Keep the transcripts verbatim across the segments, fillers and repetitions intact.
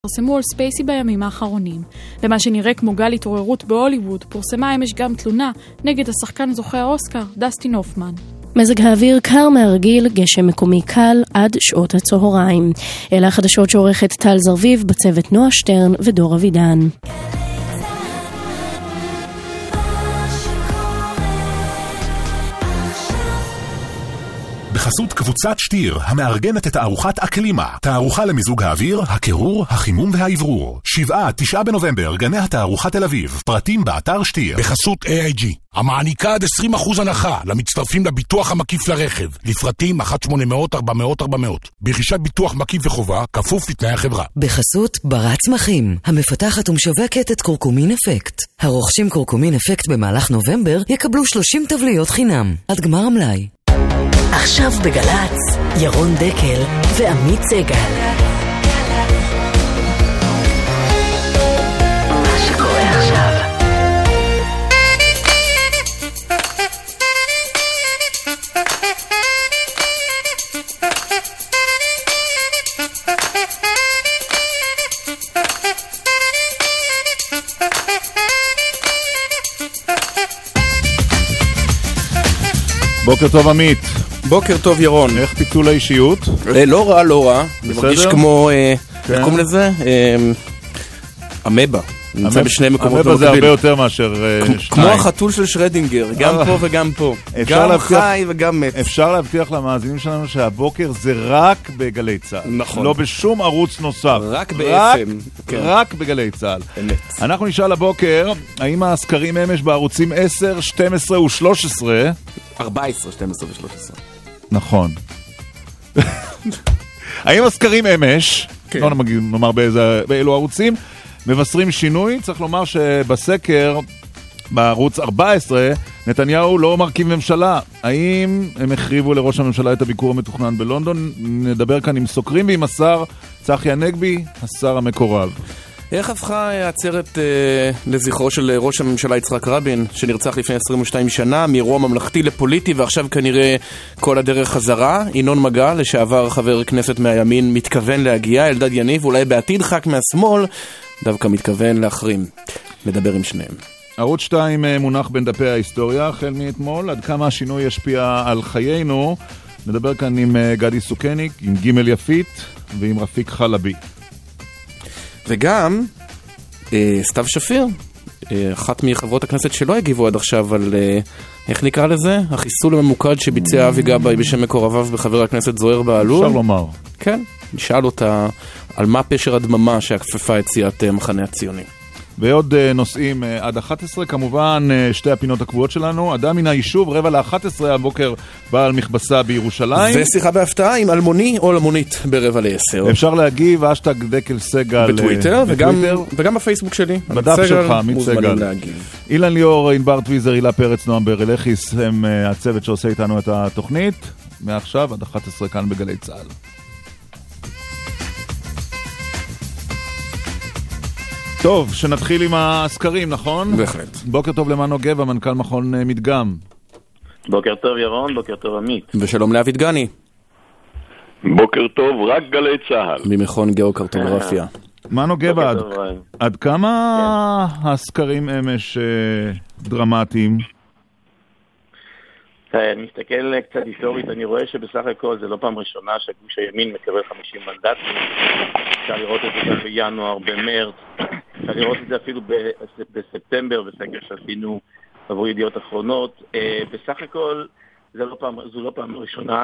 פרסמו על ספייסי בימים האחרונים. למה שנראה כמו גל התעוררות בהוליווד, פורסמה אמש גם תלונה נגד השחקן זוכה האוסקר, דסטין הופמן. מזג האוויר קר מהרגיל, גשם מקומי קל עד שעות הצהריים. אלה החדשות שעורכת טל זרביב, בצוות נועה שטרן ודור אבידן. בחסות קבוצת שטיר, המארגנת את תערוכת אקלימה, תערוכה למיזוג האוויר, הקירור, החימום והאוורור. שבעה עד תשעה בנובמבר, גני התערוכה תל אביב, פרטים באתר שטיר. בחסות איי איי ג'י, המעניקה עד עשרים אחוז הנחה למצטרפים לביטוח המקיף לרכב, לפרטים אחת שמונה אפס אפס ארבע מאות ארבע מאות. ברכישת ביטוח מקיף וחובה, כפוף לתנאי החברה. בחסות ברת צמחים, המפתחת ומשווקת את קורקומין אפקט. הרוכשים קורקומין אפקט במהלך נובמבר יקבלו שלושים טבליות חינם, עד גמר המלאי. עכשיו בגלץ, ירון דקל ועמית סגל. מה שקורה עכשיו. בוקר טוב עמית. בוקר טוב ירון. איך פיצול האישיות? לא רע, לא רע. אני מרגיש כמו, איך קוראים לזה? אמבה. נמצא בשני מקומות. אמבה זה הרבה יותר מאשר שניים. כמו החתול של שרדינגר, גם פה וגם פה. גם חי וגם מת. אפשר להבטיח למאזינים שלנו שהבוקר זה רק בגלי צהל. נכון. לא בשום ערוץ נוסף. רק ב-אף אם. רק בגלי צהל. אמת. אנחנו נשאל הבוקר, האם הסקרים אמש בערוצים עשר, שתים עשרה ו-שלוש עשרה ארבע עשרה, שתים עשרה ו-שלוש עשרה. נכון. האם הסקרים אמש, לא נאמר באילו ערוצים, מבשרים שינוי? צריך לומר שבסקר, בערוץ ארבע עשרה, נתניהו לא מרכיב ממשלה. האם הם החריבו לראש הממשלה את הביקור המתוכנן בלונדון? נדבר כאן עם סוקרים ועם השר צחי הנגבי, השר המקורב. איך הפכה העצרת אה, לזכרו של ראש הממשלה יצחק רבין, שנרצח לפני עשרים ושתיים שנה, מאירוע ממלכתי לפוליטי, ועכשיו כנראה כל הדרך חזרה? ינון מגל, לשעבר חבר כנסת מהימין, מתכוון להגיע, אלדד יניב, אולי בעתיד ח"כ מהשמאל, דווקא מתכוון להחרים. מדבר עם שניהם. ערוץ שתיים מונח בין דפי ההיסטוריה, החל מאתמול, עד כמה השינוי ישפיע על חיינו. נדבר כאן עם גדי סוכניק, עם גימל יפית ועם רפיק חלבי. וגם אה, סתיו שפיר, אה, אחת מחברות הכנסת שלא הגיבו עד עכשיו על, אה, איך נקרא לזה? החיסול הממוקד שביצע אבי גבאי בשם מקורביו בחבר הכנסת זוהיר בהלול. אפשר לומר. כן, נשאל אותה על מה פשר הדממה שהכפפה את סיעת אה, מחנה הציוני. ועוד uh, נושאים uh, עד אחת עשרה, כמובן uh, שתי הפינות הקבועות שלנו. אדם מן היישוב, רבע ל-אחת עשרה הבוקר בעל מכבסה בירושלים. ושיחה בהפתעה עם אלמוני או אלמונית ברבע ל-עשר. אפשר להגיב, אשטג דקל סגל בטוויטר, וגם, וגם בפייסבוק שלי. בדף שלך, עמית סגל. להגיב. אילן ליאור, ענבר טוויזר, הילה פרץ, נועם ברלכיס, הם uh, הצוות שעושה איתנו את התוכנית. מעכשיו עד אחת עשרה כאן בגלי צהל. טוב, שנתחיל עם הסקרים, נכון? בהחלט. בוקר טוב למנו גבע, מנכ"ל מכון מדגם. בוקר טוב ירון, בוקר טוב עמית. ושלום לאביד גני. בוקר טוב, רק גלי צהל. ממכון גיאוקרטוגרפיה. מנו גבע, עד, עד כמה הסקרים אמש דרמטיים? אני מסתכל קצת היסטורית, אני רואה שבסך הכל זה לא פעם ראשונה שגוש הימין מקבל חמישים מנדטים. אפשר לראות את זה גם בינואר, במרץ, אפשר לראות את זה אפילו בספטמבר, בסקר שעשינו עבור ידיעות אחרונות. בסך הכל זה לא פעם, זו לא פעם ראשונה,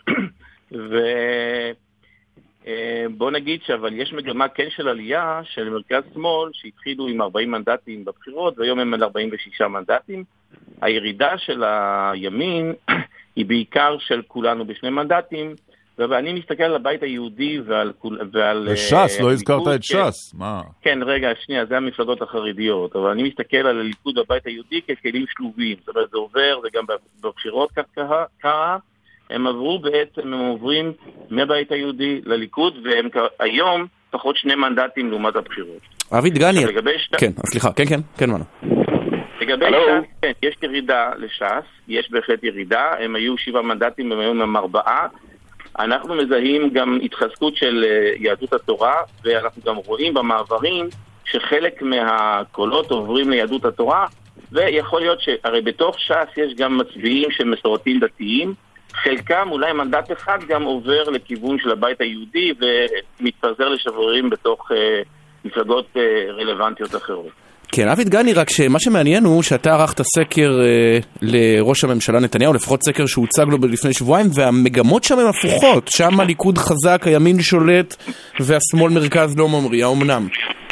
ובוא נגיד שאבל יש מגמה כן של עלייה של מרכז שמאל שהתחילו עם ארבעים מנדטים בבחירות והיום הם על ארבעים ושישה מנדטים. הירידה של הימין היא בעיקר של כולנו בשני מנדטים, ואני מסתכל על הבית היהודי ועל... ועל וש"ס, לא הזכרת את ש"ס, מה? כן, רגע, שנייה, זה המפלגות החרדיות, אבל אני מסתכל על הליכוד והבית היהודי ככלים שלובים, זאת אומרת, זה עובר, זה גם בבחירות קרה, הם עברו בעצם, הם עוברים מהבית היהודי לליכוד, והם היום פחות שני מנדטים לעומת הבחירות. אביד גני, כן, סליחה, כן, כן, כן, מנו. לגבי ש"ס, כן, יש ירידה לש"ס, יש בהחלט ירידה, הם היו שבעה מנדטים, הם היו עם ארבעה, אנחנו מזהים גם התחזקות של יהדות התורה, ואנחנו גם רואים במעברים שחלק מהקולות עוברים ליהדות התורה, ויכול להיות שהרי בתוך ש"ס יש גם מצביעים של מסורתיים דתיים, חלקם אולי מנדט אחד גם עובר לכיוון של הבית היהודי ומתפזר לשברים בתוך אה, מפלגות אה, רלוונטיות אחרות. כן, אבי דגני, רק שמה שמעניין הוא שאתה ערכת סקר אה, לראש הממשלה נתניהו, לפחות סקר שהוצג לו לפני שבועיים, והמגמות שם הן הפוכות. שם הליכוד חזק, הימין שולט, והשמאל מרכז לא ממריא, האומנם?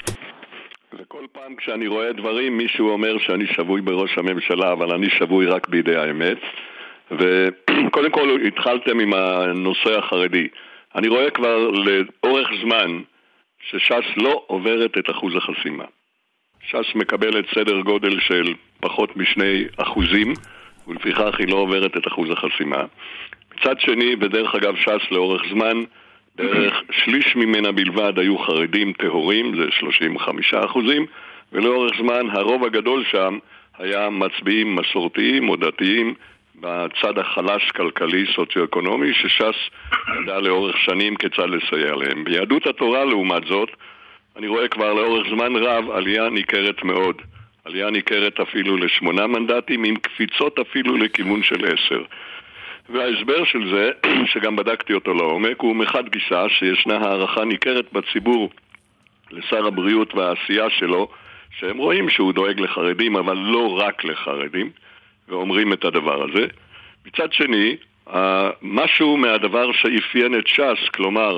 וכל פעם כשאני רואה דברים, מישהו אומר שאני שבוי בראש הממשלה, אבל אני שבוי רק בידי האמת. וקודם כל התחלתם עם הנושא החרדי. אני רואה כבר לאורך זמן שש"ס לא עוברת את אחוז החסימה. ש"ס מקבלת סדר גודל של פחות משני אחוזים, ולפיכך היא לא עוברת את אחוז החסימה. מצד שני, בדרך אגב ש"ס לאורך זמן, בערך שליש ממנה בלבד היו חרדים טהורים, זה שלושים וחמישה אחוזים, ולאורך זמן הרוב הגדול שם היה מצביעים מסורתיים או דתיים, בצד החלש כלכלי סוציו-אקונומי שש"ס ידע לאורך שנים כיצד לסייע להם. ביהדות התורה לעומת זאת, אני רואה כבר לאורך זמן רב עלייה ניכרת מאוד. עלייה ניכרת אפילו לשמונה מנדטים עם קפיצות אפילו לכיוון של עשר. וההסבר של זה, שגם בדקתי אותו לעומק, הוא מחד גיסא שישנה הערכה ניכרת בציבור לשר הבריאות והעשייה שלו, שהם רואים שהוא דואג לחרדים אבל לא רק לחרדים, ואומרים את הדבר הזה. מצד שני, משהו מהדבר שאפיין את ש"ס, כלומר,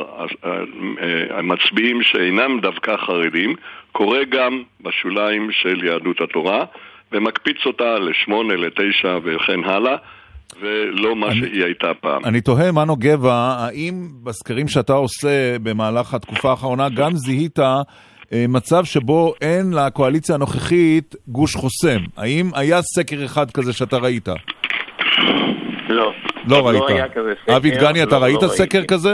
המצביעים שאינם דווקא חרדים, קורה גם בשוליים של יהדות התורה, ומקפיץ אותה לשמונה, לתשע וכן הלאה, ולא מה שהיא הייתה פעם. אני תוהה, מנו גבע, האם בסקרים שאתה עושה במהלך התקופה האחרונה, גם זיהית מצב שבו אין לקואליציה הנוכחית גוש חוסם? האם היה סקר אחד כזה שאתה ראית? לא. לא ראית. אבי דגני, אתה ראית סקר כזה?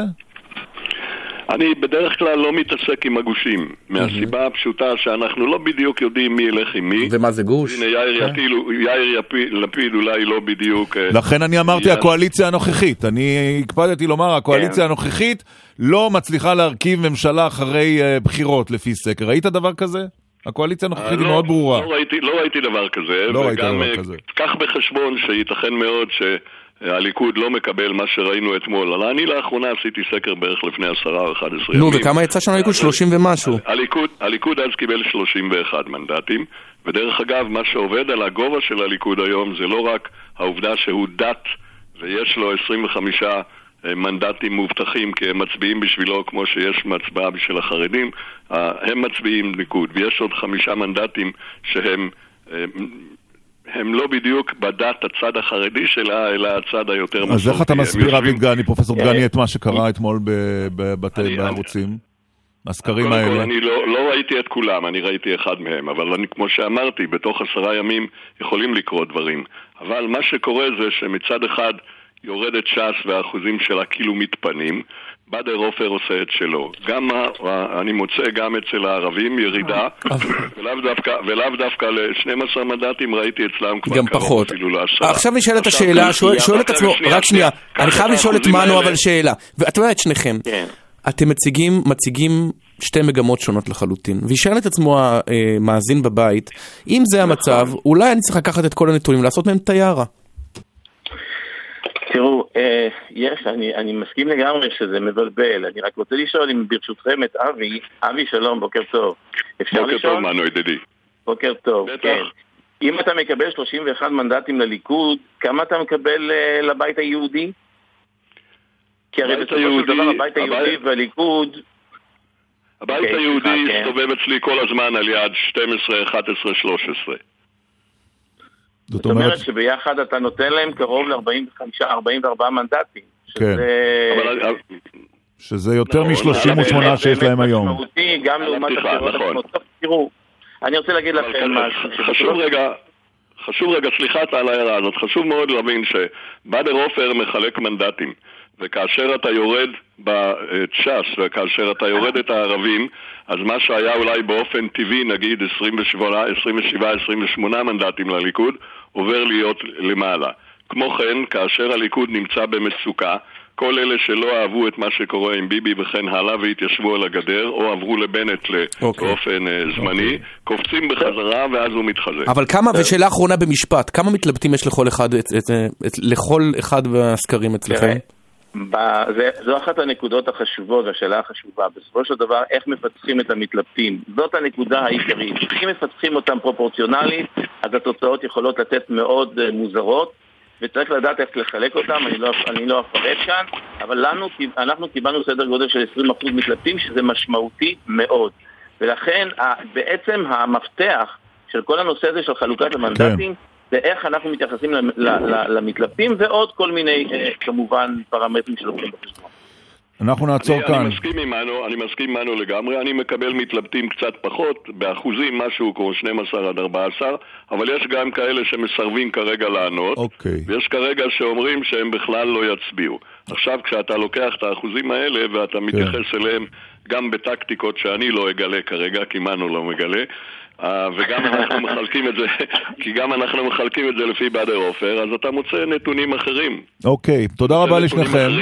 אני בדרך כלל לא מתעסק עם הגושים, מהסיבה הפשוטה שאנחנו לא בדיוק יודעים מי ילך עם מי. ומה זה גוש? הנה יאיר לפיד אולי לא בדיוק. לכן אני אמרתי הקואליציה הנוכחית. אני הקפדתי לומר, הקואליציה הנוכחית לא מצליחה להרכיב ממשלה אחרי בחירות לפי סקר. ראית דבר כזה? הקואליציה הנוכחית היא מאוד ברורה. לא ראיתי דבר כזה. לא ראית דבר כזה. קח בחשבון שייתכן מאוד ש... הליכוד לא מקבל מה שראינו אתמול. אבל אני לאחרונה עשיתי סקר בערך לפני עשרה או אחד עשר ימים. נו, וכמה יצא שם הליכוד? שלושים ומשהו. הליכוד, הליכוד אז קיבל שלושים ואחד מנדטים, ודרך אגב, מה שעובד על הגובה של הליכוד היום זה לא רק העובדה שהוא דת, ויש לו עשרים וחמישה מנדטים מובטחים, כי הם מצביעים בשבילו כמו שיש מצבעה בשביל החרדים, הם מצביעים ליכוד, ויש עוד חמישה מנדטים שהם... הם לא בדיוק בדת הצד החרדי שלה, אלא הצד היותר מסורתי. אז איך אתה מסביר, אבי דגני, פרופסור דגני, את מה שקרה אתמול בערוצים? הסקרים האלה. אני לא ראיתי את כולם, אני ראיתי אחד מהם, אבל אני, כמו שאמרתי, בתוך עשרה ימים יכולים לקרות דברים. אבל מה שקורה זה שמצד אחד יורדת ש"ס והאחוזים שלה כאילו מתפנים, בדר עופר עושה את שלו. גם אני מוצא גם אצל הערבים ירידה, ולאו דווקא, ולאו דווקא ל-שנים עשר מנדטים ראיתי אצלם כבר גם פחות. אפילו לעשרה. עכשיו נשאלת השאלה, שואל את עצמו, רק שנייה, אני חייב לשאול את מנו אבל שאלה, ואתה יודע את שניכם, אתם מציגים, מציגים שתי מגמות שונות לחלוטין, וישאל את עצמו המאזין בבית, אם זה המצב, אולי אני צריך לקחת את כל הנתונים, לעשות מהם תיירה. תראו, יש, אני, אני מסכים לגמרי שזה מבלבל. אני רק רוצה לשאול אם ברשותכם את אבי. אבי, שלום, בוקר טוב. אפשר בוקר לשאול? טוב, מנו, ידידי. בוקר טוב, בטח. כן. אם אתה מקבל שלושים ואחד מנדטים לליכוד, כמה אתה מקבל uh, לבית היהודי? כי הרי בסופו של דבר הבית היהודי והליכוד... הבית okay, היהודי הסתובב כן. אצלי כל הזמן על יד שתים עשרה, אחת עשרה, שלוש עשרה. זאת אומרת שביחד אתה נותן להם קרוב ל-ארבעים וחמישה ארבעים וארבעה מנדטים. כן. שזה יותר מ-שלושים ושמונה שיש להם היום. משמעותי, גם לעומת הבחירות. תראו, אני רוצה להגיד לכם משהו. חשוב רגע, חשוב רגע, סליחה על ההערה הזאת, חשוב מאוד להבין שבדר עופר מחלק מנדטים. וכאשר אתה יורד בש"ס, וכאשר אתה יורד את הערבים, אז מה שהיה אולי באופן טבעי, נגיד עשרים ושבע, עשרים ושמונה מנדטים לליכוד, עובר להיות למעלה. כמו כן, כאשר הליכוד נמצא במצוקה, כל אלה שלא אהבו את מה שקורה עם ביבי וכן הלאה והתיישבו על הגדר, או עברו לבנט באופן זמני, קופצים בחזרה ואז הוא מתחזק. אבל כמה, ושאלה אחרונה במשפט, כמה מתלבטים יש לכל אחד, לכל אחד בסקרים אצלכם? זו אחת הנקודות החשובות והשאלה החשובה. בסופו של דבר, איך מפתחים את המתלבטים? זאת הנקודה העיקרית. אם מפתחים אותם פרופורציונלית, אז התוצאות יכולות לתת מאוד מוזרות, וצריך לדעת איך לחלק אותם, אני לא, אני לא אפרט כאן, אבל לנו, אנחנו קיבלנו סדר גודל של עשרים אחוז מתלבטים, שזה משמעותי מאוד. ולכן, בעצם המפתח של כל הנושא הזה של חלוקת המנדטים, זה איך אנחנו מתייחסים למתלבטים, ועוד כל מיני, כמובן, פרמטרים שלוקחים בחשבון. אנחנו נעצור כאן. אני מסכים עמנו, אני מסכים עמנו לגמרי, אני מקבל מתלבטים קצת פחות, באחוזים משהו כמו שנים עשר עד ארבע עשרה, אבל יש גם כאלה שמסרבים כרגע לענות, אוקיי. ויש כרגע שאומרים שהם בכלל לא יצביעו. עכשיו כשאתה לוקח את האחוזים האלה ואתה מתייחס אליהם גם בטקטיקות שאני לא אגלה כרגע, כי מנו לא מגלה, וגם אנחנו מחלקים את זה, כי גם אנחנו מחלקים את זה לפי באדר עופר, אז אתה מוצא נתונים אחרים. אוקיי, תודה רבה לשניכם.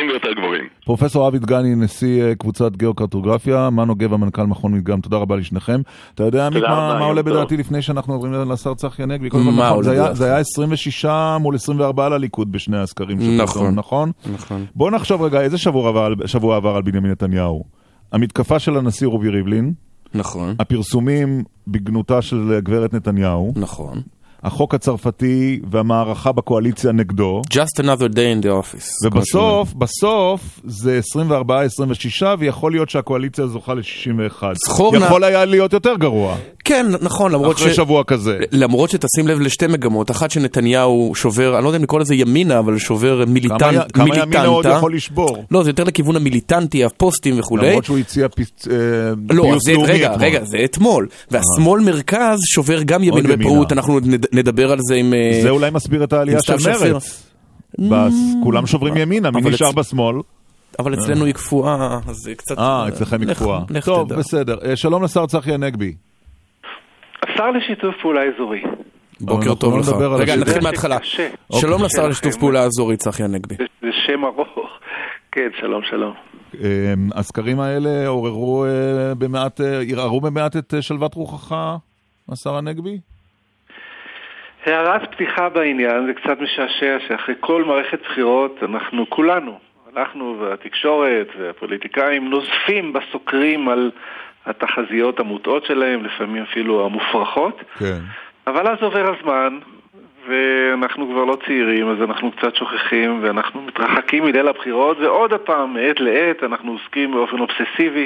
פרופסור אבי דגני, נשיא קבוצת גיאוקרטוגרפיה, מנו גבע, מנכ"ל מכון מדגם, תודה רבה לשניכם. אתה יודע מה עולה בדעתי לפני שאנחנו עוברים לשר צחי הנגבי? מה עולה בדעתי? זה היה עשרים ושש מול עשרים וארבע לליכוד בשני הסקרים. נכון. נכון? בואו נחשוב רגע, איזה שבוע עבר על בנימין נתניהו? המתקפה של הנשיא רובי ריבלין, נכון. הפרסומים בגנותה של גברת נתניהו. נכון. החוק הצרפתי והמערכה בקואליציה נגדו. Just another day in the office. ובסוף, בסוף זה עשרים וארבע עשרים ושש, ויכול להיות שהקואליציה זוכה ל-שישים ואחת. יכול היה להיות יותר גרוע. כן, נכון, למרות אחרי שבוע כזה. למרות שתשים לב לשתי מגמות, אחת שנתניהו שובר, אני לא יודע אם לקרוא לזה ימינה, אבל שובר מיליטנטה. כמה ימינה עוד יכול לשבור? לא, זה יותר לכיוון המיליטנטי, הפוסטים וכו'. למרות שהוא הציע פיוס לאומי. רגע, רגע, זה אתמול. והשמאל מרכז שובר גם ימינה בפרעות, אנחנו נדבר על זה עם... זה אולי מסביר את העלייה של מרץ. כולם שוברים ימינה, מי נשאר בשמאל? אבל אצלנו היא קפואה, אז זה קצת... אה, אצלכם היא קפואה. טוב, בסדר. שלום לשר צחי הנגבי. השר לשיתוף פעולה אזורי. בוקר טוב לך. רגע, נתחיל מההתחלה. שלום לשר לשיתוף פעולה אזורי, צחי הנגבי. זה שם ארוך. כן, שלום, שלום. הסקרים האלה עוררו במעט, ערערו במעט את שלוות רוחך, השר הנגבי? הערת פתיחה בעניין, זה קצת משעשע שאחרי כל מערכת בחירות אנחנו כולנו, אנחנו והתקשורת והפוליטיקאים נוזפים בסוקרים על התחזיות המוטעות שלהם, לפעמים אפילו המופרכות. כן. אבל אז עובר הזמן, ואנחנו כבר לא צעירים, אז אנחנו קצת שוכחים, ואנחנו מתרחקים מליל הבחירות, ועוד הפעם, מעת לעת, אנחנו עוסקים באופן אובססיבי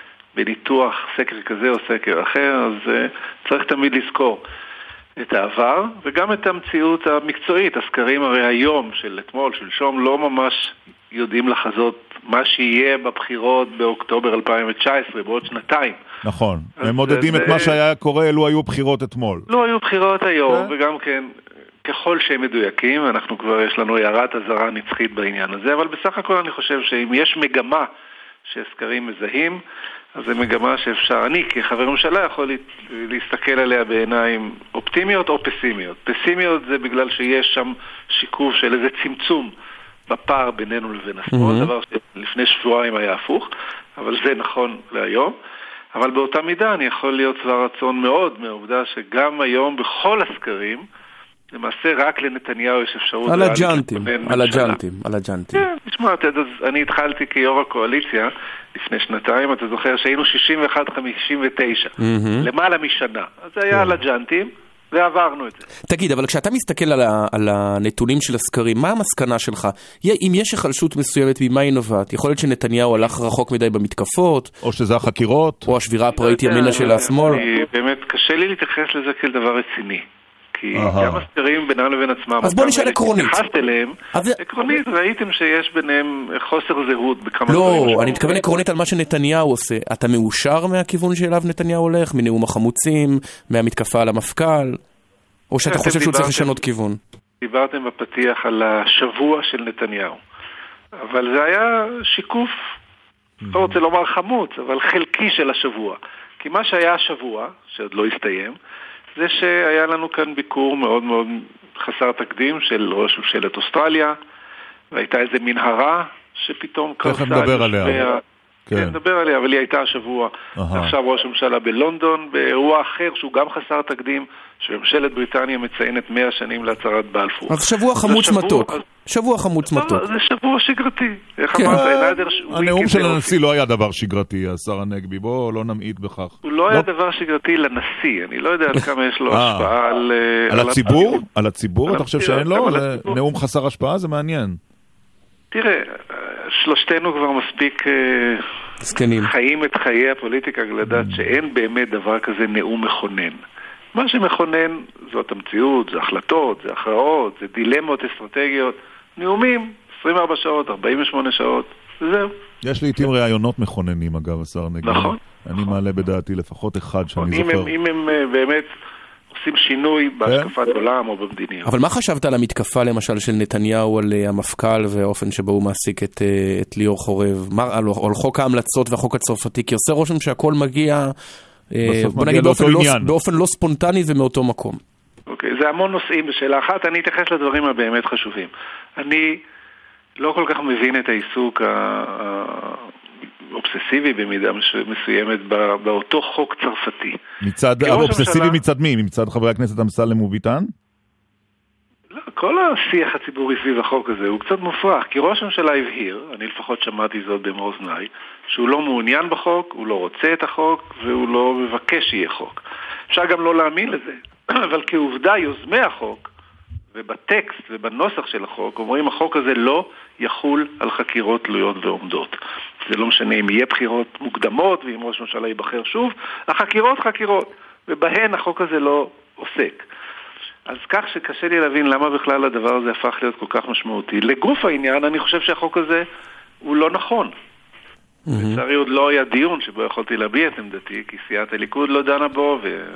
בניתוח סקר כזה או סקר אחר, אז uh, צריך תמיד לזכור את העבר, וגם את המציאות המקצועית. הסקרים הרי היום של אתמול, של שום, לא ממש יודעים לחזות מה שיהיה בבחירות באוקטובר אלפיים תשע עשרה, בעוד שנתיים. נכון, הם מודדים את מה שהיה קורה, אלו היו בחירות אתמול. לא היו בחירות היום, וגם כן, ככל שהם מדויקים, אנחנו כבר יש לנו הערת אזהרה נצחית בעניין הזה, אבל בסך הכל אני חושב שאם יש מגמה שהסקרים מזהים, אז זו מגמה שאפשר, אני כחבר ממשלה יכול להסתכל עליה בעיניים אופטימיות או פסימיות. פסימיות זה בגלל שיש שם שיקוף של איזה צמצום בפער בינינו לבין השמאל, mm-hmm. דבר שלפני שבועיים היה הפוך, אבל זה נכון להיום. אבל באותה מידה אני יכול להיות שבע רצון מאוד מהעובדה שגם היום בכל הסקרים, למעשה רק לנתניהו יש אפשרות... על הג'אנטים, על הג'אנטים, על הג'אנטים. כן, תשמע, אני התחלתי כיו"ר הקואליציה לפני שנתיים, אתה זוכר שהיינו שישים ואחת חמישים ותשע, למעלה משנה. אז זה היה על הג'אנטים, ועברנו את זה. תגיד, אבל כשאתה מסתכל על, ה, על הנתונים של הסקרים, מה המסקנה שלך? אם יש החלשות מסוימת, ממה היא נובעת? יכול להיות שנתניהו הלך רחוק מדי במתקפות? או שזה החקירות? או השבירה הפראית ימינה של השמאל? באמת, קשה לי להתייחס לזה כאל דבר רציני. כי גם הסקרים בינם לבין עצמם... אז בוא נשאל עקרונית. עקרונית, ראיתם שיש ביניהם חוסר זהות בכמה... לא, אני מתכוון עקרונית על מה שנתניהו עושה. אתה מאושר מהכיוון שאליו נתניהו הולך? מנאום החמוצים? מהמתקפה על המפכ"ל? או שאתה חושב שהוא צריך לשנות כיוון? דיברתם בפתיח על השבוע של נתניהו. אבל זה היה שיקוף, לא רוצה לומר חמוץ, אבל חלקי של השבוע. כי מה שהיה השבוע, שעוד לא הסתיים, זה שהיה לנו כאן ביקור מאוד מאוד חסר תקדים של ראש ממשלת אוסטרליה, והייתה איזו מנהרה שפתאום קרסה. תכף נדבר עליה. כן, נדבר עליה, אבל היא הייתה השבוע. עכשיו ראש הממשלה בלונדון, באירוע אחר שהוא גם חסר תקדים, שממשלת בריטניה מציינת מאה שנים להצהרת בלפור. אז שבוע חמוץ מתוק. שבוע חמוץ מתוק. זה שבוע שגרתי. איך אמרת? הנאום של הנשיא לא היה דבר שגרתי, השר הנגבי. בוא לא נמעיט בכך. הוא לא היה דבר שגרתי לנשיא. אני לא יודע על כמה יש לו השפעה על... על הציבור? על הציבור? אתה חושב שאין לו? נאום חסר השפעה? זה מעניין. תראה, שלושתנו כבר מספיק סקנים. חיים את חיי הפוליטיקה לדעת שאין באמת דבר כזה נאום מכונן. מה שמכונן זאת המציאות, זה החלטות, זה הכרעות, זה דילמות אסטרטגיות. נאומים, עשרים וארבע שעות, ארבעים ושמונה שעות, וזהו. יש לעתים רעיונות מכוננים, אגב, השר נגבי. נכון. אני מעלה בדעתי לפחות אחד שאני זוכר. אם הם באמת עושים שינוי בהשקפת עולם או במדיניות. אבל מה חשבת על המתקפה למשל של נתניהו על המפכ"ל והאופן שבו הוא מעסיק את, את ליאור חורב? מה, על, על חוק ההמלצות והחוק הצרפתי? כי עושה רושם שהכל מגיע, בוא נגיד, באופן לא, באופן לא ספונטני ומאותו מקום. אוקיי, זה המון נושאים בשאלה אחת. אני אתייחס לדברים הבאמת חשובים. אני לא כל כך מבין את העיסוק האובססיבי במידה מסוימת באותו חוק צרפתי. מצד, האובססיבי מצד מי? מצד חברי הכנסת אמסלם וביטן? לא, כל השיח הציבורי סביב החוק הזה הוא קצת מופרך, כי ראש הממשלה הבהיר, אני לפחות שמעתי זאת במאזניי, שהוא לא מעוניין בחוק, הוא לא רוצה את החוק, והוא לא מבקש שיהיה חוק. אפשר גם לא להאמין לזה, אבל כעובדה יוזמי החוק, ובטקסט ובנוסח של החוק, אומרים החוק הזה לא יחול על חקירות תלויות ועומדות. זה לא משנה אם יהיה בחירות מוקדמות, ואם ראש הממשלה ייבחר שוב, החקירות חקירות, ובהן החוק הזה לא עוסק. אז כך שקשה לי להבין למה בכלל הדבר הזה הפך להיות כל כך משמעותי. לגוף העניין, אני חושב שהחוק הזה הוא לא נכון. לצערי עוד לא היה דיון שבו יכולתי להביע את עמדתי, כי סיעת הליכוד לא דנה בו,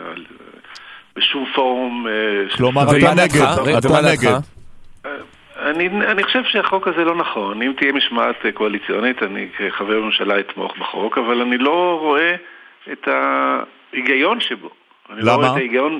ובשום פורום... כלומר, אתה נגד, אתה נגד. אני, אני חושב שהחוק הזה לא נכון. אם תהיה משמעת קואליציונית, אני כחבר ממשלה אתמוך בחוק, אבל אני לא רואה את ההיגיון שבו. אני למה? לא רואה את ההיגיון...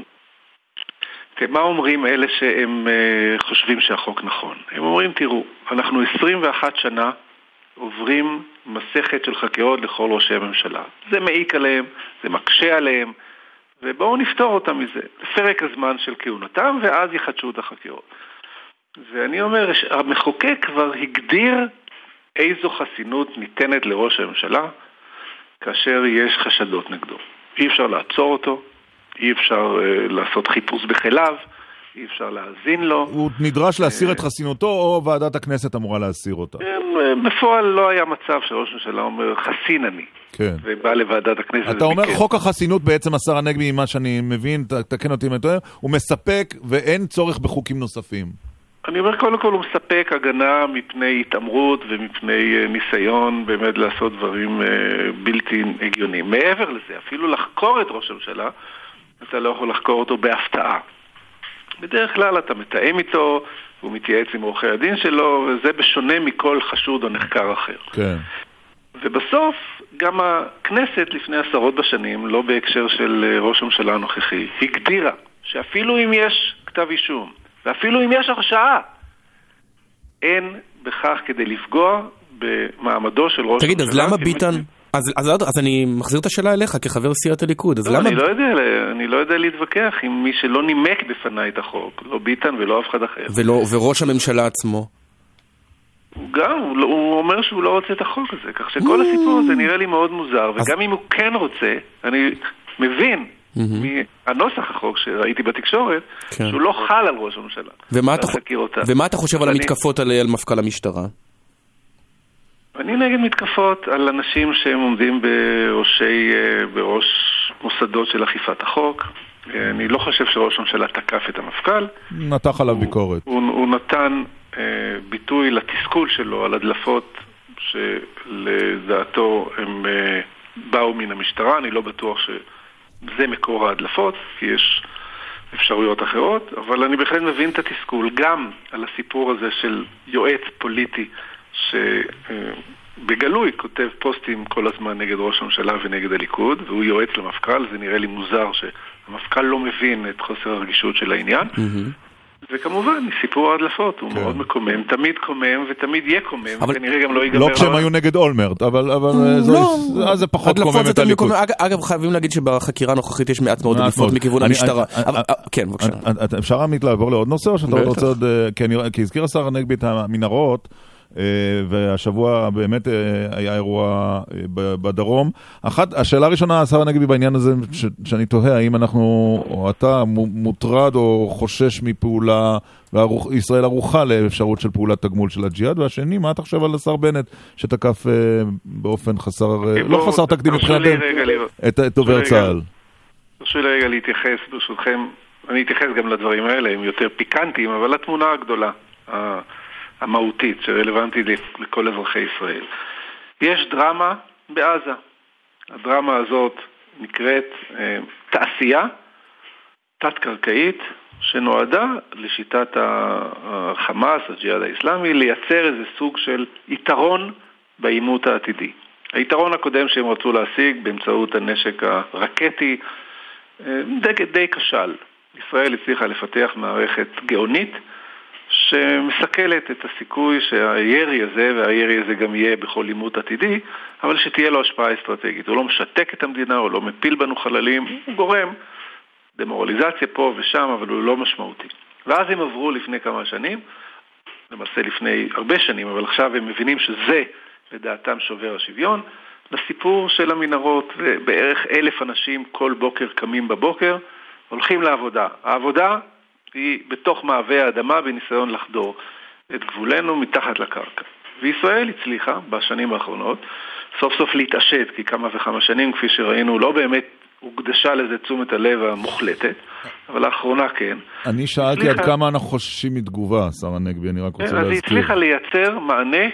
מה אומרים אלה שהם uh, חושבים שהחוק נכון? הם אומרים, תראו, אנחנו עשרים ואחת שנה עוברים מסכת של חקירות לכל ראשי הממשלה. זה מעיק עליהם, זה מקשה עליהם, ובואו נפתור אותם מזה. לפרק הזמן של כהונתם, ואז יחדשו את החקירות. ואני אומר, המחוקק כבר הגדיר איזו חסינות ניתנת לראש הממשלה, כאשר יש חשדות נגדו. אי אפשר לעצור אותו, אי אפשר uh, לעשות חיפוש בחיליו, אי אפשר להאזין לו. הוא נדרש להסיר את חסינותו, או ועדת הכנסת אמורה להסיר אותה? בפועל לא היה מצב שראש הממשלה אומר, חסין אני. כן. ובא לוועדת הכנסת. אתה אומר, חוק החסינות בעצם, השר הנגבי, ממה שאני מבין, תקן אותי אם אני טועה, הוא מספק ואין צורך בחוקים נוספים. אני אומר, קודם כל הוא מספק הגנה מפני התאמרות ומפני ניסיון באמת לעשות דברים בלתי הגיוניים. מעבר לזה, אפילו לחקור את ראש הממשלה, אתה לא יכול לחקור אותו בהפתעה. בדרך כלל אתה מתאם איתו, הוא מתייעץ עם עורכי הדין שלו, וזה בשונה מכל חשוד או נחקר אחר. כן. ובסוף, גם הכנסת לפני עשרות בשנים, לא בהקשר של ראש הממשלה הנוכחי, הגדירה שאפילו אם יש כתב אישום, ואפילו אם יש הרשעה, אין בכך כדי לפגוע במעמדו של ראש תגיד, הממשלה. אז למה ביטן... אז, אז, אז אני מחזיר את השאלה אליך כחבר סיעת הליכוד. אז לא, למה... אני, לא יודע, אני לא יודע להתווכח עם מי שלא נימק בפני את החוק, לא ביטן ולא אף אחד אחר. ולא, וראש הממשלה עצמו? הוא גם, הוא, הוא אומר שהוא לא רוצה את החוק הזה, כך שכל הסיפור הזה נראה לי מאוד מוזר, אז... וגם אם הוא כן רוצה, אני מבין מהנוסח החוק שראיתי בתקשורת, כן. שהוא לא חל על ראש הממשלה. ומה אתה, ומה אתה חושב על אני... המתקפות על, על מפכ"ל המשטרה? אני נגד מתקפות על אנשים שהם עומדים בראשי, בראש מוסדות של אכיפת החוק. אני לא חושב שראש הממשלה תקף את המפכ"ל. נתח עליו ביקורת. הוא, הוא, הוא נתן אה, ביטוי לתסכול שלו על הדלפות שלדעתו הם אה, באו מן המשטרה. אני לא בטוח שזה מקור ההדלפות, כי יש אפשרויות אחרות, אבל אני בהחלט מבין את התסכול גם על הסיפור הזה של יועץ פוליטי שבגלוי כותב פוסטים כל הזמן נגד ראש הממשלה ונגד הליכוד, והוא יועץ למפכ"ל. זה נראה לי מוזר שהמפכ"ל לא מבין את חוסר הרגישות של העניין. וכמובן, סיפור ההדלפות הוא מאוד מקומם, תמיד קומם ותמיד יהיה קומם, וכנראה גם לא ייגמר. לא כשהם היו נגד אולמרט, אבל אז זה פחות קומם את הליכוד. אגב, חייבים להגיד שבחקירה הנוכחית יש מעט מאוד הדלפות מכיוון המשטרה. כן, בבקשה. אפשר עמית לעבור לעוד נושא, או שאתה רוצה עוד... כי הזכיר השר הנגבי את המנהרות, והשבוע באמת היה אירוע בדרום. אחת, השאלה הראשונה, השר הנגבי, בעניין הזה, שאני תוהה, האם אנחנו, או אתה, מוטרד או חושש מפעולה, וישראל ערוכה לאפשרות של פעולת תגמול של הג'יהאד, והשני, מה אתה חושב על השר בנט, שתקף באופן חסר, לא חסר תקדים מבחינתם, את דובר צה"ל? תרשו לי רגע להתייחס, ברשותכם, אני אתייחס גם לדברים האלה, הם יותר פיקנטיים, אבל התמונה הגדולה, המהותית, שרלוונטית לכל אזרחי ישראל. יש דרמה בעזה. הדרמה הזאת נקראת אה, תעשייה תת-קרקעית, שנועדה לשיטת החמאס, הג'יהאד האסלאמי, לייצר איזה סוג של יתרון בעימות העתידי. היתרון הקודם שהם רצו להשיג באמצעות הנשק הרקטי, אה, די, די כשל. ישראל הצליחה לפתח מערכת גאונית, שמסכלת את הסיכוי שהירי הזה, והירי הזה גם יהיה בכל עימות עתידי, אבל שתהיה לו השפעה אסטרטגית. הוא לא משתק את המדינה, הוא לא מפיל בנו חללים, הוא גורם דמורליזציה פה ושם, אבל הוא לא משמעותי. ואז הם עברו לפני כמה שנים, למעשה לפני הרבה שנים, אבל עכשיו הם מבינים שזה, לדעתם, שובר השוויון, לסיפור של המנהרות, בערך אלף אנשים כל בוקר קמים בבוקר, הולכים לעבודה. העבודה היא בתוך מעבי האדמה בניסיון לחדור את גבולנו מתחת לקרקע. וישראל הצליחה בשנים האחרונות סוף סוף להתעשת, כי כמה וכמה שנים, כפי שראינו, לא באמת הוקדשה לזה תשומת הלב המוחלטת, אבל לאחרונה כן. אני שאלתי עד כמה אנחנו חוששים מתגובה, שר הנגבי, אני רק רוצה להזכיר. אז היא הצליחה לייצר מענה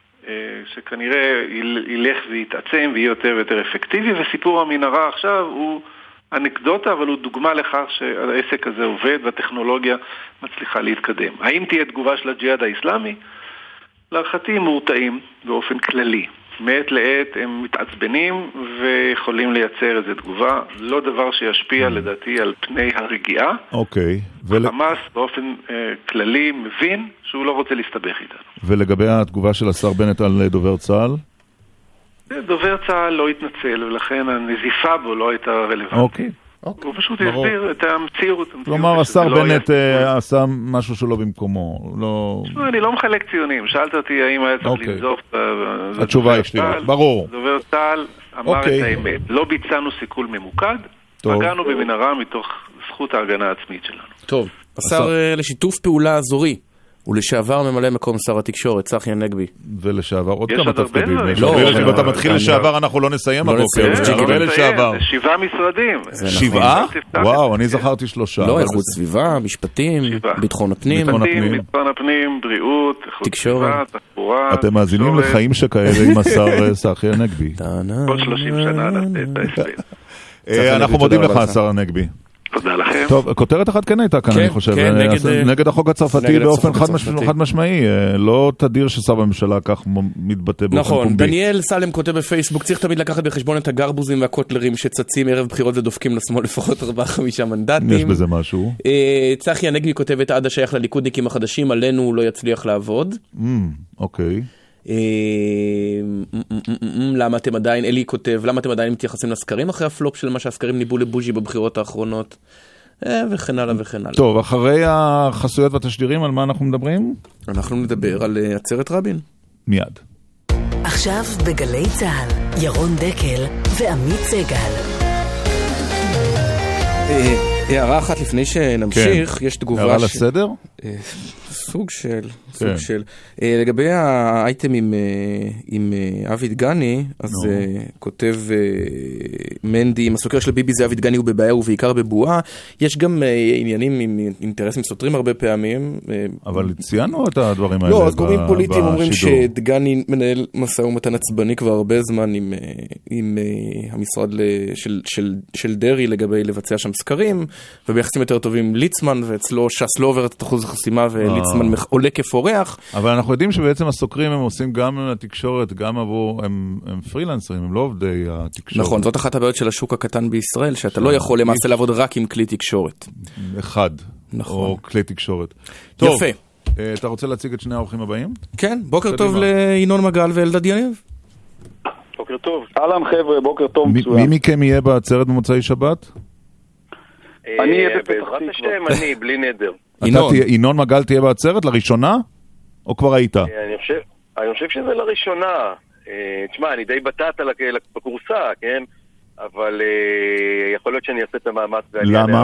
שכנראה ילך ויתעצם ויהיה יותר ויותר אפקטיבי, וסיפור המנהרה עכשיו הוא אנקדוטה, אבל הוא דוגמה לכך שהעסק הזה עובד והטכנולוגיה מצליחה להתקדם. האם תהיה תגובה של הג'יהאד האסלאמי? להערכתי הם מורתעים באופן כללי. מעת לעת הם מתעצבנים ויכולים לייצר איזו תגובה, לא דבר שישפיע לדעתי על פני הרגיעה. אוקיי. חמאס באופן אה, כללי מבין שהוא לא רוצה להסתבך איתנו. ולגבי התגובה של השר בנט על דובר צה"ל? דובר צה"ל לא התנצל, ולכן הנזיפה בו לא הייתה רלוונטית. אוקיי. הוא פשוט הסביר את המציאות. כלומר, השר בנט עשה משהו שלא במקומו. אני לא מחלק ציונים. שאלת אותי האם היה צריך לנזוף. התשובה היא שתייה. ברור. דובר צה"ל אמר את האמת. לא ביצענו סיכול ממוקד, פגענו במנהרה מתוך זכות ההגנה העצמית שלנו. טוב. השר לשיתוף פעולה אזורי. ולשעבר ממלא מקום שר התקשורת, צחי הנגבי. ולשעבר עוד כמה תפקידים. אם אתה מתחיל לשעבר, אנחנו לא נסיים הבוקר. שבעה משרדים. שבעה? וואו, אני זכרתי שלושה. לא, איכות סביבה, משפטים, ביטחון הפנים. ביטחון הפנים, בריאות, איכות סביבה, תחבורה. אתם מאזינים לחיים שכאלה עם השר צחי הנגבי. כל שלושים שנה לתת העשרים. אנחנו מודים לך, שר הנגבי. תודה לכם. טוב, כותרת אחת כן הייתה כאן, אני חושב. נגד החוק הצרפתי באופן חד משמעי. לא תדיר ששר בממשלה כך מתבטא באופן פומבי. נכון, דניאל סלם כותב בפייסבוק, צריך תמיד לקחת בחשבון את הגרבוזים והקוטלרים שצצים ערב בחירות ודופקים לשמאל לפחות ארבעה חמישה מנדטים. יש בזה משהו. צחי הנגבי כותבת, עד השייך לליכודניקים החדשים, עלינו הוא לא יצליח לעבוד. אוקיי. למה אתם עדיין, אלי כותב, למה אתם עדיין מתייחסים לסקרים אחרי הפלופ של מה שהסקרים ניבאו לבוז'י בבחירות האחרונות, וכן הלאה וכן הלאה. טוב, אחרי החסויות והתשדירים, על מה אנחנו מדברים? אנחנו נדבר על עצרת רבין. מיד. עכשיו בגלי צהל, ירון דקל ועמית סגל. הערה אחת לפני שנמשיך, יש תגובה... הערה לסדר? סוג של, סוג של. לגבי האייטם עם אבי דגני, אז כותב מנדי, עם הסוקר של ביבי זה אבי דגני הוא בבעיה ובעיקר בבועה. יש גם עניינים עם אינטרסים סותרים הרבה פעמים. אבל ציינו את הדברים האלה. לא, אז גורמים פוליטיים אומרים שדגני מנהל מסע ומתן עצבני כבר הרבה זמן עם המשרד של דרי לגבי לבצע שם סקרים, וביחסים יותר טובים ליצמן, ואצלו ש"ס לא עוברת את אחוז החסימה וליצמן עולה כפורח. אבל אנחנו יודעים שבעצם הסוקרים הם עושים גם לתקשורת, גם עבור, הם, הם פרילנסרים, הם לא עובדי התקשורת. נכון, זאת אחת הבעיות של השוק הקטן בישראל, שאתה לא יכול למעשה לעבוד רק עם כלי תקשורת. אחד. או כלי תקשורת. טוב, יפה. אתה רוצה להציג את שני האורחים הבאים? כן, בוקר טוב לינון מגל ואלדד יניב. בוקר טוב. אהלן חבר'ה, בוקר טוב מצוין. מי מכם יהיה בעצרת במוצאי שבת? אני אהיה בעזרת השם, אני, בלי נדר. ינון מגל תהיה בעצרת לראשונה? או כבר היית? אני חושב שזה לראשונה. תשמע, אני די בטט בקורסה, כן? אבל יכול להיות שאני אעשה את המאמץ. למה?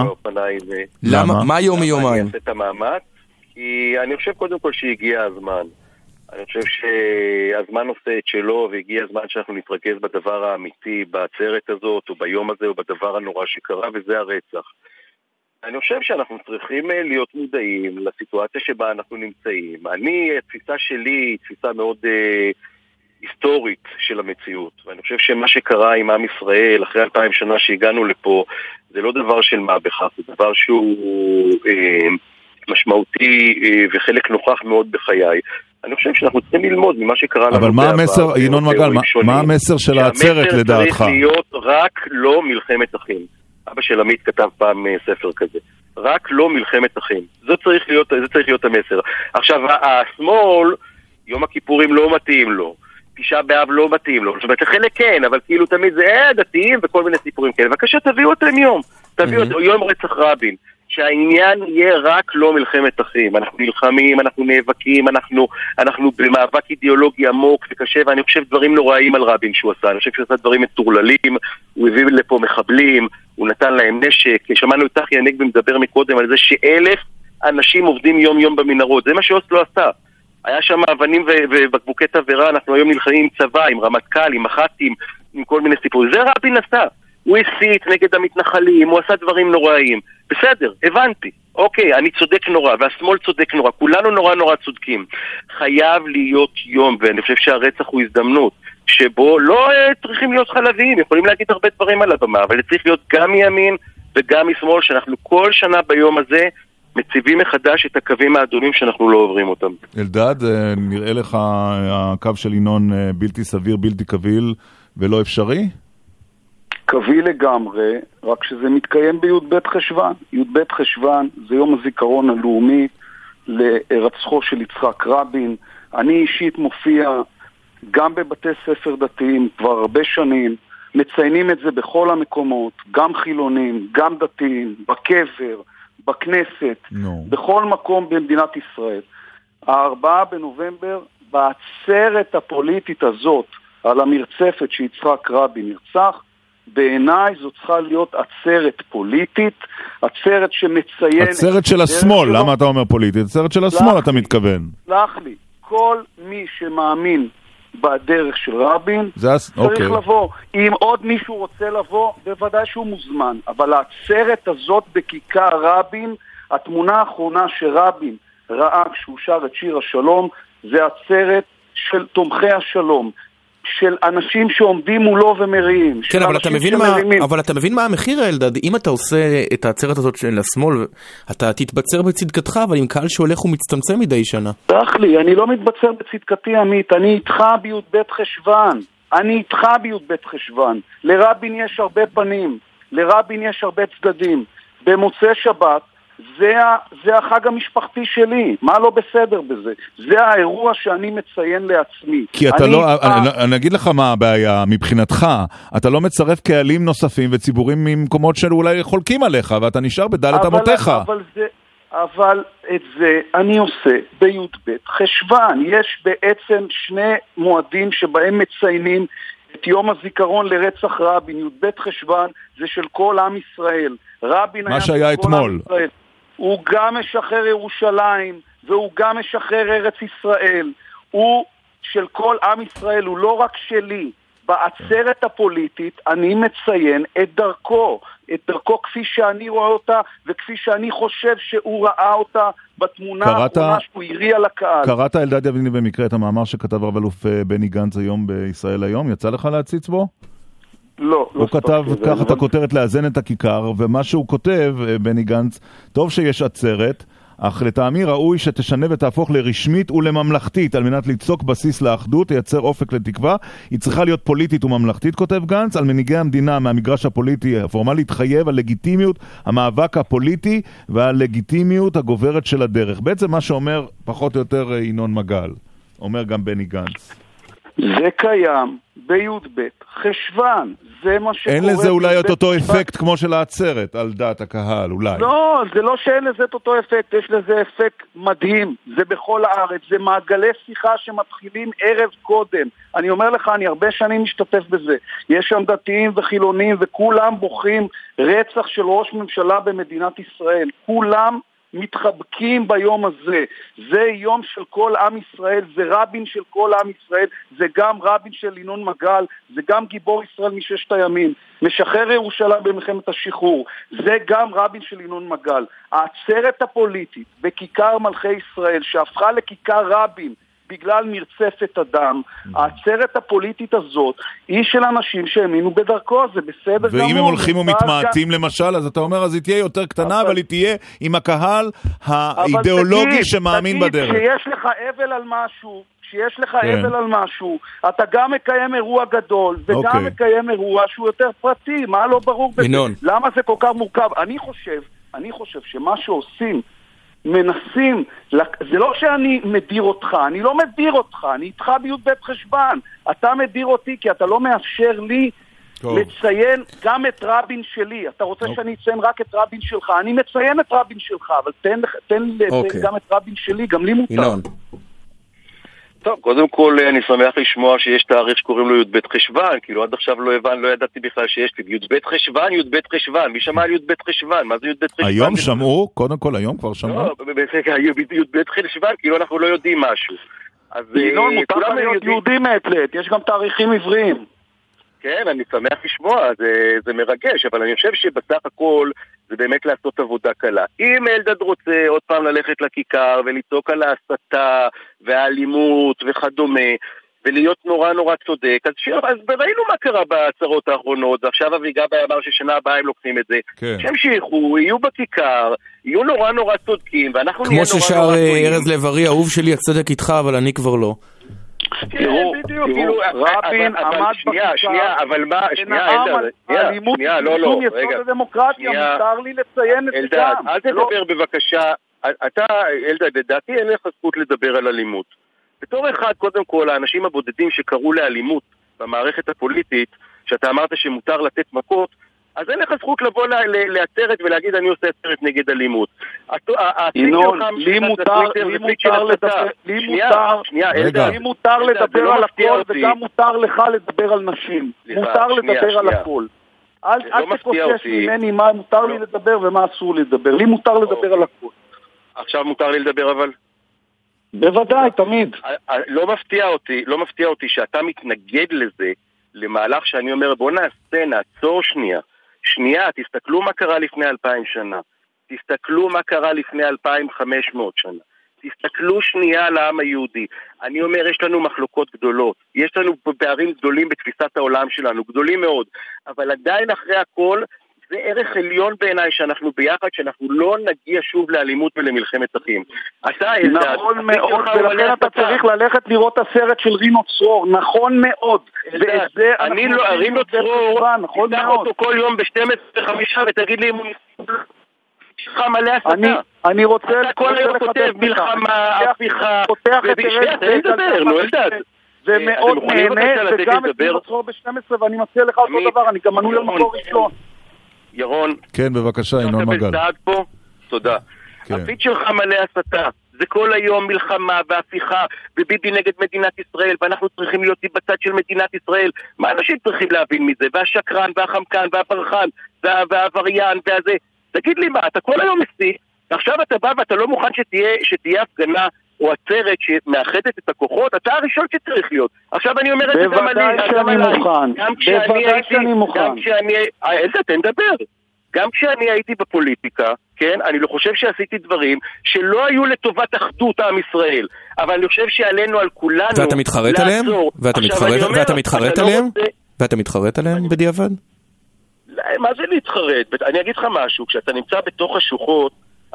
למה? מה יום מיומיים? אני אעשה את המאמץ, כי אני חושב קודם כל שהגיע הזמן. אני חושב שהזמן עושה את שלו, והגיע הזמן שאנחנו נתרכז בדבר האמיתי, בעצרת הזאת, או ביום הזה, או בדבר הנורא שקרה, וזה הרצח. אני חושב שאנחנו צריכים להיות מודעים לסיטואציה שבה אנחנו נמצאים. אני, התפיסה שלי היא תפיסה מאוד אה, היסטורית של המציאות. ואני חושב שמה שקרה עם עם ישראל, אחרי אלפיים שנה שהגענו לפה, זה לא דבר של מה בכך, זה דבר שהוא אה, משמעותי אה, וחלק נוכח מאוד בחיי. אני חושב שאנחנו צריכים ללמוד ממה שקרה לנו. אבל מה המסר, ינון מגל, מה המסר של העצרת לדעתך? שהמסר צריך להיות רק לא מלחמת אחים. אבא של עמית כתב פעם ספר כזה. רק לא מלחמת אחים. זה צריך להיות, זה צריך להיות המסר. עכשיו, השמאל, יום הכיפורים לא מתאים לו. תשעה באב לא מתאים לו. זאת אומרת, לחלק כן, אבל כאילו תמיד זה אה, דתיים וכל מיני סיפורים כאלה. בבקשה, תביאו אותם יום. תביאו אותם, יום רצח רבין. שהעניין יהיה רק לא מלחמת אחים. אנחנו נלחמים, אנחנו נאבקים, אנחנו, אנחנו במאבק אידיאולוגי עמוק וקשה, ואני חושב דברים נוראים על רבין שהוא עשה. אני חושב שהוא עשה דברים מטורללים, הוא הביא לפה מחבלים, הוא נתן להם נשק. שמענו את תחי הנגבי מדבר מקודם על זה שאלף אנשים עובדים יום יום במנהרות. זה מה שאוסלו עשה. היה שם אבנים ובקבוקי תבערה, אנחנו היום נלחמים עם צבא, עם רמטכ"ל, עם מח"טים, עם כל מיני סיפורים. זה רבין עשה. הוא הסית נגד המתנחלים, הוא עשה דברים נוראים. בסדר, הבנתי. אוקיי, אני צודק נורא, והשמאל צודק נורא. כולנו נורא נורא צודקים. חייב להיות יום, ואני חושב שהרצח הוא הזדמנות, שבו לא צריכים להיות חלבים, יכולים להגיד הרבה דברים על הבמה, אבל צריך להיות גם מימין וגם משמאל, שאנחנו כל שנה ביום הזה מציבים מחדש את הקווים האדומים שאנחנו לא עוברים אותם. אלדד, נראה לך הקו של ינון בלתי סביר, בלתי קביל ולא אפשרי? קביל לגמרי, רק שזה מתקיים בי"ב חשוון. י"ב חשוון זה יום הזיכרון הלאומי להירצחו של יצחק רבין. אני אישית מופיע גם בבתי ספר דתיים כבר הרבה שנים, מציינים את זה בכל המקומות, גם חילונים, גם דתיים, בקבר, בכנסת, no. בכל מקום במדינת ישראל. הארבעה בנובמבר, בעצרת הפוליטית הזאת, על המרצפת שיצחק רבין נרצח, בעיניי זו צריכה להיות עצרת פוליטית, עצרת שמציינת... עצרת של השמאל, למה אתה אומר פוליטית? עצרת של השמאל אתה מתכוון. סלח לי, כל מי שמאמין בדרך של רבין, צריך אוקיי. לבוא. אם עוד מישהו רוצה לבוא, בוודאי שהוא מוזמן. אבל העצרת הזאת בכיכר רבין, התמונה האחרונה שרבין ראה כשהוא שר את שיר השלום, זה עצרת של תומכי השלום. של אנשים שעומדים מולו ומריעים. כן, אבל אתה, מבין מה, אבל אתה מבין מה המחיר, אלדד? אם אתה עושה את העצרת הזאת של השמאל, אתה תתבצר בצדקתך, אבל עם קהל שהולך ומצטמצם מדי שנה. סלח לי, אני לא מתבצר בצדקתי, עמית. אני איתך בי"ב חשוון. אני איתך בי"ב חשוון. לרבין יש הרבה פנים. לרבין יש הרבה צדדים. במוצאי שבת, זה, זה החג המשפחתי שלי. מה לא בסדר בזה? זה האירוע שאני מציין לעצמי. כי אתה לא, אני, אני אגיד לך מה הבעיה, מבחינתך, אתה לא מצרף קהלים נוספים וציבורים ממקומות שאולי חולקים עליך, ואתה נשאר בדלת אמותיך. אבל זה, אבל את זה אני עושה בי"ב חשוון. יש בעצם שני מועדים שבהם מציינים את יום הזיכרון לרצח רבין. י"ב חשוון זה של כל עם ישראל. רבין מה שהיה אתמול. הוא גם משחרר ירושלים, והוא גם משחרר ארץ ישראל. הוא של כל עם ישראל, הוא לא רק שלי. בעצרת הפוליטית אני מציין את דרכו, את דרכו כפי שאני רואה אותה, וכפי שאני חושב שהוא ראה אותה בתמונה האחרונה שהוא הריע לקהל. קראת אלדד יניב במקרה את המאמר שכתב רב אלוף בני גנץ היום בישראל היום? יצא לך להציץ בו? לא, הוא כתב ככה את הכותרת לאזן את הכיכר, ומה שהוא כותב, בני גנץ, טוב שיש עצרת, אך לטעמי ראוי שתשנה ותהפוך לרשמית ולממלכתית על מנת ליצוק בסיס לאחדות, תייצר אופק לתקווה. היא צריכה להיות פוליטית וממלכתית, כותב גנץ, על מנהיגי המדינה מהמגרש הפוליטי הפורמלי להתחייב על לגיטימיות המאבק הפוליטי ועל לגיטימיות הגוברת של הדרך. בעצם מה שאומר פחות או יותר ינון מגל, אומר גם בני גנץ. זה קיים בי"ב חשוון, זה מה שקורה. אין לזה אולי את אותו אפקט כמו של העצרת על דעת הקהל, אולי. לא, זה לא שאין לזה את אותו אפקט, יש לזה אפקט מדהים, זה בכל הארץ, זה מעגלי שיחה שמתחילים ערב קודם. אני אומר לך, אני הרבה שנים משתתף בזה. יש שם דתיים וחילונים וכולם בוכים רצח של ראש ממשלה במדינת ישראל. כולם מתחבקים ביום הזה. זה יום של כל עם ישראל, זה רבין של כל עם ישראל, זה גם רבין של ינון מגל, זה גם גיבור ישראל מששת הימים, משחרר ירושלים במלחמת השחרור, זה גם רבין של ינון מגל. העצרת הפוליטית בכיכר מלכי ישראל שהפכה לכיכר רבין בגלל מרצפת אדם, העצרת הפוליטית הזאת היא של אנשים שהאמינו בדרכו, זה בסדר גמור. ואם הם הולכים ומתמעטים למשל, אז אתה אומר, אז היא תהיה יותר קטנה, אבל היא תהיה עם הקהל האידיאולוגי שמאמין בדרך. תגיד, כשיש לך אבל על משהו, כשיש לך אבל על משהו, אתה גם מקיים אירוע גדול, וגם מקיים אירוע שהוא יותר פרטי, מה לא ברור בזה? למה זה כל כך מורכב? אני חושב, אני חושב שמה שעושים מנסים, זה לא שאני מדיר אותך, אני לא מדיר אותך, אני איתך בי"ב חשוון, אתה מדיר אותי כי אתה לא מאפשר לי טוב. לציין גם את רבין שלי, אתה רוצה טוב. שאני אציין רק את רבין שלך, אני מציין את רבין שלך, אבל תן, תן, אוקיי. תן גם את רבין שלי, גם לי מותר. אילון. טוב, קודם כל אני שמח לשמוע שיש תאריך שקוראים לו י"ב חשוון, כאילו עד עכשיו לא הבן, לא ידעתי בכלל שיש י"ב חשוון, י"ב חשוון, מי שמע על י"ב חשוון, מה זה י"ב חשוון? היום שמעו, קודם כל היום כבר שמעו. לא, י"ב חשוון, כאילו אנחנו לא יודעים משהו. ינון, מותר להיות יהודי מעט, יש גם תאריכים עבריים. כן, אני שמח לשמוע, זה, זה מרגש, אבל אני חושב שבסך הכל זה באמת לעשות עבודה קלה. אם אלדד רוצה עוד פעם ללכת לכיכר ולצעוק על ההסתה והאלימות וכדומה, ולהיות נורא נורא צודק, אז, ש... אז ראינו מה קרה בהצהרות האחרונות, ועכשיו אביגבי אמר ששנה הבאה הם לוקחים את זה. כן. שהמשיכו, יהיו בכיכר, יהיו נורא נורא צודקים, ואנחנו נהיה נורא נורא... כמו ששר ארז לב-ארי, אהוב שלי, הצדק איתך, אבל אני כבר לא. תראו, תראו, רבין עמד שנייה, שנייה, אבל מה, שנייה, אלדד, האלימות משום יסוד הדמוקרטיה, מותר לי לציין את זה אלדד, אל תדבר בבקשה, אתה, אלדד, לדעתי אין לך זכות לדבר על אלימות. בתור אחד, קודם כל, האנשים הבודדים שקראו לאלימות במערכת הפוליטית, שאתה אמרת שמותר לתת מכות, אז אין לך זכות לבוא לעצרת ולהגיד אני עושה עצרת נגד אלימות. ינון, לי מותר לדבר, לי מותר לדבר על הכל וגם מותר לך לדבר על נשים. מותר לדבר על הכל. אל תקושש ממני מה מותר לי לדבר ומה אסור לדבר. לי מותר לדבר על הכל. עכשיו מותר לי לדבר אבל? בוודאי, תמיד. לא מפתיע אותי, לא מפתיע אותי שאתה מתנגד לזה, למהלך שאני אומר בוא נעשה, נעצור שנייה. שנייה, תסתכלו מה קרה לפני אלפיים שנה. תסתכלו מה קרה לפני אלפיים וחמש מאות שנה. תסתכלו שנייה על העם היהודי. אני אומר, יש לנו מחלוקות גדולות. יש לנו פערים גדולים בתפיסת העולם שלנו, גדולים מאוד. אבל עדיין אחרי הכל, זה ערך עליון בעיניי שאנחנו ביחד, שאנחנו לא נגיע שוב לאלימות ולמלחמת אחים. אתה, אלדד, נכון מאוד, ולכן אתה צריך ללכת לראות הסרט של רינו צרור, נכון מאוד. אני לא, רינו צרור, תפתח אותו כל יום ב-שתים עשרה חמש ותגיד לי אם הוא שלך מלא הסתה. אני רוצה... אתה כל היום כותב מלחמה, הפיכה, ובשביל, תן לדבר, נו אלדד. ומאוד נהנה, וגם את רינו צרור ב-שתים עשרה, ואני מציע לך אותו דבר, אני גם מנוי על מקור ראשון. ירון. כן, בבקשה, ינון מגל. פה? תודה. כן. הפיד שלך מלא הסתה. זה כל היום מלחמה והפיכה, וביבי נגד מדינת ישראל, ואנחנו צריכים להיות בצד של מדינת ישראל. מה אנשים צריכים להבין מזה? והשקרן, והחמקן, והפרחן, וה, והעבריין, והזה. תגיד לי מה, אתה כל היום מסית, ועכשיו אתה בא ואתה לא מוכן שתהיה, שתהיה הפגנה או עצרת שמאחדת את הכוחות, אתה הראשון שצריך להיות. עכשיו אני אומר את זה גם אני. בוודאי שאני מוכן. בוודאי שאני מוכן. גם כשאני... אלדד, תן דבר. גם כשאני הייתי בפוליטיקה, כן, אני לא חושב שעשיתי דברים שלא היו לטובת אחדות עם ישראל, אבל אני חושב שעלינו על כולנו... ואתה מתחרט עליהם? ואתה מתחרט, ואתה מתחרט עליהם? ואתה מתחרט עליהם בדיעבד? מה זה להתחרט? אני אגיד לך משהו, כשאתה נמצא בתוך השוחות,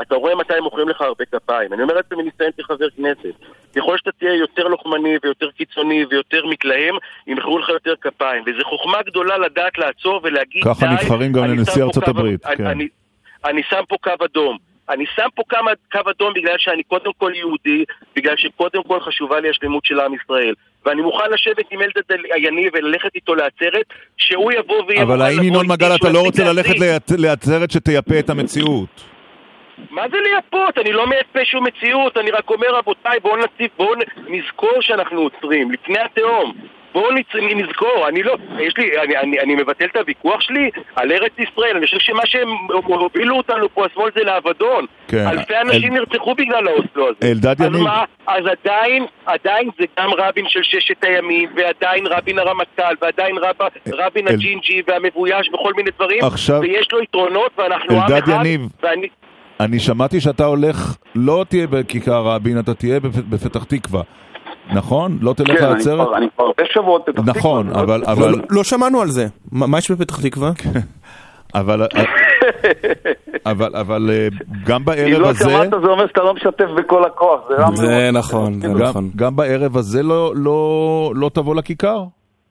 אתה רואה מתי הם מוכרים לך הרבה כפיים. אני אומר את זה מניסיון כחבר כנסת. ככל שאתה תהיה יותר לוחמני ויותר קיצוני ויותר מתלהם, ימכרו לך יותר כפיים. וזו חוכמה גדולה לדעת לעצור ולהגיד... ככה נבחרים גם לנשיא ארצות הברית. אני, אני, אני שם פה קו אדום. אני שם פה כמה, קו אדום בגלל שאני קודם כל יהודי, בגלל שקודם כל חשובה לי השלמות של עם ישראל. ואני מוכן לשבת עם אלדד יניב וללכת איתו לעצרת, שהוא יבוא ויהיה... אבל האם ינון מגל אתה לא רוצה ללכת לעצרת שתייפה את המציאות? מה זה לייפות? אני לא מייפה שום מציאות, אני רק אומר רבותיי, בואו נציב, בואו נזכור שאנחנו עוצרים, לפני התהום. בואו נזכור, אני לא, יש לי, אני, אני, אני מבטל את הוויכוח שלי על ארץ ישראל, אני חושב שמה שהם הובילו אותנו פה, השמאל זה לאבדון. כן. אלפי אנשים אל... נרצחו בגלל האוסלו הזה. אלדד יניב. אז מה, אז עדיין, עדיין זה גם רבין של ששת הימים, ועדיין רבין הרמטכ"ל, ועדיין רב, רבין אל... הג'ינג'י והמבויש וכל מיני דברים, עכשיו... ויש לו יתרונות, ואנחנו עם אחד. אלדד יניב. ואני... אני שמעתי שאתה הולך, לא תהיה בכיכר רבין, אתה תהיה בפתח תקווה. נכון? לא תלך לעצרת? כן, אני כבר הרבה שבועות בפתח תקווה. נכון, אבל... לא שמענו על זה. מה יש בפתח תקווה? אבל... אבל, אבל גם בערב הזה... אם לא שמעת זה אומר שאתה לא משתף בכל הכוח. זה נכון, זה נכון. גם בערב הזה לא תבוא לכיכר?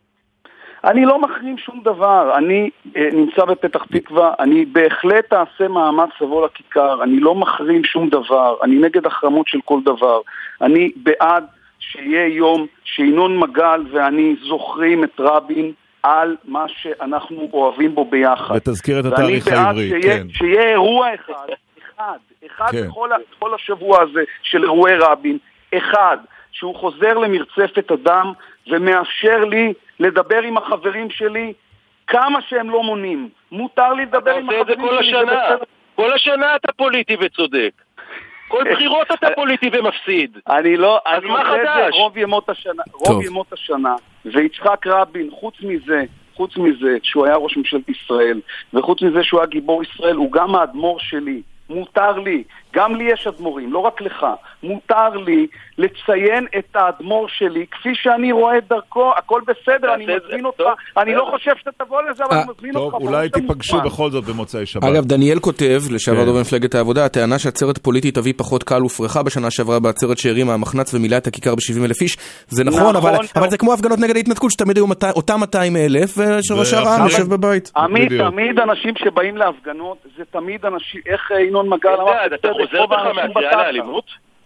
אני לא מחרים שום דבר, אני אה, נמצא בפתח תקווה, אני בהחלט אעשה מאמץ לבוא לכיכר, אני לא מחרים שום דבר, אני נגד החרמות של כל דבר, אני בעד שיהיה יום שינון מגל ואני זוכרים את רבין על מה שאנחנו אוהבים בו ביחד. ותזכיר את התאריך העברי, שיהיה, כן. שיהיה אירוע אחד, אחד, אחד כן. בכל, בכל השבוע הזה של אירועי רבין, אחד, שהוא חוזר למרצפת אדם ומאפשר לי לדבר עם החברים שלי כמה שהם לא מונים. מותר לי לדבר עם החברים שלי. כל השנה. כל השנה אתה פוליטי וצודק. כל בחירות אתה פוליטי ומפסיד. אני לא... אז מה חדש? רוב ימות השנה, רוב ימות השנה, ויצחק רבין, חוץ מזה, חוץ מזה שהוא היה ראש ממשלת ישראל, וחוץ מזה שהוא היה גיבור ישראל, הוא גם האדמו"ר שלי. מותר לי, גם לי יש אדמו"רים, לא רק לך, מותר לי לציין את האדמו"ר שלי כפי שאני רואה את דרכו, הכל בסדר, אני מזמין אותך, אני לא חושב שאתה תבוא לזה, אבל אני מזמין אותך. טוב, אולי תיפגשו בכל זאת במוצאי שבת. אגב, דניאל כותב, לשעבר דובר מפלגת העבודה, הטענה שהעצרת פוליטית תביא פחות קהל ופרחה בשנה שעברה בעצרת שהרימה המחנץ ומילא את הכיכר ב-שבעים אלף איש, זה נכון, אבל זה כמו הפגנות נגד ההתנתקות, שתמיד היו אותם מאתיים אלף, ושראש העם יושב בבית. תמיד אנשים שבאים להפגנות, זה תמיד אנשים, איך ינון מגל אמר, אתה חוזר בך מהקריאה לאלימות?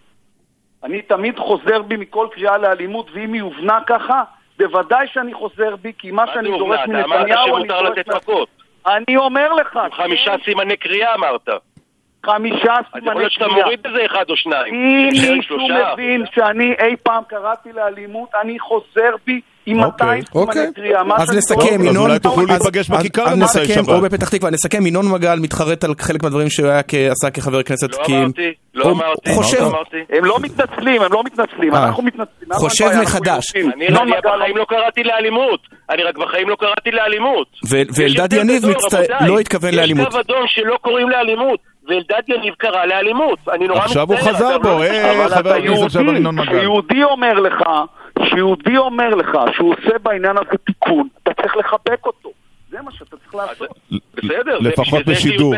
אני תמיד חוזר בי מכל קריאה לאלימות, ואם היא הובנה ככה, בוודאי שאני חוזר בי, כי מה שאני דורש מנתניהו, אמרת שמותר לתת מכות. אני אומר לך. חמישה סימני קריאה אמרת. חמישה סימני קריאה. יכול להיות שאתה מוריד איזה אחד או שניים. אם מישהו מבין שאני אי פעם קראתי לאלימות, אני חוזר בי עם מאתיים סימני קריאה. אז נסכם, ינון... אז אולי תוכלו להיפגש בכיכר במוצאי שבת. או בפתח תקווה, נסכם, ינון מגל מתחרט על חלק מהדברים שהוא עשה כחבר כנסת. לא אמרתי, לא אמרתי. הם לא מתנצלים, הם לא מתנצלים. אנחנו מתנצלים. חושב מחדש. אני בחיים לא קראתי לאלימות. אני רק בחיים לא קראתי לאלימות. ואלדד יניב לא התכוון לאלימות. יש קו אדום שלא קוראים לאלימות. ואלדד יניב קרא לאלימות. עכשיו הוא חזר בו, אה, חבר הכנסת שבר ינון מגל. שיהודי אומר לך, שיהודי אומר לך שהוא עושה בעניין הזה תיקון, אתה צריך לחבק אותו. זה מה שאתה צריך לעשות. בסדר, לפחות בשידור.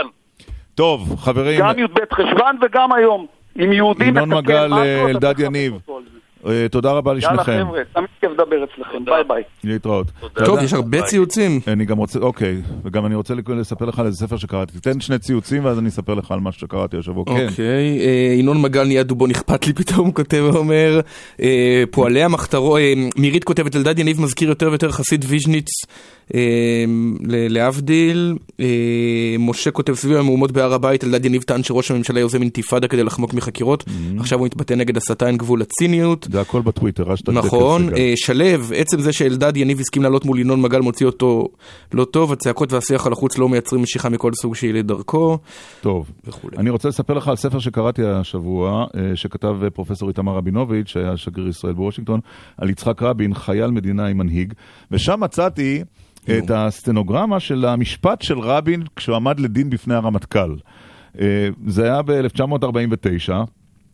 טוב, חברים. גם י"ב חשוון וגם היום. עם יהודים... ינון מגל, אלדד יניב. תודה רבה לשניכם. יאללה חבר'ה, תמיד כיף לדבר אצלכם, ביי ביי. להתראות. טוב, יש הרבה ציוצים. אני גם רוצה, אוקיי, וגם אני רוצה לספר לך על איזה ספר שקראתי. תן שני ציוצים ואז אני אספר לך על מה שקראתי השבוע. אוקיי, ינון מגל נהיה דובו נכפת לי פתאום, הוא כותב ואומר, פועלי המחתרו, מירית כותבת, אלדד יניב מזכיר יותר ויותר חסיד ויז'ניץ להבדיל. משה כותב, סביב המהומות בהר הבית, אלדד יניב טען שראש הממשלה יוזם אינתיפאדה כדי לחמוק מחקירות. עכשיו הוא מתבטא נגד הסתה, אין גבול לציניות. זה הכל בטוויטר. נכון, שלב, עצם זה שאלדד יניב הסכים לעלות מול ינון מגל מוציא אותו לא טוב, הצעקות והשיח על החוץ לא מייצרים משיכה מכל סוג שהיא לדרכו. טוב, אני רוצה לספר לך על ספר שקראתי השבוע, שכתב פרופסור איתמר רבינוביץ', שהיה שגריר ישראל בוושינגטון, על יצחק רבין, חייל מדינה עם מנהיג, ושם מצאתי את הסטנוגרמה של המשפט של רבין כשהוא עמד לדין בפני הרמטכ"ל. זה היה ב-אלף תשע מאות ארבעים ותשע,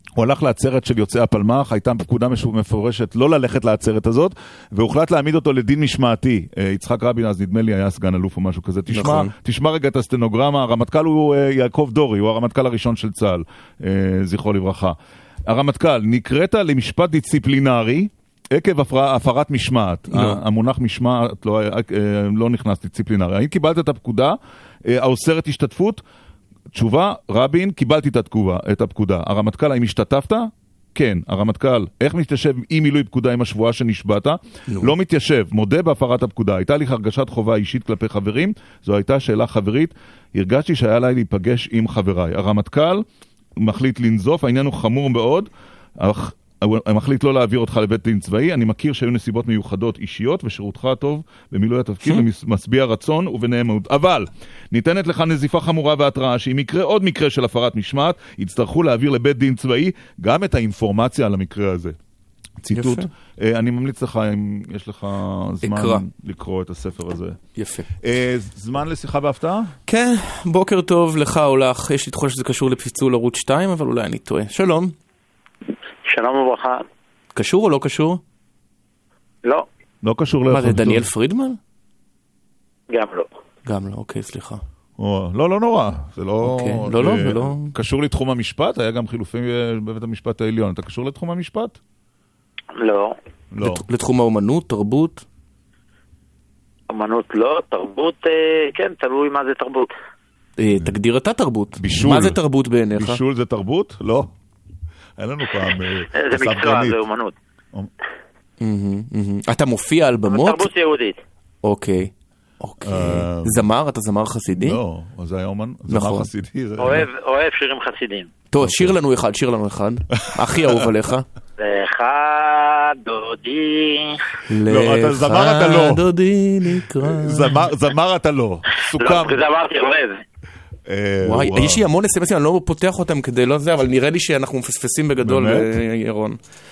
הוא הלך לעצרת של יוצאי הפלמ"ח, הייתה פקודה מפורשת לא ללכת לעצרת הזאת, והוחלט להעמיד אותו לדין משמעתי. יצחק רבין, אז נדמה לי, היה סגן אלוף או משהו כזה. תשמע, נכון. תשמע רגע את הסטנוגרמה, הרמטכ"ל הוא יעקב דורי, הוא הרמטכ"ל הראשון של צה"ל, זכרו לברכה. הרמטכ"ל, נקראת למשפט דיסציפלינרי, עקב הפרת משמעת. לא. המונח משמעת לא, לא נכנס דיסציפלינרי. האם קיבלת את הפקודה, האוסרת השתתפות? תשובה, רבין, קיבלתי את התגובה, את הפקודה. הרמטכ"ל, האם השתתפת? כן. הרמטכ"ל, איך מתיישב עם מילוי פקודה עם השבועה שנשבעת? לא. לא מתיישב, מודה בהפרת הפקודה. הייתה לי הרגשת חובה אישית כלפי חברים, זו הייתה שאלה חברית. הרגשתי שהיה לי להיפגש עם חבריי. הרמטכ"ל מחליט לנזוף, העניין הוא חמור מאוד, אך הוא מחליט לא להעביר אותך לבית דין צבאי. אני מכיר שהיו נסיבות מיוחדות אישיות ושירותך הטוב במילוי התפקיד ומשביע רצון ובנאמנות. אבל ניתנת לך נזיפה חמורה והתראה שאם יקרה עוד מקרה של הפרת משמעת, יצטרכו להעביר לבית דין צבאי גם את האינפורמציה על המקרה הזה. ציטוט. אני ממליץ לך אם יש לך זמן אקרא. לקרוא את הספר הזה. יפה. זמן לשיחה בהפתעה? כן, בוקר טוב לך או לך. יש לי תחושה שזה קשור לפיצול ערוץ שתיים, אבל אולי אני טועה. שלום. שלום וברכה. קשור או לא קשור? לא. לא קשור. מה זה, דניאל פרידמן? גם לא. גם לא, אוקיי, סליחה. לא, לא נורא. זה לא... לא, לא, זה לא... קשור לתחום המשפט? היה גם חילופים בבית המשפט העליון. אתה קשור לתחום המשפט? לא. לא. לתחום האומנות, תרבות? אומנות לא, תרבות, כן, תלוי מה זה תרבות. תגדיר אתה תרבות. בישול. מה זה תרבות בעיניך? בישול זה תרבות? לא. אין לנו פעם... זה מקצוע, זה אומנות. אתה מופיע על במות? תרבות יהודית. אוקיי. אוקיי. זמר? אתה זמר חסידי? לא, זה היה אומן. זמר חסידי. אוהב שירים חסידים. טוב, שיר לנו אחד, שיר לנו אחד. הכי אהוב עליך. לך דודי. לא, אתה זמר אתה לא. לך דודי נקרא. זמר אתה לא. סוכם. לא, זה אמרתי אוהב. וואי, יש לי המון אס-אם-אסים, אני לא פותח אותם כדי לא זה, אבל נראה לי שאנחנו מפספסים בגדול, ירון.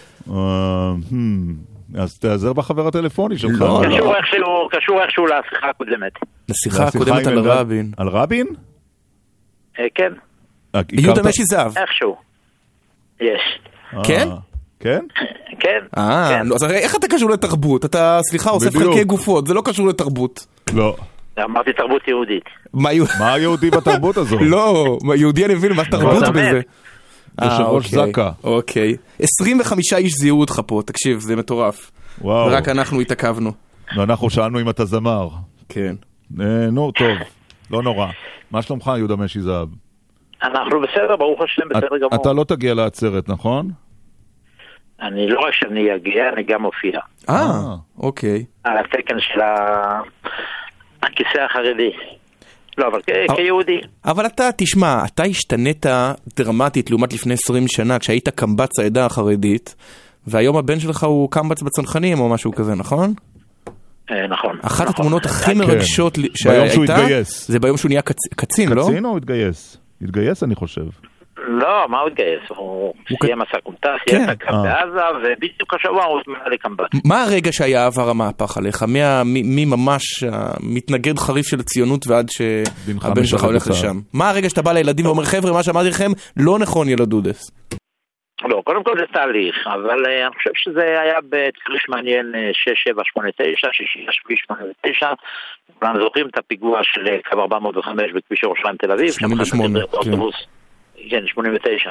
אז תעזר בחבר הטלפוני שלך. קשור איכשהו לשיחה הקודמת. לשיחה הקודמת על רבין. על רבין? כן. יהודה משי זהב. איכשהו. יש. כן? כן? כן. אה, אז איך אתה קשור לתרבות? אתה, סליחה, אוסף חלקי גופות, זה לא קשור לתרבות. לא. אמרתי תרבות יהודית. מה היהודי בתרבות הזו? לא, יהודי אני מבין, מה תרבות בזה? יושב ראש זקה. אוקיי. עשרים וחמישה איש זיהו אותך פה, תקשיב, זה מטורף. וואו. ורק אנחנו התעכבנו. ואנחנו שאלנו אם אתה זמר. כן. נו, טוב, לא נורא. מה שלומך, יהודה משי זהב? אנחנו בסדר, ברוך השם, בסדר גמור. אתה לא תגיע לעצרת, נכון? אני לא רק שאני אגיע, אני גם מופיע. אה, אוקיי. על התקן של הכיסא החרדי. לא, אבל כיהודי. אבל אתה, תשמע, אתה השתנית דרמטית לעומת לפני עשרים שנה, כשהיית קמבץ העדה החרדית, והיום הבן שלך הוא קמבץ בצנחנים או משהו כזה, נכון? נכון. אחת התמונות הכי מרגשות שהייתה, זה ביום שהוא נהיה קצין, לא? קצין או התגייס? התגייס אני חושב. לא, מה הוא התגייס? הוא סיים מסע קומטה, סיים את הקם בעזה, ובדיוק השבוע הוא התמנה לקמב"ץ. מה הרגע שהיה עבר המהפך עליך? מי ממש מתנגד חריף של הציונות ועד שהבן שלך הולך לשם? מה הרגע שאתה בא לילדים ואומר, חבר'ה, מה שאמרתי לכם, לא נכון ילדודס? לא, קודם כל זה תהליך, אבל אני חושב שזה היה בתהליך מעניין שש שבע שמונה תשע, שש שבע שמונה תשע, אנחנו זוכרים את הפיגוע של קו ארבע מאות וחמש בכביש ירושלים תל אביב, שמונים ושמונה, כן, שמונים ותשע.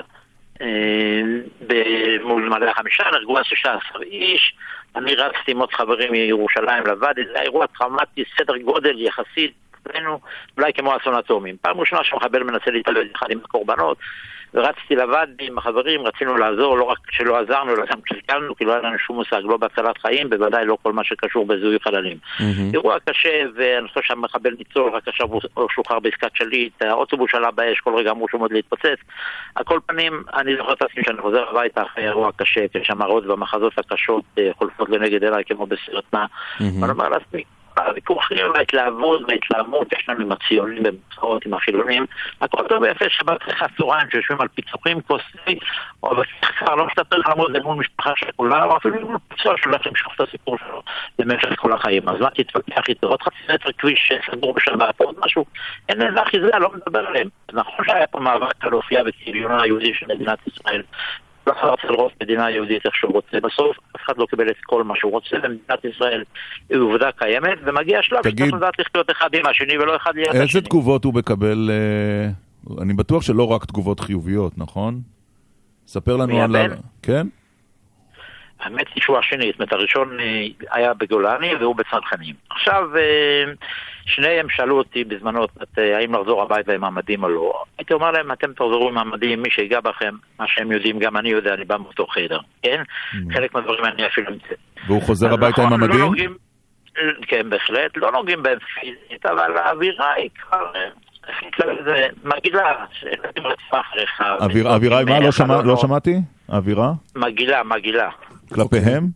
מול מדעי החמישה נהרגו שישה עשר איש, אני רצתי עם עוד חברים מירושלים לבד, זה אירוע טראומטי, סדר גודל יחסית, אולי כמו אסון אטומיים. פעם ראשונה שמחבל מנסה להתעלם אחד עם הקורבנות, ורצתי לבד עם החברים, רצינו לעזור, לא רק שלא עזרנו, אלא גם כשקלנו, כי לא היה לנו שום מושג, לא בהצלת חיים, בוודאי לא כל מה שקשור בזיהוי חללים. אירוע קשה, ואני חושב שהמחבל ניצול, רק עכשיו הוא שוחרר בעסקת שליט, האוטובוס עלה באש, כל רגע אמרו שהוא מאוד להתפוצץ. על כל פנים, אני זוכר את עצמי שאני חוזר הביתה אחרי אירוע קשה, כשהמראות והמחזות הקשות חולפות לנגד אליי כמו בסרט מה. אני אומר לעצמי, הוויכוחים וההתלהבות וההתלהמות יש לנו עם הציונים במצחות, עם החילונים, הכל טוב ויפה שבת אחרי הצהריים שיושבים על פיצוחים, כוסי או בשיחה, לא מסתפר לעמוד למול משפחה של כולה, או אפילו למול פיצוח שהולך למשוך את הסיפור שלו למשך כל החיים. אז מה תתווכח איתו? עוד חצי מטר כביש סגור בשבת, עוד משהו, אין לזה אחיזה, לא מדבר עליהם. נכון שהיה פה מאבק על אופייה וציליונה היהודי של מדינת ישראל כל אחד רוצה לראות מדינה יהודית איך שהוא רוצה. בסוף אף אחד לא קיבל את כל מה שהוא רוצה, ומדינת ישראל היא עובדה קיימת, ומגיע שלב שצריך לדעת לחיות אחד עם השני ולא אחד ליד השני. איזה תגובות הוא מקבל? אני בטוח שלא רק תגובות חיוביות, נכון? ספר לנו על... כן? האמת היא שהוא השני, זאת אומרת, הראשון היה בגולני והוא בצנחנים. עכשיו, שניהם שאלו אותי בזמנות, האם לחזור הביתה עם המדים או לא. הייתי אומר להם, אתם תחזרו עם המדים, מי שיגע בכם, מה שהם יודעים, גם אני יודע, אני בא מאותו חדר, כן? חלק מהדברים אני אפילו מצא. והוא חוזר הביתה עם המדים? כן, בהחלט, לא נוגעים בהם פיזית, אבל האווירה היא כבר... זה מגילה, שאתם רצפה אחריך. אווירה, מה? לא שמעתי? אווירה? מגילה, מגילה. כלפיהם?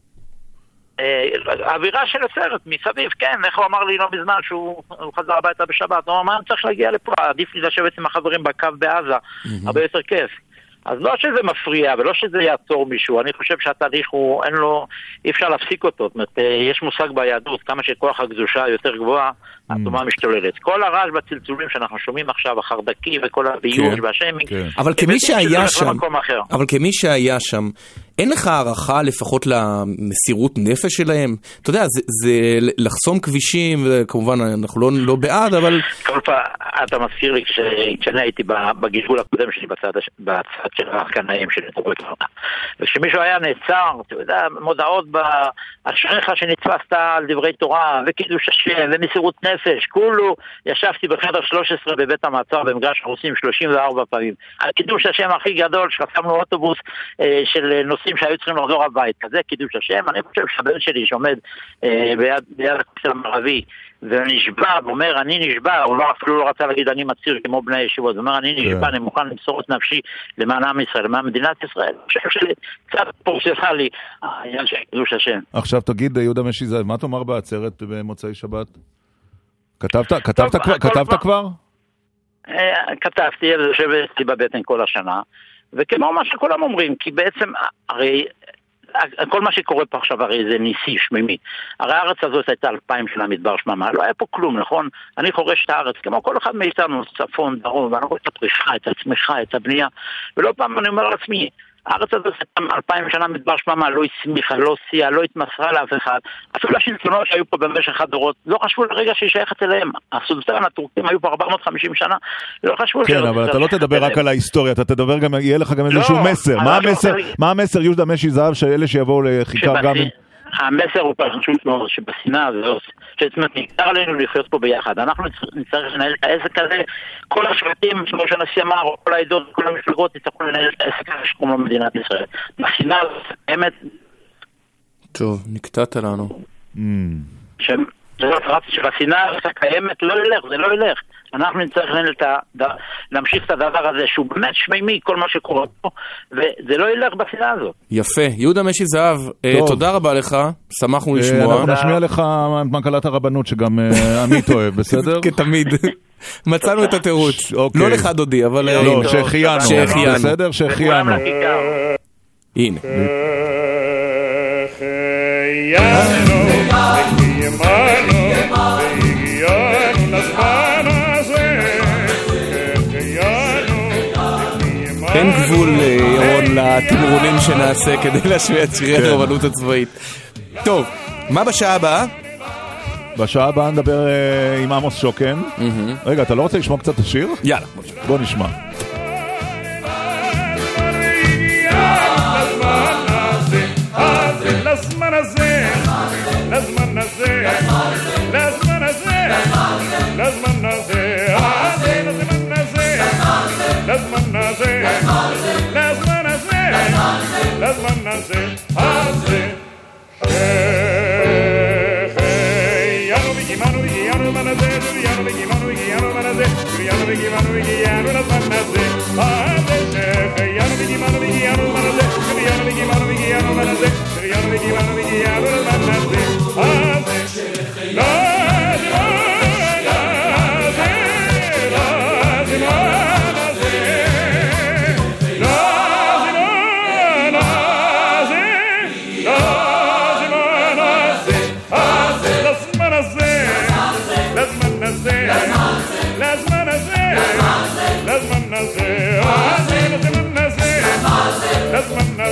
האווירה של הסרט מסביב, כן, איך הוא אמר לי לא בזמן שהוא חזר הביתה בשבת, הוא אמר, מה אני צריך להגיע לפה? עדיף לי לשבת עם החברים בקו בעזה, הרבה יותר כיף. אז לא שזה מפריע ולא שזה יעצור מישהו, אני חושב שהתהליך הוא, אין לו, אי אפשר להפסיק אותו, זאת אומרת, יש מושג ביהדות, כמה שכוח הקדושה יותר גבוהה, התומה משתוללת. כל הרעש בצלצולים שאנחנו שומעים עכשיו, החרדקי וכל הביוש והשיימינג, אבל כמי שהיה שם, אבל כמי שהיה שם, אין לך הערכה לפחות למסירות נפש שלהם? אתה יודע, זה, זה לחסום כבישים, וכמובן אנחנו לא, לא בעד, אבל... כל פעם, אתה מזכיר לי כשאני הייתי בגלגול הקודם שלי בצד, בצד של הקנאים שלי, וכשמישהו היה נעצר, אתה יודע, מודעות באשריך שנתפסת על דברי תורה, וקידוש השם, ומסירות נפש, כולו, ישבתי בחדר שלוש עשרה בבית המעצר במגרש הרוסים שלושים וארבע פעמים. הקידוש השם הכי גדול, שחסמנו אוטובוס אה, של נוסעים שהיו צריכים לחזור הביתה, זה קידוש השם. אני חושב שהבן שלי שעומד אה, ביד, ביד הכותל המערבי ונשבע, ואומר אני נשבע, הוא לא, אפילו לא רצה להגיד אני מציר כמו בני הישיבות, הוא אומר אני נשבע, אני מוכן למסור את נפשי למען עם ישראל, למען מדינת ישראל. אני חושב שקצת פורספה לי העניין של קידוש השם. עכשיו תגיד יהודה משי זאב, מה תאמר בעצרת במוצאי שבת? כתבת, כתבת כבר? כתבת כבר? כתבתי, זה יושב אצלי בבטן כל השנה, וכמו מה שכולם אומרים, כי בעצם, הרי, כל מה שקורה פה עכשיו הרי זה ניסי, שמימי. הרי הארץ הזאת הייתה אלפיים שנה מדבר שממה, לא היה פה כלום, נכון? אני חורש את הארץ, כמו כל אחד מאיתנו, צפון, דרום, ואני רואה את הפריחה, את הצמיחה, את הבנייה, ולא פעם אני אומר לעצמי, הארץ הזאת הייתה אלפיים שנה מדבר שממה, לא הסמיכה, לא סייעה, לא התמסרה לאף אחד. אפילו השלטונות שהיו פה במשך הדורות, לא חשבו לרגע שהיא שייכת אליהם. הסולטן הטורקים היו פה ארבע מאות וחמישים שנה, לא חשבו... כן, אבל אתה לא תדבר רק על ההיסטוריה, אתה תדבר גם, יהיה לך גם איזשהו מסר. מה המסר, יהודה משי זהב, שאלה שיבואו לכיכר גם... המסר הוא פשוט מאוד, שבשנאה הזאת, שצריך נקטר עלינו לחיות פה ביחד. אנחנו נצטרך לנהל את העסק הזה, כל השבטים, כמו שנשיא אמר, או כל העדות, כל המפלגות, נצטרכו לנהל את העסק הזה שקוראים לו מדינת ישראל. בשנאה הזאת, באמת... טוב, נקטעת לנו. שבשנאה הזאת הקיימת לא ילך, זה לא ילך. אנחנו נצטרך להמשיך את הדבר הזה שהוא באמת שמימי כל מה שקורה פה, וזה לא ילך בשנאה הזאת. יפה. יהודה משי זהב, תודה רבה לך, שמחנו לשמוע. אנחנו נשמיע לך מקהלת הרבנות שגם עמית אוהב, בסדר? כתמיד. מצאנו את התירוץ. לא לך דודי, אבל... לא, שהחיינו. בסדר? שהחיינו. הנה. אין גבול, ירון, לתמרונים שנעשה כדי להשמיע את שירי הרבנות הצבאית. טוב, מה בשעה הבאה? בשעה הבאה נדבר עם עמוס שוקן. רגע, אתה לא רוצה לשמוע קצת את השיר? יאללה. בוא נשמע. לזמן הזה, לזמן הזה, לזמן הזה, לזמן הזה, לזמן הזה, לזמן הזה, לזמן הזה, לזמן הזה, הזה, שהחיינו וגימנו וגיענו לזמן הזה, שהחיינו וגימנו וגיענו לזמן הזה, שהחיינו וגימנו וגיענו לזמן הזה, שהחיינו וגימנו וגיענו לזמן הזה, שהחיינו וגימנו וגיענו לזמן הזה, שהחיינו וגימנו וגיענו לזמן הזה, הזה, לא, لازم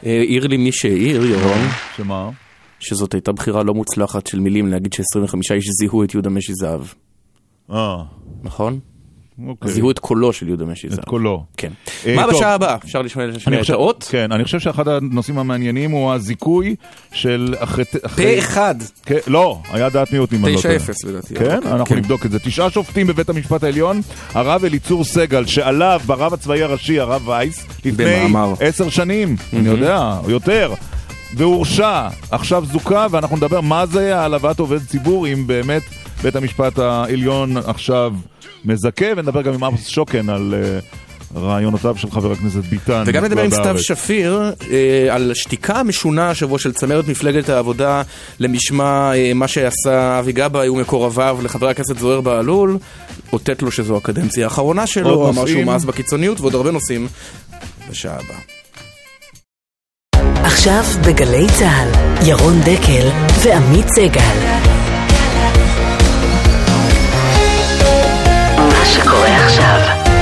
העיר לי מי שהעיר, ירון. שמה? שזאת הייתה בחירה לא מוצלחת של מילים להגיד ש-עשרים וחמישה איש זיהו את יהודה משי זהב. אה. נכון? אוקיי. זיהו את קולו של יהודה משי זהב. את קולו. כן. מה בשעה הבאה? אפשר לשמוע את האות? כן, אני חושב שאחד הנושאים המעניינים הוא הזיכוי של אחרי... פה אחד. לא, היה דעת מיעוט אם אני לא טועה. תשע אפס לדעתי. כן, אנחנו נבדוק את זה. תשעה שופטים בבית המשפט העליון, הרב אליצור סגל, שעליו ברב הצבאי הראשי, הרב וייס, לפני עשר שנים, אני יודע, או יותר, והורשע, עכשיו זוכה, ואנחנו נדבר מה זה העלבת עובד ציבור, אם באמת בית המשפט העליון עכשיו מזכה, ונדבר גם עם אבוס שוקן על uh, רעיונותיו של חבר הכנסת ביטן. וגם נדבר עם סתיו שפיר uh, על שתיקה משונה השבוע של צמרת מפלגת העבודה למשמע uh, מה שעשה אבי גבאי ומקורביו לחבר הכנסת זוהיר בהלול, אותת לו שזו הקדנציה האחרונה שלו, אמר שהוא מאס בקיצוניות, ועוד הרבה נושאים בשעה הבאה. עכשיו בגלי צהל, ירון דקל ועמית סגל. מה שקורה עכשיו.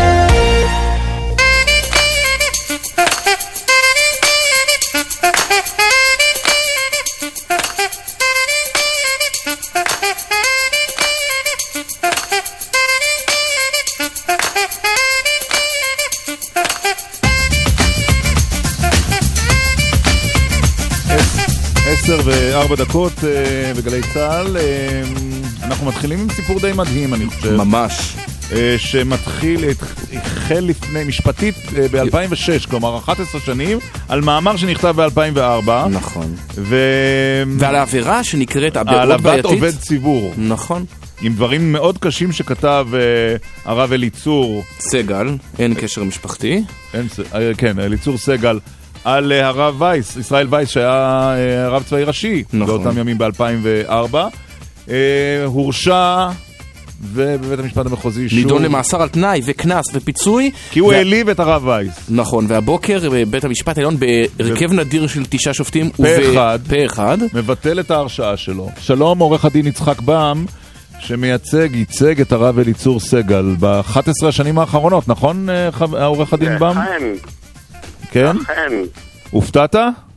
עשר וארבע דקות בגלי צהל. אנחנו מתחילים עם סיפור די מדהים, אני חושב. ממש. שמתחיל, החל לפני, משפטית ב-אלפיים ושש, כלומר אחת עשרה שנים, על מאמר שנכתב ב-אלפיים וארבע. נכון. ו... ועל העבירה שנקראת העלבת עובד ציבור. נכון. עם דברים מאוד קשים שכתב הרב אליצור סגל, אין קשר משפחתי. אין, כן, אליצור סגל. על הרב וייס, ישראל וייס, שהיה הרב צבאי ראשי, נכון. באותם ימים ב-אלפיים וארבע. הורשע, ובבית המשפט המחוזי שוב... נידון למאסר על תנאי וכנס ופיצוי. כי הוא העליב את הרב וייס. נכון, והבוקר בבית המשפט העליון בהרכב נדיר של תשעה שופטים. פה אחד. פה אחד. מבטל את ההרשעה שלו. שלום, עורך הדין יצחק בם, שמייצג, ייצג את הרב אליצור סגל ב-אחת עשרה השנים האחרונות, נכון, עורך הדין בם? כן. כן? אכן. הופתעת?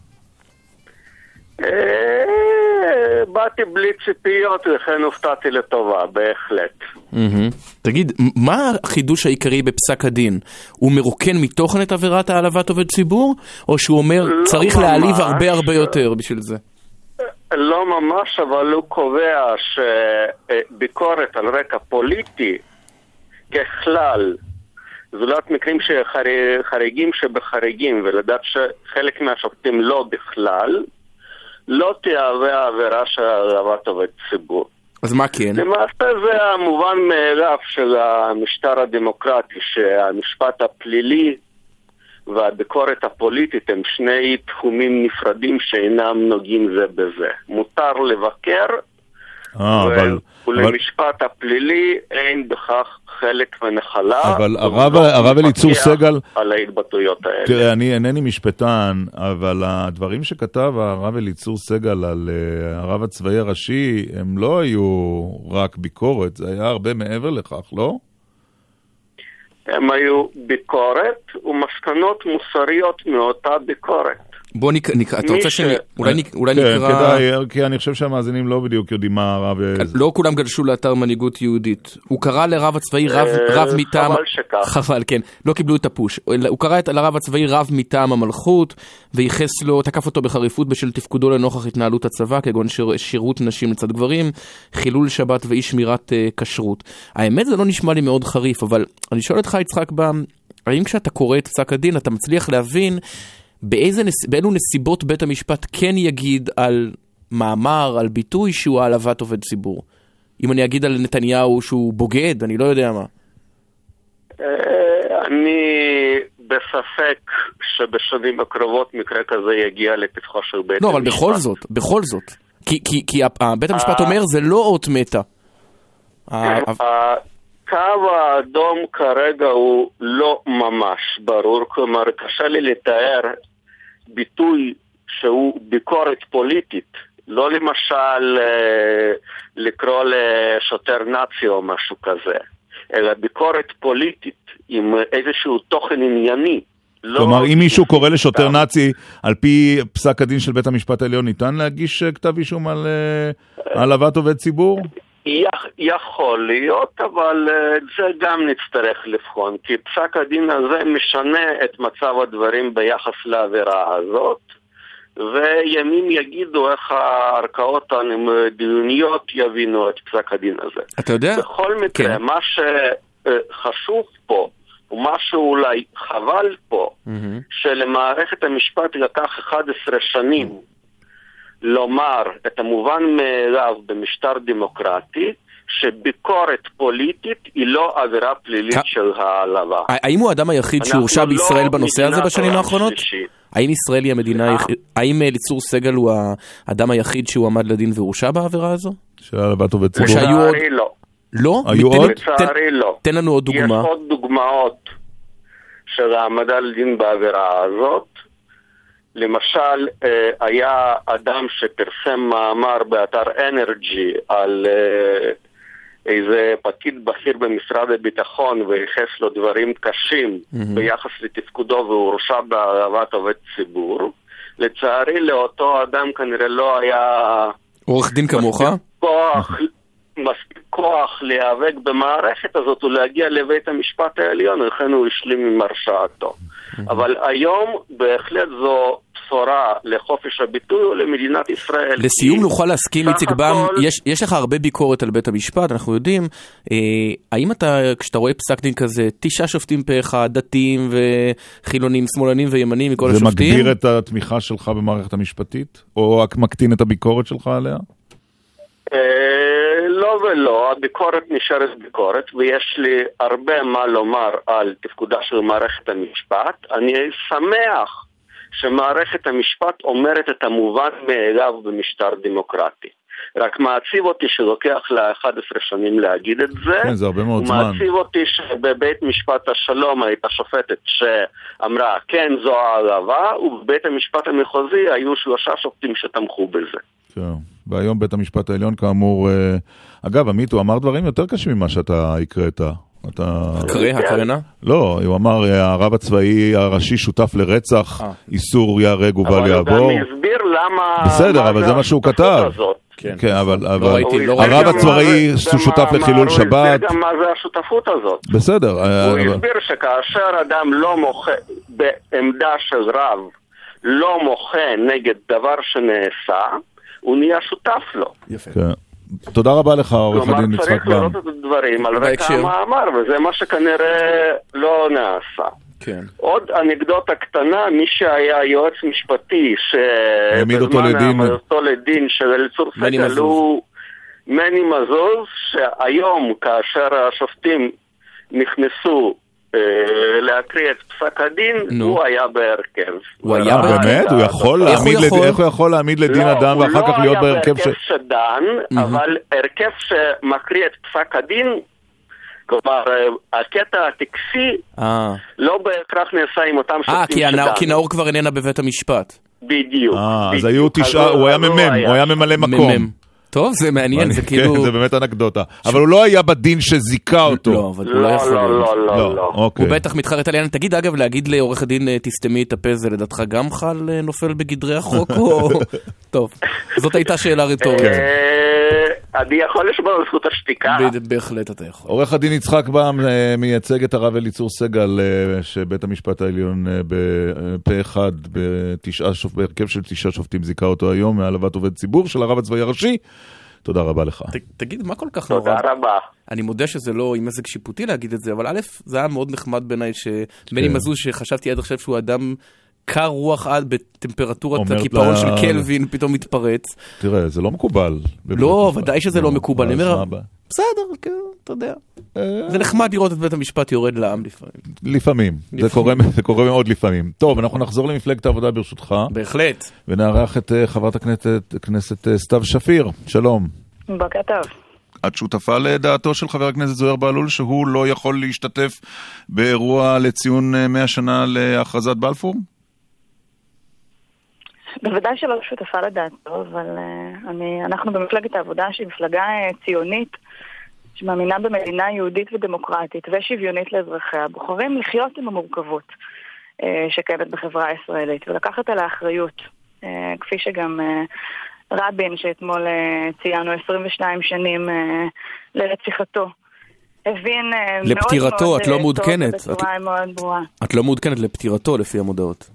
באתי בלי ציפיות וכן הופתעתי לטובה, בהחלט. תגיד, מה החידוש העיקרי בפסק הדין? הוא מרוקן מתוכן את עבירת העלבת עובד ציבור? או שהוא אומר צריך להעליב הרבה הרבה יותר בשביל זה? לא ממש, אבל הוא קובע שביקורת על רקע פוליטי ככלל, זולת מקרים שחריגים שבחריגים, ולדעת שחלק מהשופטים לא בכלל, לא תהווה עבירה של העלבת עובד ציבור. אז מה כן? למעשה זה המובן מאליו של המשטר הדמוקרטי, שהמשפט הפלילי והביקורת הפוליטית הם שני תחומים נפרדים שאינם נוגעים זה בזה. מותר לבקר, אה, אבל... ולמשפט הפלילי אין בכך חלק ונחלה. אבל הרב, הרב אליצור סגל... על ההתבטאויות האלה. תראה, אני אינני משפטן, אבל הדברים שכתב הרב אליצור סגל על uh, הרב הצבאי הראשי, הם לא היו רק ביקורת, זה היה הרבה מעבר לכך, לא? הם היו ביקורת ומסקנות מוסריות מאותה ביקורת. בוא נקרא, אתה רוצה שאני... אולי נקרא... כן, כדאי, כי אני חושב שהמאזינים לא בדיוק יודעים מה הרב... לא כולם גלשו לאתר מנהיגות יהודית. הוא קרא לרב הצבאי רב מטעם... חבל שכך. חבל, כן. לא קיבלו את הפוש. הוא קרא לרב הצבאי רב מטעם המלכות, וייחס לו, תקף אותו בחריפות בשל תפקודו לנוכח התנהלות הצבא, כגון שירות נשים לצד גברים, חילול שבת ואי שמירת כשרות. האמת זה לא נשמע לי מאוד חריף, אבל אני שואל אותך, יצחק, האם כשאתה קורא את פסק הדין, אתה מצליח להבין באיזה, באילו נסיבות בית המשפט כן יגיד על מאמר, על ביטוי שהוא העלבת עובד ציבור? אם אני אגיד על נתניהו שהוא בוגד, אני לא יודע מה. אני בספק שבשנים הקרובות מקרה כזה יגיע לפתחו של בית המשפט. לא, אבל בכל זאת, בכל זאת. כי, כי, כי בית המשפט אומר זה לא אות מתה. הקו האדום כרגע הוא לא ממש ברור, כלומר קשה לי לתאר ביטוי שהוא ביקורת פוליטית, לא למשל לקרוא לשוטר נאצי או משהו כזה, אלא ביקורת פוליטית עם איזשהו תוכן ענייני, כלומר, אם מישהו קורא לשוטר נאצי, על פי פסק הדין של בית המשפט העליון, ניתן להגיש כתב אישום על העלבת עובד ציבור? יכול להיות, אבל זה גם נצטרך לבחון, כי פסק הדין הזה משנה את מצב הדברים ביחס לעבירה הזאת, וימים יגידו איך הערכאות הדיוניות יבינו את פסק הדין הזה. אתה יודע? בכל מקרה, כן. מה שחשוב פה, ומה שאולי חבל פה, mm-hmm. שלמערכת המשפט לקח אחת עשרה שנים לומר את המובן מאליו במשטר דמוקרטי, שביקורת פוליטית היא לא עבירה פלילית כ... של העלבה. האם הוא האדם היחיד שהורשע בישראל בנושא הזה בשנים האחרונות? האם ישראל היא המדינה היחיד... האם אליצור סגל הוא האדם היחיד שהוא עמד לדין והורשע בעבירה הזו? של העלבת עובד ציבור? לצערי לא. לא? היו עוד? לצערי לא. תן לנו עוד דוגמה. יש עוד דוגמאות של העמדה לדין בעבירה הזאת. למשל, היה אדם שפרסם מאמר באתר אנרג'י על איזה פקיד בכיר במשרד הביטחון והייחס לו דברים קשים mm-hmm. ביחס לתפקודו והוא הורשע בהעלבת עובד ציבור. לצערי לאותו אדם כנראה לא היה עורך דין כמוך? כוח, מספיק כוח להיאבק במערכת הזאת ולהגיע לבית המשפט העליון, לכן הוא השלים עם הרשעתו. Mm-hmm. אבל היום בהחלט זו בשורה לחופש הביטוי ולמדינת ישראל. לסיום נוכל להסכים, איציק בם, יש, יש לך הרבה ביקורת על בית המשפט, אנחנו יודעים, אה, האם אתה, כשאתה רואה פסק דין כזה, תשעה שופטים פה אחד, דתיים וחילונים, שמאלנים וימנים, מכל זה השופטים? זה מגביר את התמיכה שלך במערכת המשפטית? או רק מקטין את הביקורת שלך עליה? אה, לא ולא, הביקורת נשארת ביקורת, ויש לי הרבה מה לומר על תפקודה של מערכת המשפט. אני שמח שמערכת המשפט אומרת את המובן מאליו במשטר דמוקרטי. רק מעציב אותי שלוקח לה אחת עשרה שנים להגיד את זה. כן, זה הרבה מאוד זמן. מעציב אותי שבבית משפט השלום הייתה שופטת שאמרה כן זו העלבה, ובבית המשפט המחוזי היו שלושה שופטים שתמכו בזה. כן, והיום בית המשפט העליון כאמור, אגב, עמית, הוא אמר דברים יותר קשים ממה שאתה הקראת. הקרא, הקרנה? לא, הוא אמר, הרב הצבאי הראשי שותף לרצח, איסור יהרג ובל יעבור. אבל הוא גם הסביר למה... בסדר, אבל זה מה שהוא כתב. כן, אבל הרב הצבאי שותף לחילול שבת. הוא הסביר גם מה זה השותפות הזאת. בסדר. הוא הסביר שכאשר אדם לא מוחה, בעמדה של רב, לא מוחה נגד דבר שנעשה, הוא נהיה שותף לו. יפה. תודה רבה לך, עורך הדין יצחק בם. צריך לראות את הדברים על רקע המאמר, וזה מה שכנראה לא נעשה. כן. עוד אנקדוטה קטנה, מי שהיה יועץ משפטי העמיד אותו לדין, אותו לדין של אליצור סגל הוא מני מזוז, שהיום כאשר השופטים נכנסו להקריא את פסק הדין, הוא היה בהרכב. הוא היה בהרכב? באמת? הוא יכול להעמיד לדין, איך הוא יכול להעמיד לדין אדם ואחר כך להיות בהרכב? הוא לא היה בהרכב שדן, אבל הרכב שמקריא את פסק הדין, כלומר, הקטע הטקסי לא בהכרח נעשה עם אותם שופטים שדן. אה, כי נאור כבר איננה בבית המשפט. בדיוק. אז היו תשעה, הוא היה ממם, הוא היה ממלא מקום. טוב, זה מעניין, זה כאילו... זה באמת אנקדוטה. אבל הוא לא היה בדין שזיקה אותו. לא, אבל הוא לא יכול... לא, לא, לא. הוא בטח מתחרט עליין. תגיד, אגב, להגיד לעורך הדין תסתמי את הפה, זה לדעתך גם חל נופל בגדרי החוק או... טוב, זאת הייתה שאלה רטורית. אני יכול לשמור על זכות השתיקה. בהחלט אתה יכול. עורך הדין יצחק בם מייצג את הרב אליצור סגל, שבית המשפט העליון בפה אחד, בהרכב של תשעה שופטים זיקה אותו היום, מהעלבת עובד ציבור של הרב הצבאי הראשי. תודה רבה לך. תגיד, מה כל כך נורא? תודה רבה. אני מודה שזה לא עם מזג שיפוטי להגיד את זה, אבל א', זה היה מאוד נחמד בעיניי, שמני מזוז שחשבתי עד עכשיו שהוא אדם קר רוח עד בטמפרטורת הכיפרון של קלווין, פתאום מתפרץ. תראה, זה לא מקובל. לא, ודאי שזה לא מקובל. בסדר, אתה יודע. זה נחמד לראות את בית המשפט יורד לעם לפעמים. לפעמים. זה קורה מאוד לפעמים. טוב, אנחנו נחזור למפלגת העבודה ברשותך. בהחלט. ונערך את חברת הכנסת סתיו שפיר. שלום. בוקר טוב. את שותפה לדעתו של חבר הכנסת זוהיר בהלול שהוא לא יכול להשתתף באירוע לציון מאה שנה להכרזת בלפור? בוודאי שלא שותפה לדעתו, אבל uh, אני, אנחנו במפלגת העבודה שהיא מפלגה uh, ציונית שמאמינה במדינה יהודית ודמוקרטית ושוויונית לאזרחיה, בוחרים לחיות עם המורכבות. שקיימת בחברה הישראלית, ולקחת על האחריות, כפי שגם רבין, שאתמול ציינו עשרים ושתיים שנים לרציחתו, הבין לפטירתו, מאוד את לא מעודכנת. בצורה מאוד ברורה. את לא מעודכנת לפטירתו לפי המודעות.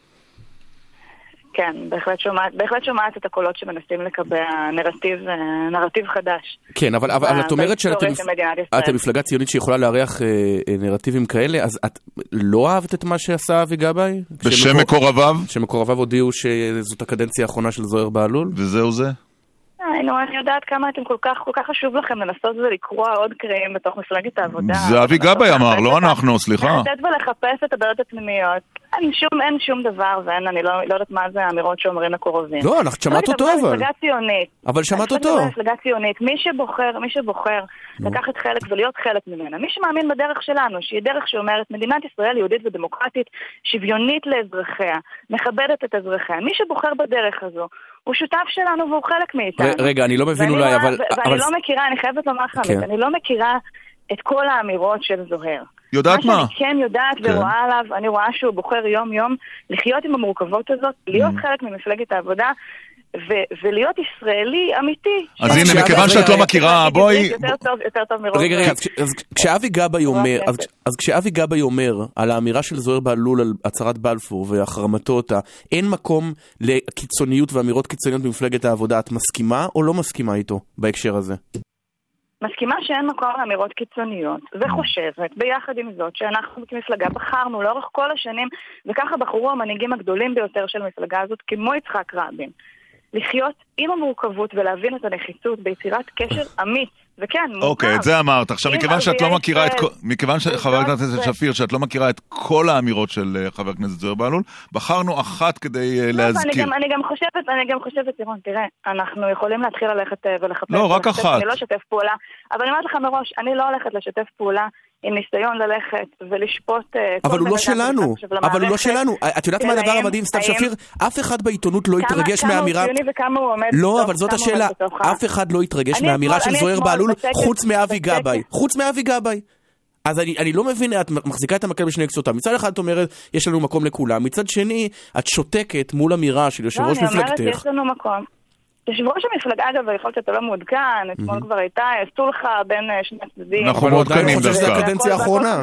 כן, בהחלט שומעת, בהחלט שומעת את הקולות שמנסים לקבע נרטיב, נרטיב חדש. כן, אבל, אבל את אומרת שאתם מפלגה ציונית שיכולה לארח אה, נרטיבים כאלה, אז את לא אהבת את מה שעשה אבי גבאי? בשם מקורביו? שמקורביו הודיעו שזאת הקדנציה האחרונה של זוהיר בהלול? וזהו זה? נו, אני יודעת כמה אתם כל כך, כל כך חשוב לכם לנסות ולקרוא עוד קרעים בתוך מפלגת העבודה. זה אבי גבאי אמר, לא אנחנו, סליחה. לתת ולחפש את הבעיות הפנימיות. אין שום, אין שום דבר, ואין, אני לא, לא יודעת מה זה האמירות שאומרים לקרובים. לא, אנחנו שמעת אותו אבל. מפלגה ציונית. אבל שמעת אותו. מפלגה ציונית. מי שבוחר, מי שבוחר לקחת חלק ולהיות חלק ממנה. מי שמאמין בדרך שלנו, שהיא דרך שאומרת מדינת ישראל יהודית ודמוקרטית, שוויונית לאזרחיה, מכבדת את אזרחיה. מי שבוחר בדרך הזו, הוא שותף שלנו והוא חלק מאיתנו. רגע, אני לא מבין אולי, אבל... ואני לא מכירה, אני חייבת לומר לך, אני לא מכירה את כל האמירות של זוהיר. יודעת מה? מה שאני כן יודעת ורואה עליו, אני רואה שהוא בוחר יום יום לחיות עם המורכבות הזאת, להיות חלק ממפלגת העבודה, ולהיות ישראלי אמיתי. אז הנה, מכיוון שאת לא מכירה, בואי... יותר טוב מרוב. רגע, רגע, אז כשאבי גבאי אומר, אז כשאבי גבאי אומר על האמירה של זוהיר בהלול על הצהרת בלפור והחרמתו אותה, אין מקום לקיצוניות ואמירות קיצוניות במפלגת העבודה, את מסכימה או לא מסכימה איתו בהקשר הזה? מסכימה שאין מקום לאמירות קיצוניות, וחושבת ביחד עם זאת שאנחנו כמפלגה בחרנו לאורך כל השנים, וככה בחרו המנהיגים הגדולים ביותר של המפלגה הזאת, כמו יצחק רבין, לחיות עם המורכבות ולהבין את הנחיצות ביצירת קשר אמיץ. וכן, מותר. אוקיי, את זה אמרת. עכשיו, מכיוון שאת לא מכירה את כל... מכיוון שחבר הכנסת שפיר, שאת לא מכירה את כל האמירות של חבר הכנסת זוהיר בהלול, בחרנו אחת כדי להזכיר. אני גם חושבת, אני גם חושבת, ירון, תראה, אנחנו יכולים להתחיל ללכת ולחפש. לא, רק אחת. אני לא לשתף פעולה, אבל אני אומרת לך מראש, אני לא הולכת לשתף פעולה עם ניסיון ללכת ולשפוט... אבל הוא לא שלנו, אבל הוא לא שלנו. את יודעת מה הדבר המדהים, סתיו שפיר? אף אחד בעיתונות לא יתרגש מהאמירה... לא, אבל זאת השאלה. אף אחד לא יתרגש מהאמירה של זוהיר בהלול חוץ מאבי גבאי. חוץ מאבי גבאי. אז אני, אני לא מבין, את מחזיקה את המקל בשני קצותיו. מצד אחד את אומרת, יש לנו מקום לכולם. מצד שני, את שותקת מול אמירה של יושב ראש מפלגתך. לא, אני אומרת, יש לנו מקום. יושב ראש המפלגה, אגב, יכול להיות שאתה לא מעודכן, אתמול כבר הייתה סולחה בין שני הצדדים. אנחנו מעודכנים דווקא. זה הקדנציה האחרונה.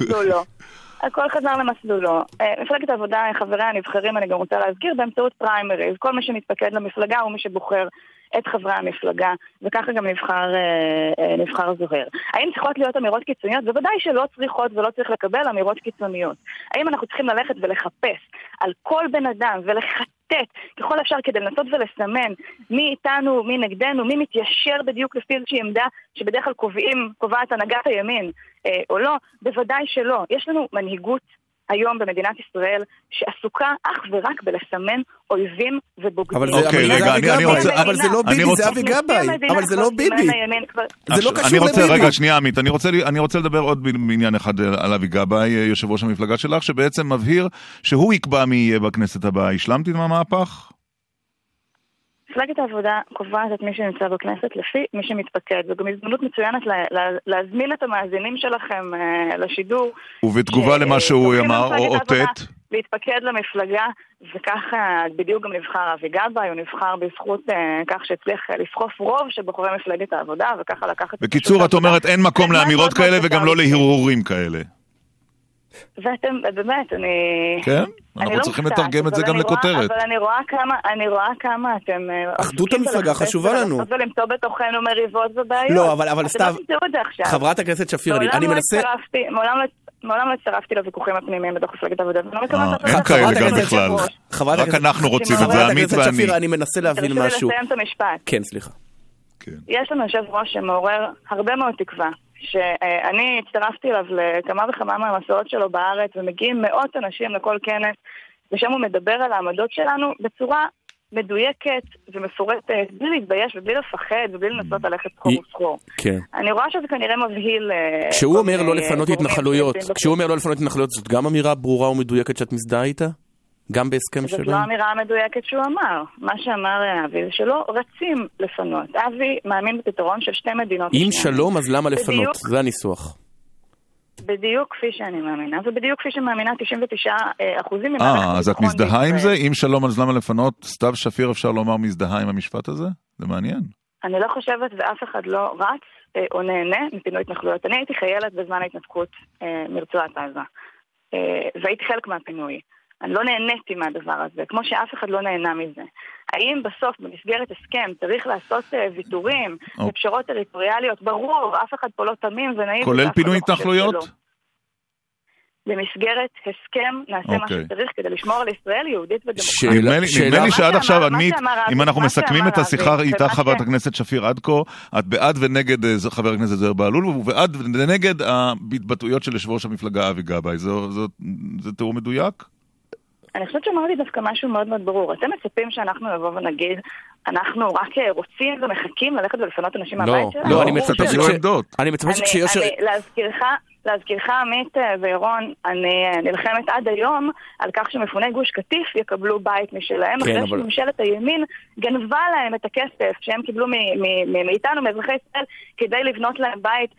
הכל חזר למסלולו. מפלגת העבודה, חבריה הנבחרים, אני גם רוצה להזכיר, באמצעות פריימריז. כל מי שמתפקד למפלגה הוא מי שבוחר את חברי המפלגה, וככה גם נבחר, נבחר זוהיר. האם צריכות להיות אמירות קיצוניות? בוודאי שלא צריכות ולא צריך לקבל אמירות קיצוניות. האם אנחנו צריכים ללכת ולחפש על כל בן אדם ולחטט ככל אפשר כדי לנסות ולסמן מי איתנו, מי נגדנו, מי מתיישר בדיוק לפי איזושהי עמדה שבדרך כלל קובעים, קובעת הנהגת הימין, אה, או לא? בוודאי שלא. יש לנו מנהיגות היום במדינת ישראל שעסוקה אך ורק בלסמן אויבים ובוגדים. אוקיי, רגע, אני רוצה... אבל זה לא ביבי, זה אבי גבאי. אבל זה לא ביבי. זה לא קשור לביבי. לביבי. רגע, שנייה עמית, אני רוצה לדבר עוד בעניין אחד על אבי גבאי, יושב ראש המפלגה שלך, שבעצם מבהיר שהוא יקבע מי יהיה בכנסת הבאה. השלמתי עם המהפך? מפלגת העבודה קובעת את מי שנמצא בכנסת לפי מי שמתפקד. זו גם הזדמנות מצוינת להזמין את המאזינים שלכם לשידור. ובתגובה למה שהוא אמר, או אותת. להתפקד למפלגה, וככה בדיוק גם נבחר אבי גבאי, הוא נבחר בזכות כך שהצליח לסחוף רוב שבוחרי מפלגת העבודה, וככה לקחת... בקיצור, את אומרת, אין מקום לאמירות כאלה וגם לא להרהורים כאלה. ואתם, באמת, אני... כן? אנחנו צריכים לתרגם את זה גם לכותרת. אבל אני רואה כמה, אני רואה כמה אתם... אחדות המפלגה חשובה לנו. ולמצוא בתוכנו מריבות ובעיות. לא, אבל סתיו, אתם לא תמצאו את זה עכשיו. חברת הכנסת שפיר, אני מנסה... מעולם לא הצטרפתי לוויכוחים הפנימיים בתוך מפלגת העבודה. אין כאלה גם בכלל. רק אנחנו רוצים את זה, עמית ואני. שפיר, אני מנסה להבין משהו. תרצו לסיים את המשפט. כן, סליחה. יש לנו יושב ראש שמעורר הרבה מאוד תקווה. שאני הצטרפתי אליו לכמה וכמה מהמסעות שלו בארץ, ומגיעים מאות אנשים לכל כנס, ושם הוא מדבר על העמדות שלנו בצורה מדויקת ומפורטת, בלי להתבייש ובלי לפחד ובלי לנסות ללכת סחור וסחור. כן. אני רואה שזה כנראה מבהיל... כשהוא אומר לא לפנות התנחלויות, כשהוא אומר לא לפנות התנחלויות, זאת גם אמירה ברורה ומדויקת שאת מזדהה איתה? גם בהסכם שלו? זאת לא אמירה המדויקת שהוא אמר. מה שאמר אבי זה שלא רצים לפנות. אבי מאמין בפתרון של שתי מדינות. אם שלום, אז למה לפנות? זה הניסוח. בדיוק כפי שאני מאמינה, ובדיוק כפי שמאמינה תשעים ותשעה אחוזים ממערכת אה, אז את מזדהה עם זה? אם שלום אז למה לפנות? סתיו שפיר אפשר לומר מזדהה עם המשפט הזה? זה מעניין. אני לא חושבת ואף אחד לא רץ או נהנה מפינוי התנחלויות. אני הייתי חיילת בזמן ההתנתקות מרצועת עזה, והייתי חלק מהפינוי. אני לא נהניתי מהדבר הזה, כמו שאף אחד לא נהנה מזה. האם בסוף במסגרת הסכם צריך לעשות ויתורים ופשרות טריטוריאליות? ברור, אף אחד פה לא תמים ונעים. כולל פינוי התנחלויות? במסגרת הסכם נעשה מה שצריך כדי לשמור על ישראל יהודית ודמוקרטית. נדמה לי שעד עכשיו, אם אנחנו מסכמים את השיחה איתך חברת הכנסת שפיר עד כה, את בעד ונגד חבר הכנסת זוהיר בהלול, ובעד ונגד ההתבטאויות של יושב ראש המפלגה אבי גבאי. זה תיאור מדויק? אני חושבת שאמרתי דווקא משהו מאוד מאוד ברור. אתם מצפים שאנחנו נבוא ונגיד, אנחנו רק רוצים ומחכים ללכת ולפנות אנשים מהבית שלנו? לא, אני מצפה שכשיושר... להזכירך, להזכירך עמית וירון, אני נלחמת עד היום על כך שמפוני גוש קטיף יקבלו בית משלהם, אחרי שממשלת הימין גנבה להם את הכסף שהם קיבלו מאיתנו, מאזרחי ישראל, כדי לבנות להם בית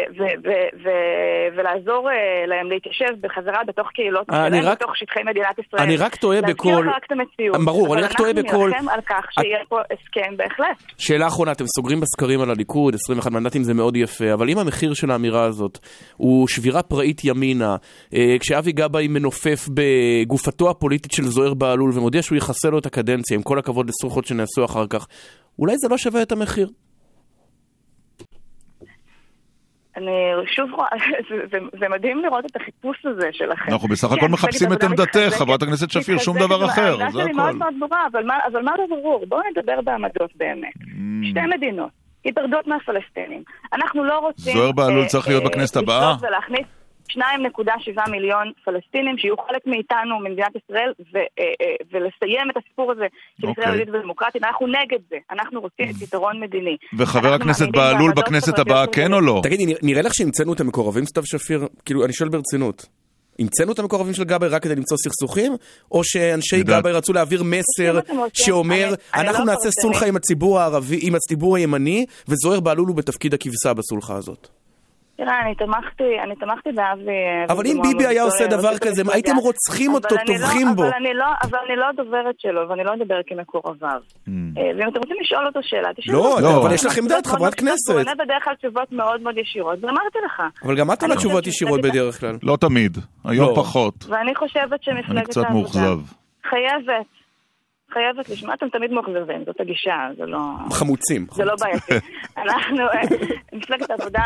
ולעזור להם להתיישב בחזרה בתוך קהילות שלהם, בתוך שטחי מדינת ישראל. אני רק טועה בכל... להזכיר רק את המציאות. ברור, אני רק טועה בכל... אבל אנחנו נלחם על כך שיהיה פה הסכם בהחלט. שאלה אחרונה, אתם סוגרים בסקרים על הליכוד, עשרים ואחד מנדטים זה מאוד יפה, אבל אם המחיר של האמירה הזאת הוא שבירה פראית ימינה, כשאבי גבאי מנופף בגופתו הפוליטית של זוהיר בהלול ומודיע שהוא יחסל לו את הקדנציה, עם כל הכבוד לסרוחות שנעשו אחר כך, אולי זה לא שווה את המחיר? אני שוב רואה, זה מדהים לראות את החיפוש הזה שלכם. אנחנו בסך הכל מחפשים את עמדתך, חברת הכנסת שפיר, שום דבר אחר, זה הכל. העמדה שלי מאוד מאוד ברורה, אבל מה לא ברור? בואו נדבר בעמדות באמת. שתי מדינות, היפרדות מהפלסטינים. אנחנו לא רוצים... זוהיר בהלול צריך להיות בכנסת הבאה? ולהכניס שניים נקודה שבע מיליון פלסטינים שיהיו חלק מאיתנו, ממדינת ישראל, ולסיים את הסיפור הזה של ישראל יהודית ודמוקרטית. אנחנו נגד זה. אנחנו רוצים פתרון מדיני. וחבר הכנסת בהלול בכנסת הבאה, כן או לא? תגידי, נראה לך שהמצאנו את המקורבים, סתיו שפיר? כאילו, אני שואל ברצינות. המצאנו את המקורבים של גבאי רק כדי למצוא סכסוכים? או שאנשי גבאי רצו להעביר מסר שאומר, אנחנו נעשה סולחה עם הציבור הערבי, עם הציבור הימני, וזוהיר בהלול הוא בתפקיד הכבשה בסולחה הזאת? תראה, אני תמכתי, אני תמכתי באבי... אבל אם ביבי היה עושה דבר כזה, הייתם רוצחים אותו, טובחים בו. אבל אני לא הדוברת שלו, ואני לא אדבר כמקורביו. ואם אתם רוצים לשאול אותו שאלה, תשאלו אותו. לא, אבל יש לכם דעת, חברת כנסת. הוא עונה בדרך כלל תשובות מאוד מאוד ישירות, ואמרתי לך. אבל גם את עונה תשובות ישירות בדרך כלל. לא תמיד, היום פחות. ואני חושבת שמפלגת העבודה חייבת. חייבת לשמוע, אתם תמיד מוחזבים, זאת הגישה, זה לא... חמוצים. זה לא בעייתי. אנחנו, מפלגת העבודה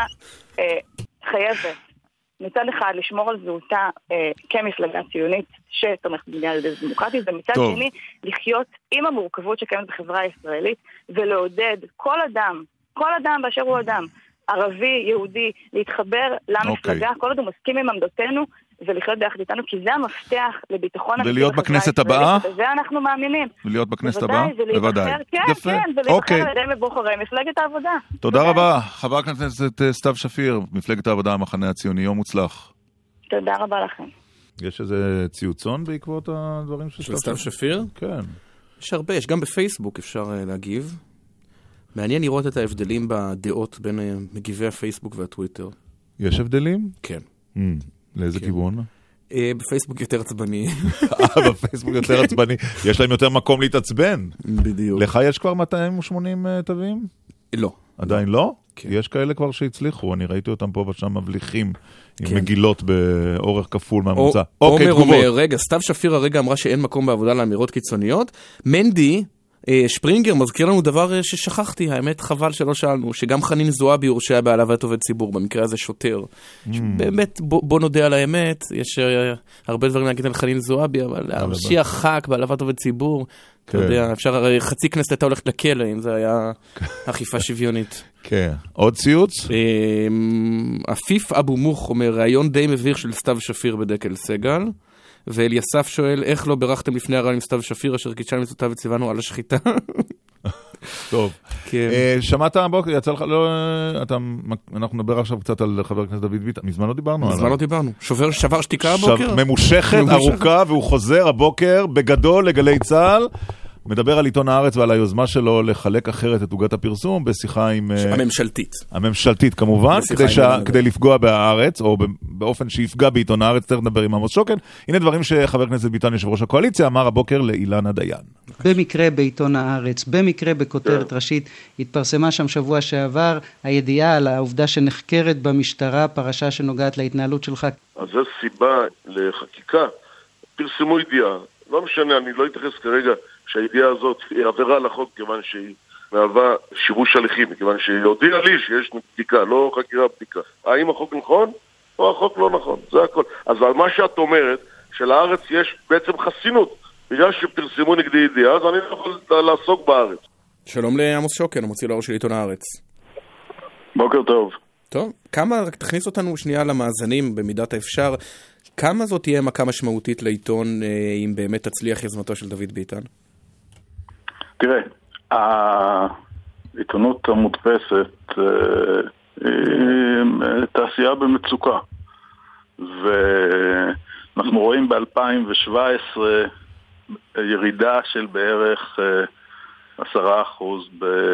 חייבת, מצד אחד, לשמור על זהותה כמפלגה ציונית שתומכת במדינה דמוקרטית, ומצד שני, לחיות עם המורכבות שקיימת בחברה הישראלית, ולעודד כל אדם, כל אדם באשר הוא אדם, ערבי, יהודי, להתחבר למפלגה, כל עוד הוא מסכים עם עמדותינו, ולחיות ביחד איתנו, כי זה המפתח לביטחון ולהיות בכנסת הבאה? וזה אנחנו מאמינים. ולהיות בכנסת הבאה? בוודאי. כן, כן, ולהיבחר על ידי מבוחרי מפלגת העבודה. תודה רבה. חברת הכנסת סתיו שפיר, מפלגת העבודה, המחנה הציוני, יום מוצלח. תודה רבה לכם. יש איזה ציוצון בעקבות הדברים של סתיו שפיר? כן. יש הרבה, יש גם בפייסבוק אפשר להגיב. מעניין לראות את ההבדלים בדעות בין מגיבי הפייסבוק והטוויטר. יש הבדלים? כן. לאיזה כיוון? בפייסבוק יותר עצבני. בפייסבוק יותר עצבני. יש להם יותר מקום להתעצבן. בדיוק. לך יש כבר מאתיים ושמונים תווים? לא. עדיין לא? יש כאלה כבר שהצליחו. אני ראיתי אותם פה ושם מבליחים עם מגילות באורך כפול מהמוצא. עומר אומר, רגע, סתיו שפיר הרגע אמרה שאין מקום בעבודה לאמירות קיצוניות. מנדי שפרינגר מזכיר לנו דבר ששכחתי, האמת חבל שלא שאלנו, שגם חנין זועבי הורשעה בהעלבת עובד ציבור, במקרה הזה שוטר. באמת, בוא נודה על האמת, יש הרבה דברים להגיד על חנין זועבי, אבל להרשיע ח"כ בהעלבת עובד ציבור, אתה יודע, אפשר, חצי כנסת הייתה הולכת לכלא, אם זה היה אכיפה שוויונית. כן. עוד ציוץ? עפיף אבו מוך אומר, ראיון די מביך של סתיו שפיר בדקל סגל, ואליסף שואל, איך לא ברחתם לפני הרעיון עם סתיו שפיר, אשר קידשה מצותה וציוונו על השחיטה? טוב. שמעת הבוקר, יצא לך, לא, אנחנו נדבר עכשיו קצת על חבר הכנסת דוד ביטן, מזמן לא דיברנו עליו. מזמן לא דיברנו. שובר, שבר שתיקה הבוקר? ממושכת, ארוכה, והוא חוזר הבוקר בגדול לגלי צהל, מדבר על עיתון הארץ ועל היוזמה שלו לחלק אחרת את עוגת הפרסום בשיחה עם... הממשלתית. הממשלתית כמובן, כדי לפגוע בהארץ, או באופן שיפגע בעיתון הארץ, תכף נדבר עם עמוס שוקן. הנה דברים שחבר הכנסת ביטן, יושב ראש הקואליציה, אמר הבוקר לאילנה דיין. במקרה בעיתון הארץ, במקרה בכותרת ראשית, התפרסמה שם שבוע שעבר הידיעה על העובדה שנחקרת במשטרה פרשה שנוגעת להתנהלות שלך. אז זו סיבה לחקיקה, פרסמו ידיעה, לא משנה, אני לא אתייחס כרגע שהידיעה הזאת היא עבירה לחוק כיוון שהיא מהווה שיבוש הליכים, מכיוון שהיא הודיעה לי שיש בדיקה, לא חקירה בדיקה. האם החוק נכון או החוק לא נכון, זה הכל. אז על מה שאת אומרת, שלארץ יש בעצם חסינות, בגלל שפרסמו נגדי ידיעה, אז אני לא יכול לעסוק בארץ. שלום לעמוס שוקן, המוציא לאור של עיתון הארץ. בוקר טוב. טוב, כמה, תכניס אותנו שנייה למאזנים במידת האפשר, כמה זאת תהיה מכה משמעותית לעיתון אם באמת תצליח יזמתו של דוד ביטן? תראה, העיתונות המודפסת היא תעשייה במצוקה, ואנחנו רואים ב-אלפיים שבע עשרה ירידה של בערך עשרה אחוז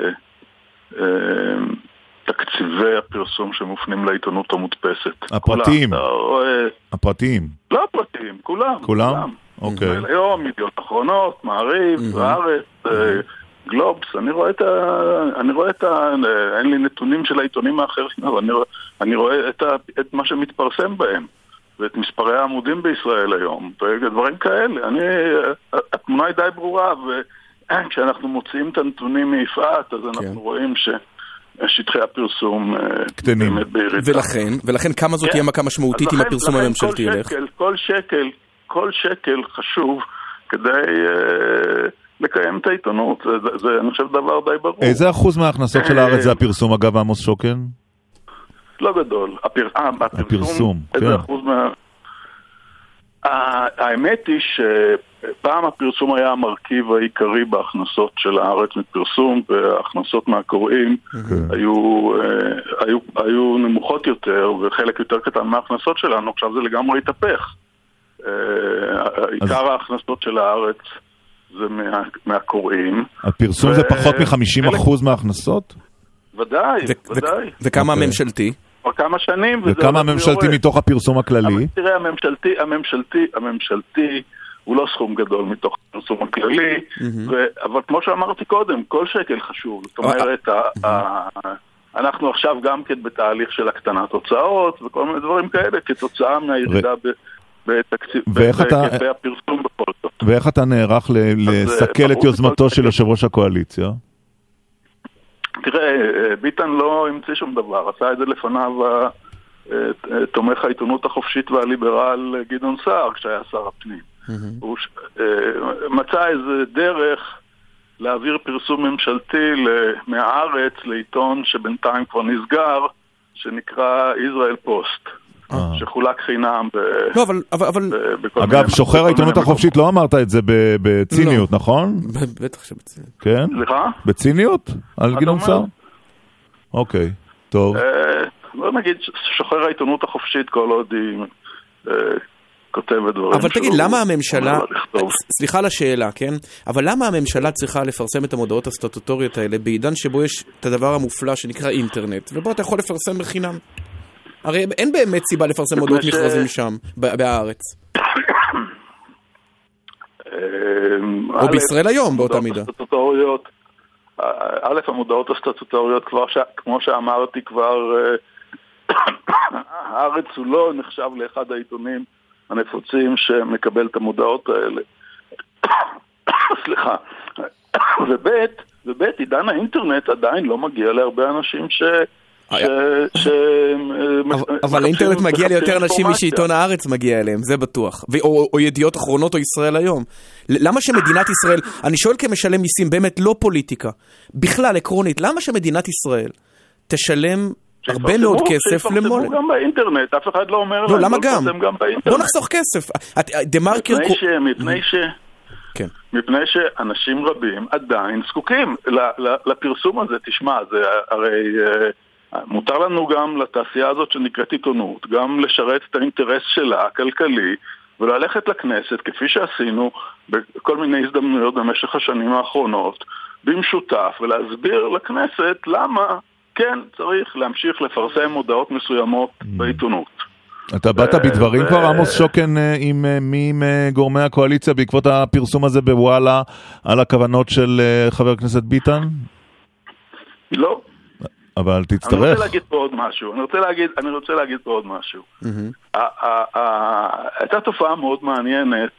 בתקציבי הפרסום שמופנים לעיתונות המודפסת. הפרטיים? הפרטיים? לא הפרטיים, כולם. כולם? אוקיי. היום, ידיעות אחרונות, מעריב, הארץ, גלובס, אני רואה את ה... אני רואה את ה... אין לי נתונים של העיתונים האחרים, אבל אני רואה, אני רואה את, ה... את מה שמתפרסם בהם, ואת מספרי העמודים בישראל היום, ודברים כאלה. אני... התמונה היא די ברורה, וכשאנחנו מוציאים את הנתונים מיפעת, אז אנחנו כן. רואים ש... שטחי הפרסום קטנים. באמת בירידה. ולכן, ולכן כמה זאת תהיה מכה משמעותית אם הפרסום הממשלתי ילך? כל שקל, כל שקל חשוב כדי uh, לקיים את העיתונות. זה, זה, אני חושב, דבר די ברור. איזה אחוז מההכנסות של הארץ זה הפרסום, אגב, עמוס שוקן? לא גדול. הפר... אה, הפרסום, הפרסום, איזה כן. אחוז מה... האמת היא שפעם הפרסום היה המרכיב העיקרי בהכנסות של הארץ מפרסום, וההכנסות מהקוראים היו, היו, היו נמוכות יותר, וחלק יותר קטן מההכנסות שלנו, עכשיו זה לגמרי התהפך. עיקר ההכנסות של הארץ זה מה, מהקוראים. הפרסום זה פחות מ-חמישים אחוז מההכנסות? ודאי, ודאי. וכמה הממשלתי? כבר כמה שנים. וכמה הממשלתי מתוך הפרסום הכללי? תראה, הממשלתי, הממשלתי, הממשלתי הוא לא סכום גדול מתוך הפרסום הכללי, אבל כמו שאמרתי קודם, כל שקל חשוב. זאת אומרת, אנחנו עכשיו גם כן בתהליך של הקטנת הוצאות, וכל מיני דברים כאלה, כתוצאה מהירידה בהיקפי הפרסום בכל זאת. ואיך אתה נערך לסכל את יוזמתו של יושב ראש הקואליציה? תראה, ביטן לא המציא שום דבר, עשה את זה לפניו תומך העיתונות החופשית והליברל גדעון סער כשהיה שר הפנים. הוא מצא איזה דרך להעביר פרסום ממשלתי מהארץ לעיתון שבינתיים כבר נסגר, שנקרא ישראל פוסט, שחולק חינם. לא, אבל... אבל... אגב, שוחר העיתונות החופשית לא אמרת את זה בציניות, נכון? בטח שבציניות. כן? סליחה? בציניות? על גדעון סער? אוקיי, טוב. לא נגיד שוחר העיתונות החופשית כל עוד היא כותבת דברים. אבל תגיד, למה הממשלה... סליחה לשאלה, כן? אבל למה הממשלה צריכה לפרסם את המודעות הסטטוטוריות האלה בעידן שבו יש את הדבר המופלא שנקרא אינטרנט, ובו אתה יכול לפרסם בחינם? הרי אין באמת סיבה לפרסם מודעות מכרזים שם, בארץ. או בישראל היום, באותה מידה. א', המודעות הסטטוטוריות, כמו שאמרתי כבר, הארץ הוא לא נחשב לאחד העיתונים הנפוצים שמקבל את המודעות האלה. סליחה. וב', וב', עידן האינטרנט עדיין לא מגיע להרבה אנשים ש... אבל האינטרנט מגיע ליותר אנשים משעיתון הארץ מגיע אליהם, זה בטוח. או ידיעות אחרונות או ישראל היום. למה שמדינת ישראל, אני שואל כמשלם מיסים, באמת לא פוליטיקה, בכלל עקרונית, למה שמדינת ישראל תשלם הרבה מאוד כסף למול? שיפרסמו גם באינטרנט, אף אחד לא אומר לא, למה גם? בוא נחסוך כסף. מפני ש... כן. מפני שאנשים רבים עדיין זקוקים לפרסום הזה. תשמע, זה הרי מותר לנו גם לתעשייה הזאת שנקראת עיתונות, גם לשרת את האינטרס שלה, הכלכלי, וללכת לכנסת, כפי שעשינו בכל מיני הזדמנויות במשך השנים האחרונות, במשותף, ולהסביר לכנסת למה כן צריך להמשיך לפרסם מודעות מסוימות בעיתונות. אתה באת בדברים כבר, עמוס שוקן, עם מי עם גורמי הקואליציה בעקבות הפרסום הזה בוואלה על הכוונות של חבר הכנסת ביטן? לא. אבל תצטרך. אני רוצה להגיד פה עוד משהו. אני רוצה להגיד, אני רוצה להגיד פה עוד משהו. הייתה תופעה מאוד מעניינת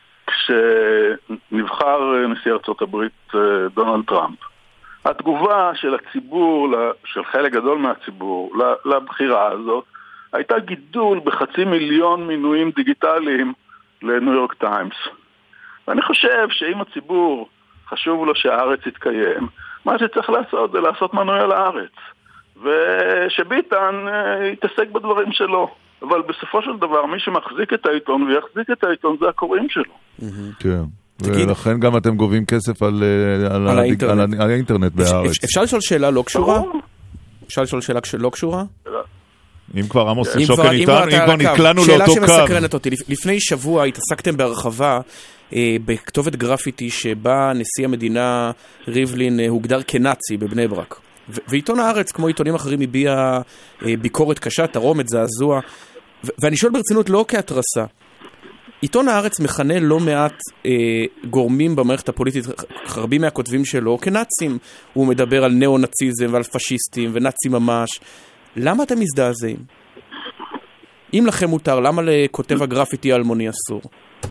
כשנבחר נשיא ארצות הברית דונלד טראמפ. התגובה של הציבור, של חלק גדול מהציבור, לבחירה הזאת, הייתה גידול בחצי מיליון מינויים דיגיטליים לניו יורק טיימס. ואני חושב שאם הציבור חשוב לו שהארץ יתקיים, מה שצריך לעשות זה לעשות מנוי על הארץ. ושביטן יתעסק בדברים שלו. אבל בסופו של דבר, מי שמחזיק את העיתון ויחזיק את העיתון זה הקוראים שלו. כן. ולכן גם אתם גובים כסף על האינטרנט בארץ. אפשר לשאול שאלה לא קשורה? אפשר לשאול שאלה לא קשורה? אם כבר עמוס שוקן איתנו, אם כבר נקלענו לאותו קו. שאלה שמסקרנת אותי. לפני שבוע התעסקתם בהרחבה בכתובת גרפיטי שבה נשיא המדינה ריבלין הוגדר כנאצי בבני ברק. ועיתון הארץ, כמו עיתונים אחרים, הביע ביקורת קשה, תרומת, זעזוע. ואני שואל ברצינות לא כהתרסה. עיתון הארץ מכנה לא מעט אה, גורמים במערכת הפוליטית, רבים מהכותבים שלו, כנאצים. הוא מדבר על נאו-נאציזם ועל פשיסטים ונאצים ממש. למה אתם מזדעזעים? אם לכם מותר, למה לכותב הגרפיטי האלמוני אסור?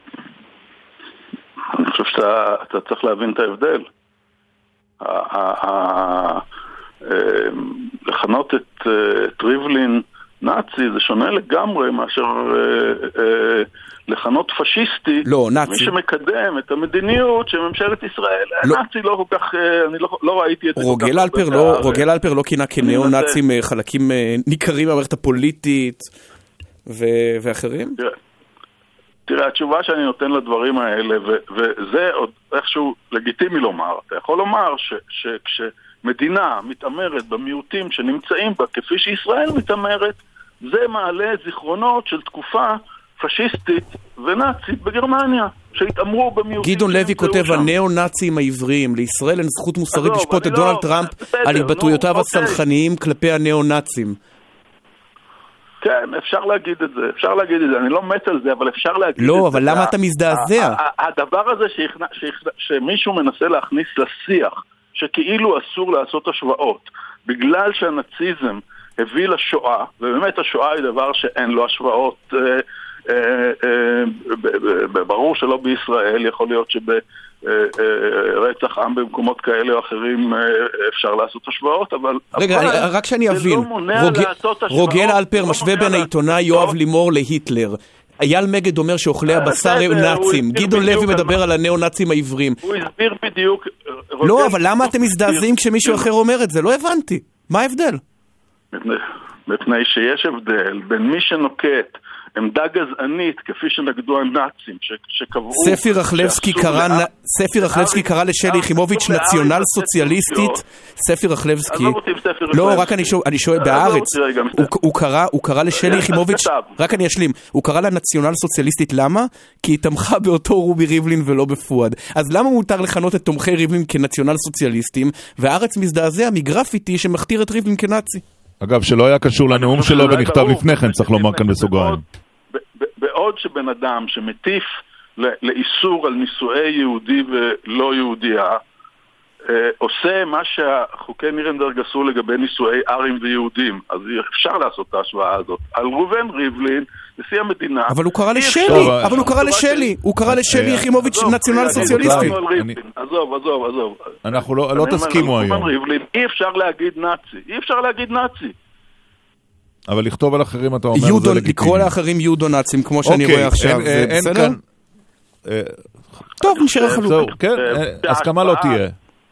אני חושב שאתה צריך להבין את ההבדל. לכנות את ריבלין נאצי זה שונה לגמרי מאשר לכנות פשיסטי. לא, נאצי. מי שמקדם את המדיניות של ממשלת ישראל. נאצי לא כל כך, אני לא ראיתי את זה. רוגל אלפר לא כינה כנאו-נאצים חלקים ניכרים במערכת הפוליטית ואחרים? תראה, התשובה שאני נותן לדברים האלה, וזה עוד איכשהו לגיטימי לומר, אתה יכול לומר שכשמדינה מתאמרת במיעוטים שנמצאים בה, כפי שישראל מתאמרת, זה מעלה זיכרונות של תקופה פשיסטית ונאצית בגרמניה, שהתאמרו במיעוטים. גדעון לוי כותב על נאו-נאצים העבריים, לישראל אין זכות מוסרית לשפוט את דונלד טראמפ על התבטאויותיו הסלחניים כלפי הנאו-נאצים. כן, אפשר להגיד את זה, אפשר להגיד את זה, אני לא מת על זה, אבל אפשר להגיד את זה. לא, אבל למה אתה מזדעזע? הדבר הזה שמישהו מנסה להכניס לשיח, שכאילו אסור לעשות השוואות, בגלל שהנאציזם הביא לשואה, ובאמת השואה היא דבר שאין לו השוואות, ברור שלא בישראל, יכול להיות שב... רצח עם במקומות כאלה או אחרים אפשר לעשות השוואות, אבל... רגע, רק שאני אבין, רוגל אלפר משווה בין העיתונאי יואב לימור להיטלר. אייל מגד אומר שאוכלי הבשר הם נאצים. גדעון לוי מדבר על הנאו-נאצים העברים. הוא הסביר בדיוק... לא, אבל למה אתם מזדעזעים כשמישהו אחר אומר את זה? לא הבנתי. מה ההבדל? מפני שיש הבדל בין מי שנוקט עמדה גזענית, כפי שנגדו הנאצים, שקבעו... ספי רחלבסקי קרא, ספי רחלבסקי קרא לשלי יחימוביץ' נציונל סוציאליסטית. ספי רחלבסקי... לא, רק אני שואל, בארץ, הוא קרא לשלי יחימוביץ', רק אני אשלים, הוא קרא לנציונל סוציאליסטית, למה? כי היא תמכה באותו רובי ריבלין ולא בפואד. אז למה מותר לכנות את תומכי ריבלין כנציונל סוציאליסטים, והארץ מזדעזע מגרפיטי שמכתיר את ריבלין כנאצי? אגב, שלא היה קשור לנאום שלו ונכתב לפני כן, צריך לומר כאן בסוגריים. בעוד שבן אדם שמטיף לאיסור על נישואי יהודי ולא יהודייה, עושה מה שהחוקי נירנברג עשו לגבי נישואי ארים ויהודים, אז אפשר לעשות את ההשוואה הזאת. על ראובן ריבלין, נשיא המדינה... אבל הוא קרא לשלי, אבל הוא קרא לשלי, הוא קרא לשלי יחימוביץ' נציונל סוציאליסטי. עזוב, עזוב, עזוב. אנחנו לא תסכימו היום. אי אפשר להגיד נאצי, אי אפשר להגיד נאצי. אבל לכתוב על אחרים אתה אומר זה לגיטימי. לקרוא לאחרים יודו-נאצים, כמו שאני רואה עכשיו, זה בסדר? טוב, נשאר חלוק. כן, הסכמה לא תהיה.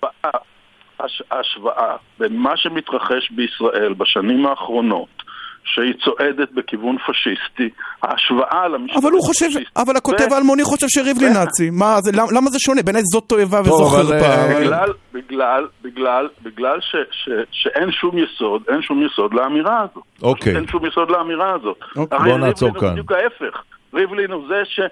השוואה בין מה שמתרחש בישראל בשנים האחרונות, שהיא צועדת בכיוון פשיסטי, ההשוואה למשפט אבל הוא חושב, אבל הכותב האלמוני חושב שריבלין נאצי. למה זה שונה? בעיניי זאת תועבה וזו חרפה. בגלל, בגלל, בגלל, בגלל שאין שום יסוד, אין שום יסוד לאמירה הזאת. אוקיי. אין שום יסוד לאמירה הזאת. בוא נעצור כאן. בדיוק ההפך. ריבלין הוא זה ש...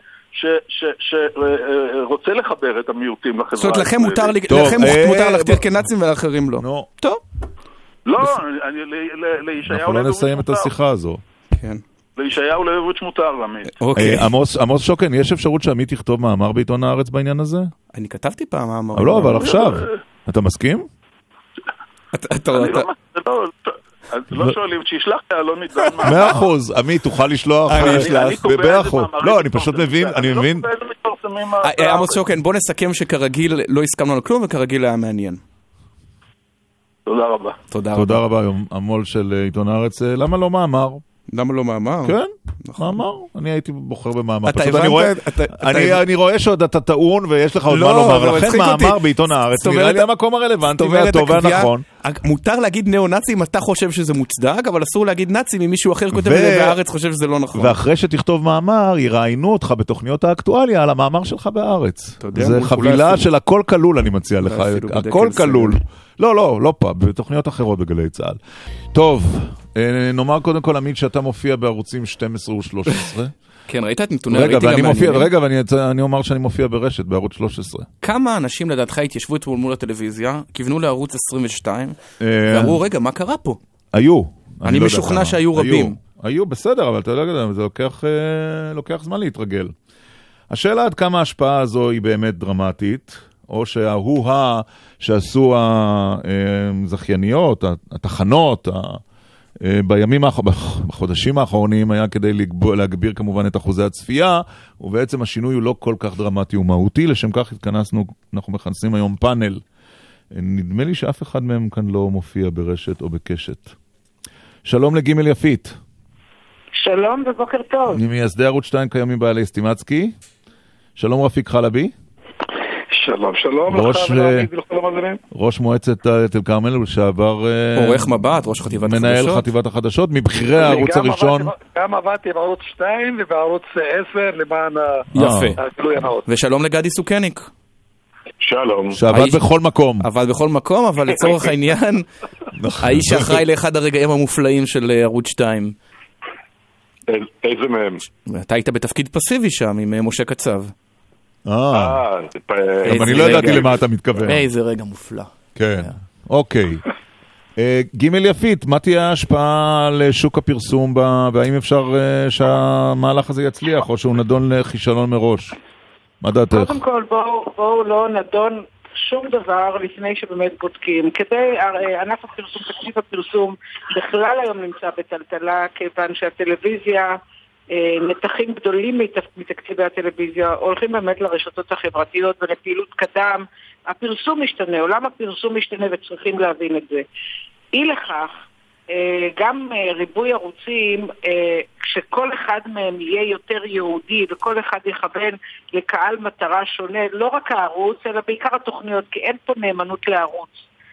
שרוצה לחבר את המיעוטים לחברה. זאת אומרת, לכם מותר להכתיר כנאצים ולאחרים לא. טוב. לא, לישעיהו... אנחנו לא נסיים את השיחה הזו. כן. לישעיהו ליבוביץ' מותר, עמית. אוקיי. עמוס שוקן, יש אפשרות שעמית יכתוב מאמר בעיתון הארץ בעניין הזה? אני כתבתי פעם מאמר. לא, אבל עכשיו. אתה מסכים? לא שואלים, שישלח לא ניתן מאמר. מאה אחוז, עמית, תוכל לשלוח? אני אשלח. מאה אחוז. לא, אני פשוט מבין, אני מבין. עמוס שוקן, בוא נסכם שכרגיל לא הסכמנו על כלום, וכרגיל היה מעניין. תודה רבה. תודה רבה, המול של עיתון הארץ. למה לא מאמר? למה לא מאמר? כן, מאמר. אני הייתי בוחר במאמר. אני רואה שעוד אתה טעון ויש לך עוד מה לומר, לכן מאמר בעיתון הארץ נראה לי המקום הרלוונטי והטוב והנכון. מותר להגיד נאו-נאצי אם אתה חושב שזה מוצדק, אבל אסור להגיד נאצי אם מישהו אחר כותב את זה והארץ חושב שזה לא נכון. ואחרי שתכתוב מאמר, יראיינו אותך בתוכניות האקטואליה על המאמר שלך בארץ. זה חבילה של הכל כלול, אני מציע לך. הכל כלול. לא, לא, לא פעם, בתוכניות אחרות בגלי צה"ל. טוב, נאמר קודם כל, עמית, שאתה מופיע בערוצים שתים עשרה ו-שלוש עשרה. כן, ראית את נתוני הרייטינג המעניינים? רגע, ואני אומר שאני מופיע ברשת, בערוץ שלוש עשרה. כמה אנשים לדעתך התיישבו אתמול מול הטלוויזיה, כיוונו לערוץ עשרים ושתיים, ואמרו, רגע, מה קרה פה? היו. אני משוכנע שהיו רבים. היו, בסדר, אבל אתה יודע, זה לוקח זמן להתרגל. השאלה עד כמה ההשפעה הזו היא באמת דרמטית, או שההוא-ה שעשו הזכייניות, התחנות, בימים, בחודשים האחרונים היה כדי להגביר כמובן את אחוזי הצפייה, ובעצם השינוי הוא לא כל כך דרמטי ומהותי, לשם כך התכנסנו, אנחנו מכנסים היום פאנל. נדמה לי שאף אחד מהם כאן לא מופיע ברשת או בקשת. שלום לגימל יפית. שלום ובוקר טוב. ממייסדי ערוץ שתיים כימים בעלי סטימצקי. שלום רפיק חלבי. שלום, שלום. ראש, ראש מועצת תל כרמל לשעבר עורך מבט, ראש חטיבת החדשות. מנהל חטיבת החדשות, מבחירי הערוץ הראשון. גם עבדתי בערוץ שתיים ובערוץ עשר למען הגילוי הנאות. ושלום לגדי סוכניק. שלום. שעבד בכל מקום. עבד בכל מקום, אבל לצורך העניין, האיש שאחראי לאחד הרגעים המופלאים של ערוץ שתיים. איזה מהם? אתה היית בתפקיד פסיבי שם עם משה קצב. אה, אני לא ידעתי למה אתה מתכוון. איזה רגע מופלא. כן, אוקיי. גימל יפית, מה תהיה ההשפעה על שוק הפרסום, והאם אפשר שהמהלך הזה יצליח, או שהוא נדון לכישלון מראש? מה דעתך? קודם כל, בואו לא נדון שום דבר לפני שבאמת בודקים. כדי, ענף הפרסום, תקציב הפרסום, בכלל היום נמצא בטלטלה, כיוון שהטלוויזיה, נתחים גדולים מתקציבי הטלוויזיה הולכים באמת לרשתות החברתיות ולפעילות קדם. הפרסום משתנה, עולם הפרסום משתנה וצריכים להבין את זה. אי לכך, גם ריבוי ערוצים, כשכל אחד מהם יהיה יותר יהודי וכל אחד יכוון לקהל מטרה שונה, לא רק הערוץ אלא בעיקר התוכניות, כי אין פה נאמנות לערוץ.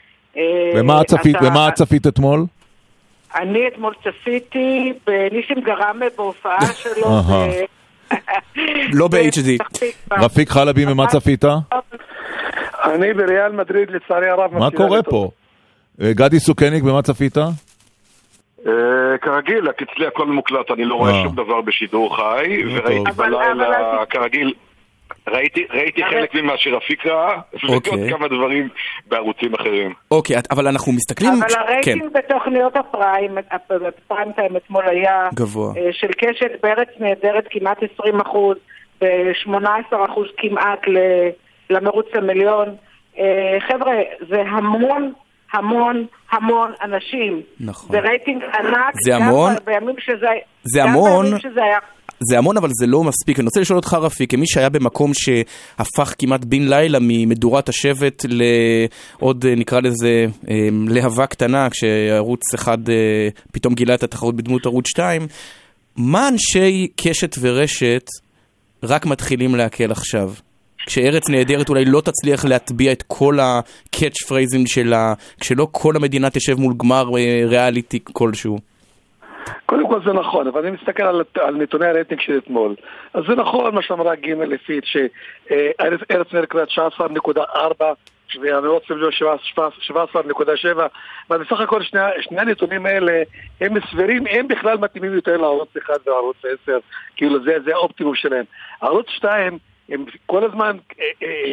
ומה הצפית אתמול? אני אתמול צפיתי בניסים גרמה בהופעה שלו. לא ב-אייץ' די. רפיק חלבי, ממה צפית? אני בריאל מדריד, לצערי הרב. מה קורה פה? גדי סוכניק, במה צפית? כרגיל, אצלי הכל מוקלט, אני לא רואה שום דבר בשידור חי, וראיתי בלילה, כרגיל, ראיתי חלק ממה שרפיק ראה, ועוד כמה דברים בערוצים אחרים. אוקיי, אבל אנחנו מסתכלים... אבל הרייטינג בתוכניות הפריים, הפריים טיים אתמול היה של קשת בארץ נהדרת כמעט עשרים אחוז, ב-שמונה עשרה אחוז כמעט למרוץ למיליון. חבר'ה, זה המון, המון, המון אנשים. נכון. זה רייטינג ענק. זה המון. בימים שזה... זה המון. זה המון, אבל זה לא מספיק. אני רוצה לשאול אותך, רפי, כמי שהיה במקום שהפך כמעט בן לילה ממדורת השבט לעוד, נקרא לזה, להבה קטנה, כשערוץ אחד פתאום גילה את התחרות בדמות ערוץ שתיים, מה אנשי קשת ורשת רק מתחילים להקל עכשיו? כשארץ נהדרת אולי לא תצליח להטביע את כל הקאץ' פרייזים שלה, כשלא כל המדינה תשב מול גמר ריאליטי כלשהו. קודם כל זה נכון, אבל אני מסתכל על, על נתוני הרייטינג של אתמול. אז זה נכון מה שאמרה גימל לפית, שארץ נהדרת תשע עשרה נקודה ארבע, והמרוץ למיליון שבע עשרה נקודה שבע, אבל בסך הכל שני, שני הנתונים האלה הם סבירים, הם בכלל מתאימים יותר לערוץ אחד וערוץ עשר, כאילו זה, זה האופטימום שלהם. ערוץ שתיים, הם כל הזמן אה, אה,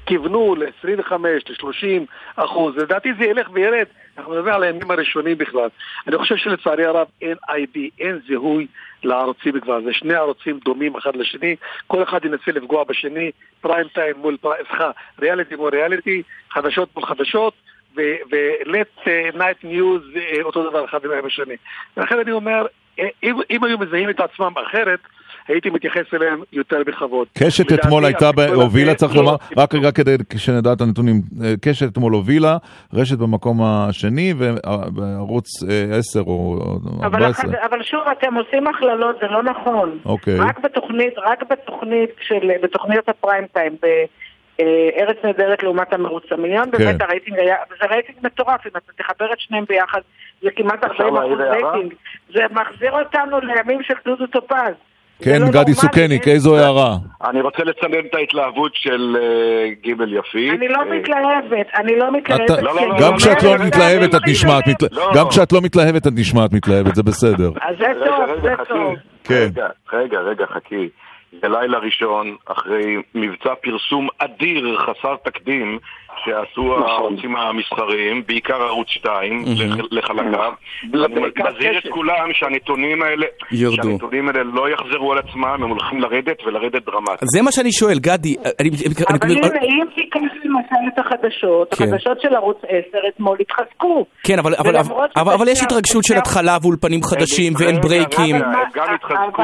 כיוונו ל-עשרים וחמש, ל-שלושים אחוז, לדעתי זה ילך וירד, אנחנו מדברים על הימים הראשונים בכלל. אני חושב שלצערי הרב אין איי בי, אין זיהוי לערוצים כבר, זה שני ערוצים דומים אחד לשני, כל אחד ינסה לפגוע בשני, פריים טיים מול פריים, סליחה, ריאליטי מול ריאליטי, חדשות מול חדשות, ו-let night news אותו דבר אחד עם השני. ולכן אני אומר, אם, אם היו מזהים את עצמם אחרת, הייתי מתייחס אליהם יותר בכבוד. קשת אתמול הייתה, הובילה, צריך לומר, רק רגע כדי שנדע את הנתונים, קשת אתמול הובילה, רשת במקום השני, וערוץ עשר או ארבע עשרה. אבל שוב, אתם עושים הכללות, זה לא נכון. רק בתוכנית, רק בתוכנית של, בתוכניות הפריים טיים, ארץ נהדרת לעומת המרוץ המיליון, באמת הרייטינג היה, זה רייטינג מטורף, אם אתה תחבר את שניהם ביחד, זה כמעט ארבעים אחוז רייטינג. זה מחזיר אותנו לימים של דודו טופז. כן, גדי סוכניק, איזו הערה? אני רוצה לצנן את ההתלהבות של גימל יפית. אני לא מתלהבת, אני לא מתלהבת. גם כשאת לא מתלהבת את נשמעת, גם כשאת לא מתלהבת את נשמעת מתלהבת, זה בסדר. אז זה טוב, זה טוב. רגע, רגע, רגע, חכי. זה לילה ראשון אחרי מבצע פרסום אדיר חסר תקדים שעשו הערוצים המסחריים, בעיקר ערוץ שתיים לחלקיו. אני מזהיר את כולם שהנתונים האלה שהנתונים האלה לא יחזרו על עצמם, הם הולכים לרדת ולרדת דרמטית. זה מה שאני שואל, גדי. אבל אם תיקח למשל את החדשות, החדשות של ערוץ עשר אתמול התחזקו. כן, אבל יש התרגשות של התחלה ואולפנים חדשים ואין ברייקים. גם התחזקו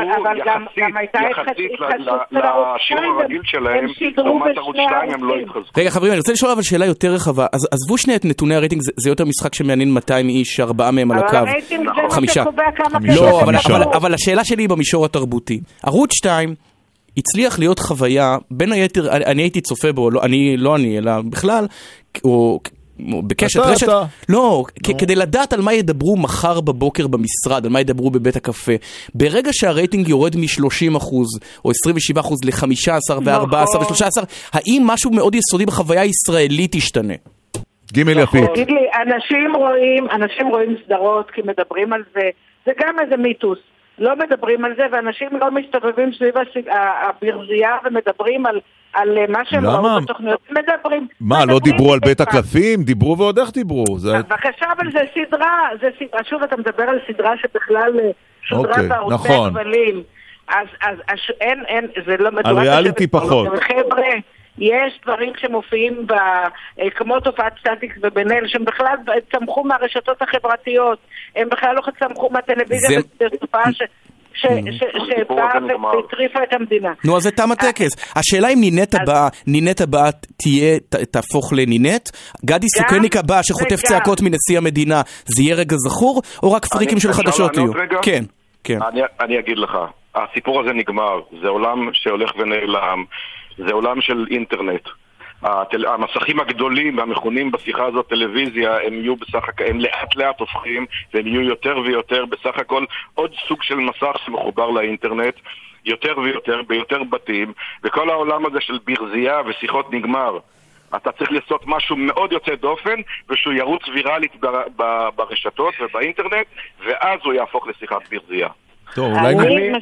יחסית לשיעור הרגיל שלהם, לעומת ערוץ שתיים הם לא התחזקו. רגע חברים, אני רוצה לשאול אבל שאלה יותר רחבה. אז עזבו שנייה את נתוני הרייטינג, זה יותר משחק שמעניין מאתיים איש, ארבעה מהם על הקו. אבל הרייטינג זה מה שקובע כמה לא, אבל השאלה שלי היא במישור התרבותי. ערוץ שתיים הצליח להיות חוויה, בין היתר, אני הייתי צופה בו, אני, לא אני, אלא בכלל, או בקשת רשת, לא, כדי לדעת על מה ידברו מחר בבוקר במשרד, על מה ידברו בבית הקפה. ברגע שהרייטינג יורד מ-שלושים אחוז או עשרים ושבעה אחוז ל-חמישה עשר ו-ארבעה עשר ו-שלושה עשר, האם משהו מאוד יסודי בחוויה הישראלית ישתנה? גימל יפית. תגיד לי, אנשים רואים, אנשים רואים סדרות כי מדברים על זה, זה גם איזה מיתוס. לא מדברים על זה, ואנשים לא מסתובבים סביב הברזייה ומדברים על, על מה שהם ראו בתוכניות. מדברים. מה, לא דיברו על בית הקלפים? דיברו ועוד איך דיברו? בבקשה, אבל זה סדרה, זה סדרה, שוב אתה מדבר על סדרה שבכלל שודרה בערוצי הכבלים. אז, אז, אין, אין, זה לא מדובר. על ריאליטי פחות. חבר'ה, יש דברים שמופיעים ב, כמו תופעת סטטיקס ובן-אל, שהם בכלל צמחו מהרשתות החברתיות, הם בכלל לא צמחו מהטלוויזיה, זה תופעה ש... שבאה והטריפה את המדינה. נו, אז זה תם הטקס. השאלה אם נינט הבאה, נינט הבאה תהפוך לנינט? גדי סוכניק הבא שחוטף צעקות מנשיא המדינה, זה יהיה רגע זכור? או רק פריקים של חדשות יהיו? כן, כן. אני אגיד לך, הסיפור הזה נגמר, זה עולם שהולך ונעלם, זה עולם של אינטרנט. המסכים הגדולים והמכונים בשיחה הזאת טלוויזיה הם יהיו בסך הכל, הם לאט לאט הופכים והם יהיו יותר ויותר בסך הכל עוד סוג של מסך שמחובר לאינטרנט יותר ויותר ביותר בתים, וכל העולם הזה של ברזייה ושיחות נגמר. אתה צריך לעשות משהו מאוד יוצא דופן ושהוא ירוץ ויראלית ברשתות ובאינטרנט, ואז הוא יהפוך לשיחת ברזייה. טוב, אולי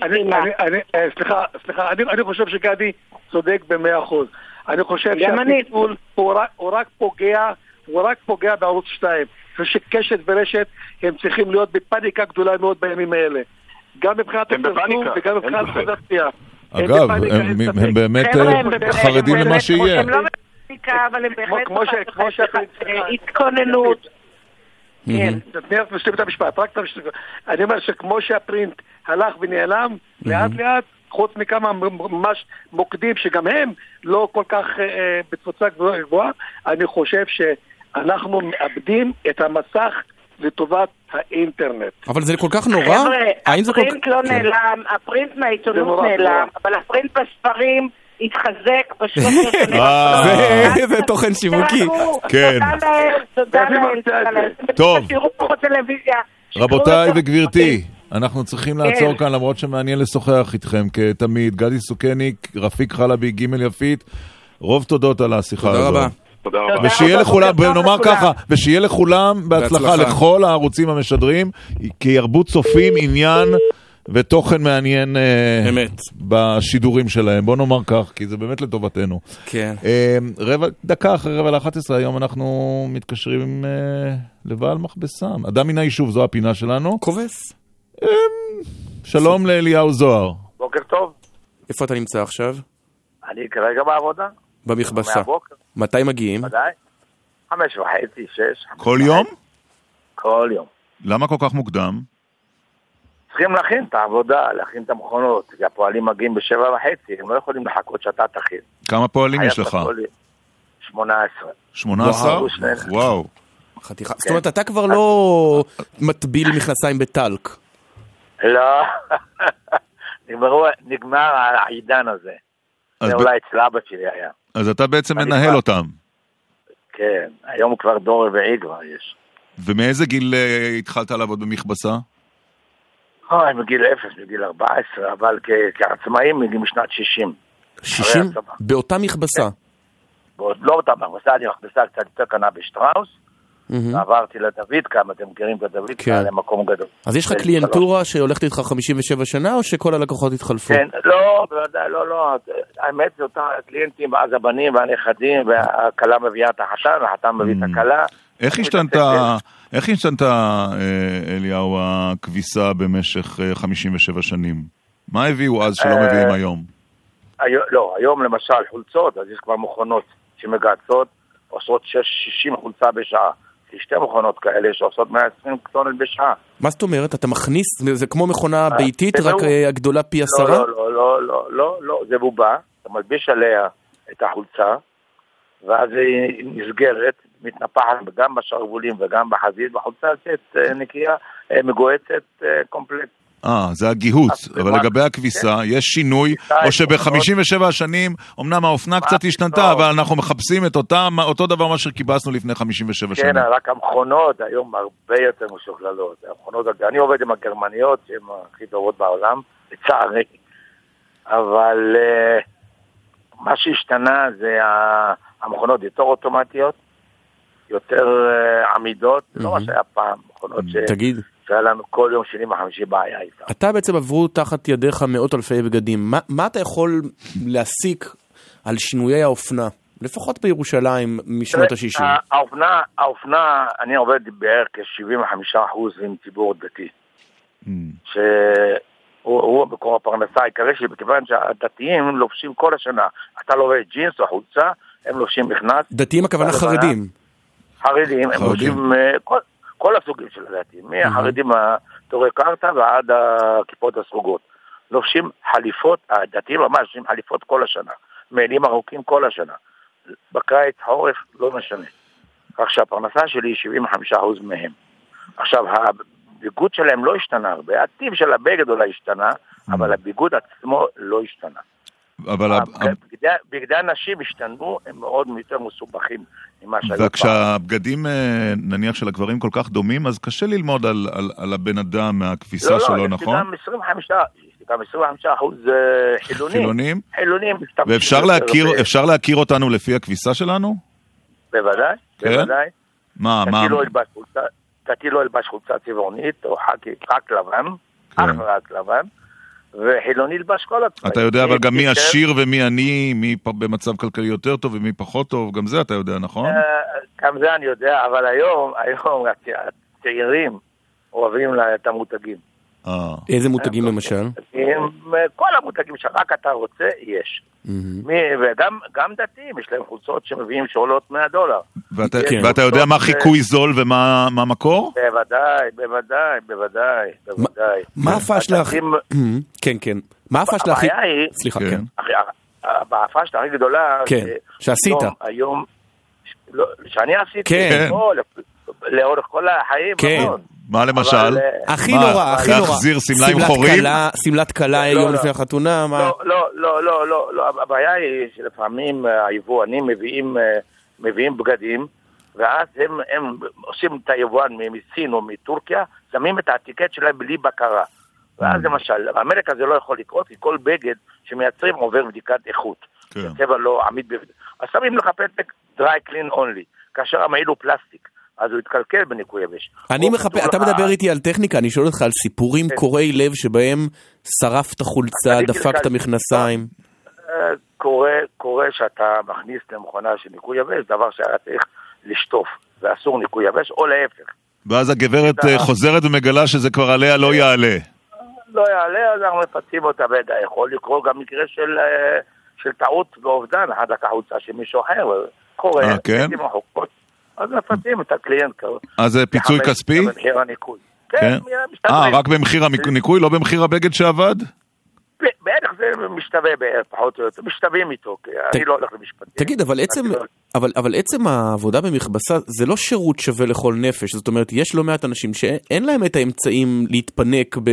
סליחה, סליחה, אני חושב שגדי צודק במאה אחוז. אני חושב שהפיצול הוא רק פוגע, הוא רק פוגע בערוץ שתיים. שקשת ורשת הם צריכים להיות בפניקה גדולה מאוד בימים האלה. גם מבחינת הפרסום וגם מבחינת חדשיה. אגב, הם באמת חרדים למה שיהיה. הם לא בפניקה, אבל הם בהחלט התכוננות. כן. אני אומר שכמו שהפרינט הלך ונעלם, לאט לאט, חוץ מכמה ממש מוקדים שגם הם לא כל כך בתפוצה גבוהה, אני חושב שאנחנו מאבדים את המסך לטובת האינטרנט. אבל זה כל כך נורא? חבר'ה, הפרינט לא נעלם, הפרינט מהעיתונות נעלם, אבל הפרינט בספרים התחזק בשלוש שנים. זה תוכן שיווקי. כן. תודה להם. טוב. תראו פה טלוויזיה. רבותיי וגברתי, אנחנו צריכים לעצור כאן, למרות שמעניין לשוחח איתכם, כתמיד. גדי סוכניק, רפיק חלבי, גימל יפית, רוב תודות על השיחה הזו. תודה רבה. תודה רבה. ושיהיה לכולם, נאמר ככה, ושיהיה לכולם בהצלחה לכל הערוצים המשדרים, כי ירבו צופים עניין ותוכן מעניין באמת בשידורים שלהם. בוא נאמר כך, כי זה באמת לטובתנו. כן. רבע, דקה אחרי רבע ל-אחת עשרה, היום אנחנו מתקשרים עם לבעל מכבסה. אדם מן היישוב, זו הפינה שלנו. קובס. שלום לאליהו זוהר. בוקר טוב. איפה אתה נמצא עכשיו? אני כרגע בעבודה. במכבסה. מתי מגיעים? ודאי. חמש וחצי, שש. כל יום? כל יום. למה כל כך מוקדם? צריכים להכין את העבודה, להכין את המכונות, כי הפועלים מגיעים בשבע וחצי, הם לא יכולים לחכות שאתה תכין. כמה פועלים יש לך? שמונה עשרה. שמונה עשרה? וואו. חתיכה. זאת אומרת, אתה כבר לא מטביל מכנסיים בטלק. לא. נגמר העידן הזה. זה אולי אצל אבא שלי היה. אז אתה בעצם מנהל אותם. כן, היום כבר דור רביעי כבר יש. ומאיזה גיל התחלת לעבוד במכבסה? אוי, מגיל אפס, מגיל ארבע עשרה, אבל כעצמאים מגיל משנת שישים. שישים? באותה מכבסה? לא באותה מכבסה, אני מכבסה קצת יותר קנה בשטראוס, ועברתי לדוד, כמה אתם מכירים את הדוד, זה מקום גדול. אז יש לך קליינטורה שהולכת איתך חמישים ושבע שנה, או שכל הלקוחות התחלפו? כן, לא, בוודאי, לא, לא. האמת זה אותה קליינטים, ואז הבנים והנכדים, והקלה מביאה את החתן, והחתן מביא את הקלה. איך השתנתה, איך השתנתה, אליהו, הכביסה במשך חמישים ושבע שנים? מה הביאו אז שלא מביאים היום? לא, היום למשל חולצות, אז יש כבר מכונות שמגעצות, עושות שישים חולצה בשעה. יש שתי מכונות כאלה שעושות מאה ועשרים טון בשעה. מה זאת אומרת? אתה מכניס, זה כמו מכונה ביתית, רק הגדולה פי עשרה? לא, לא, לא, לא, לא, לא, זה בובה, אתה מלביש עליה את החולצה, ואז היא נסגרת, מתנפחת גם בשרבולים וגם בחזית, בחולצה יוצאת נקייה, מגועצת קומפלט. אה, זה הגיהוץ, אבל לגבי הכביסה, יש שינוי, או שב-חמישים ושבע השנים, אמנם האופנה קצת השתנתה, אבל אנחנו מחפשים את אותו דבר מה שקיבסנו לפני חמישים ושבע שנים. כן, רק המכונות היום הרבה יותר משוכללות. אני עובד עם הגרמניות, שהן הכי טובות בעולם, לצערי. אבל מה שהשתנה זה המכונות יותר אוטומטיות, יותר עמידות, לא מה שהיה פעם, מכונות ש... תגיד. שהיה לנו כל יום שני וחמישי בעיה איתה. אתה בעצם עברו תחת ידיך מאות אלפי בגדים. מה, מה אתה יכול להסיק על שינויי האופנה? לפחות בירושלים משנות ה-שישים. האופנה, האופנה, אני עובד בערך כ-שבעים וחמישה אחוז עם ציבור דתי. שהוא מקור הפרנסה העיקרי שלי, בכיוון שהדתיים לובשים כל השנה. אתה לובש ג'ינס או חולצה, הם לובשים מכנס. דתיים הכוונה חרדים. חרדים, הם לובשים כל... כל הסוגים של הדתיים, מהחרדים התורי קרתא ועד הכיפות הסרוגות. לובשים חליפות, הדתיים ממש לובשים חליפות כל השנה, מעילים ארוכים כל השנה. בקיץ, חורף, לא משנה. כך שהפרנסה שלי היא שבעים וחמישה אחוז מהם. עכשיו, הביגוד שלהם לא השתנה הרבה, הטיב של הבגד אולי השתנה, אבל הביגוד עצמו לא השתנה. אבל בגדי הנשים השתנו, הם מאוד יותר מסובכים ממה שהיו פעם. וכשהבגדים, נניח של הגברים כל כך דומים, אז קשה ללמוד על הבן אדם מהכביסה שלו, נכון? לא, לא, יש גם עשרים וחמישה אחוז חילונים. חילונים? חילונים. ואפשר להכיר אותנו לפי הכביסה שלנו? בוודאי, בוודאי. מה, מה? תתי לא ילבש חולצה צבעונית, או רק לבן, אך רק לבן. וחילוני ילבש כל הצבעים. אתה יודע אבל גם מי עשיר ומי עני, מי במצב כלכלי יותר טוב ומי פחות טוב, גם זה אתה יודע, נכון? גם זה אני יודע, אבל היום, היום הצעירים אוהבים את המותגים. איזה מותגים למשל? כל המותגים שרק אתה רוצה, יש. וגם דתיים, יש להם חולצות שמביאים שעולות מאה דולר. ואתה יודע מה חיקוי זול ומה המקור? בוודאי, בוודאי, בוודאי, בוודאי. מה הפשלה הכי... כן, כן. מה הפשלה הכי... הבעיה היא... סליחה, כן. הפשלה הכי גדולה... כן, שעשית. היום... שאני עשיתי... כן. לאורך כל החיים. כן. מה למשל? הכי נורא, הכי נורא. להחזיר סמלה עם חורים? סמלת קלה יום לפני החתונה? לא, לא, לא, לא, לא. הבעיה היא שלפעמים היבואנים מביאים, מביאים בגדים, ואז הם, הם עושים את היבואן מסין או מטורקיה, שמים את העתיקט שלהם בלי בקרה. ואז למשל, באמריקה זה לא יכול לקרות, כי כל בגד שמייצרים עובר בדיקת איכות. הצבע לא עמיד בבד. אז שמים לך פתק dry clean only, כאשר המעיל הוא פלסטיק. אז הוא יתקלקל בניקוי יבש. אני מחפה, אתה מדבר איתי על טכניקה, אני שואל אותך על סיפורים קוראי לב שבהם שרפת חולצה, דפקת מכנסיים. קורה שאתה מכניס למכונה של ניקוי יבש, דבר שהיה צריך לשטוף, ואסור ניקוי יבש, או להפך. ואז הגברת חוזרת ומגלה שזה כבר עליה לא יעלה. לא יעלה, אז אנחנו מפצים אותה, יכול לקרוא גם מקרה של טעות באובדן, אחת החולצה של מישהו אחר, קורה, אז מפצים את הקליינט. אז זה פיצוי כספי? במחיר הניקוי. כן, אה, רק במחיר הניקוי, לא במחיר הבגד שעבד? בערך זה משתווה בערך, פחות או יותר, משתווים איתו, אני לא הולך למשפטים. תגיד, אבל עצם, אבל, אבל עצם העבודה במכבסה זה לא שירות שווה לכל נפש, זאת אומרת, יש לא מעט אנשים שאין להם את האמצעים להתפנק ב...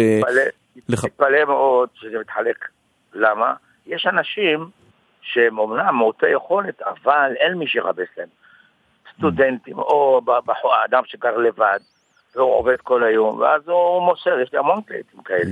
מתפלא מאוד שזה מתחלק. למה? יש אנשים שהם אומנם מעוטי יכולת, אבל אין מי שרבס להם. סטודנטים, או אדם שגר לבד, והוא עובד כל היום, ואז הוא מוסר, יש לי המון קלטים כאלה.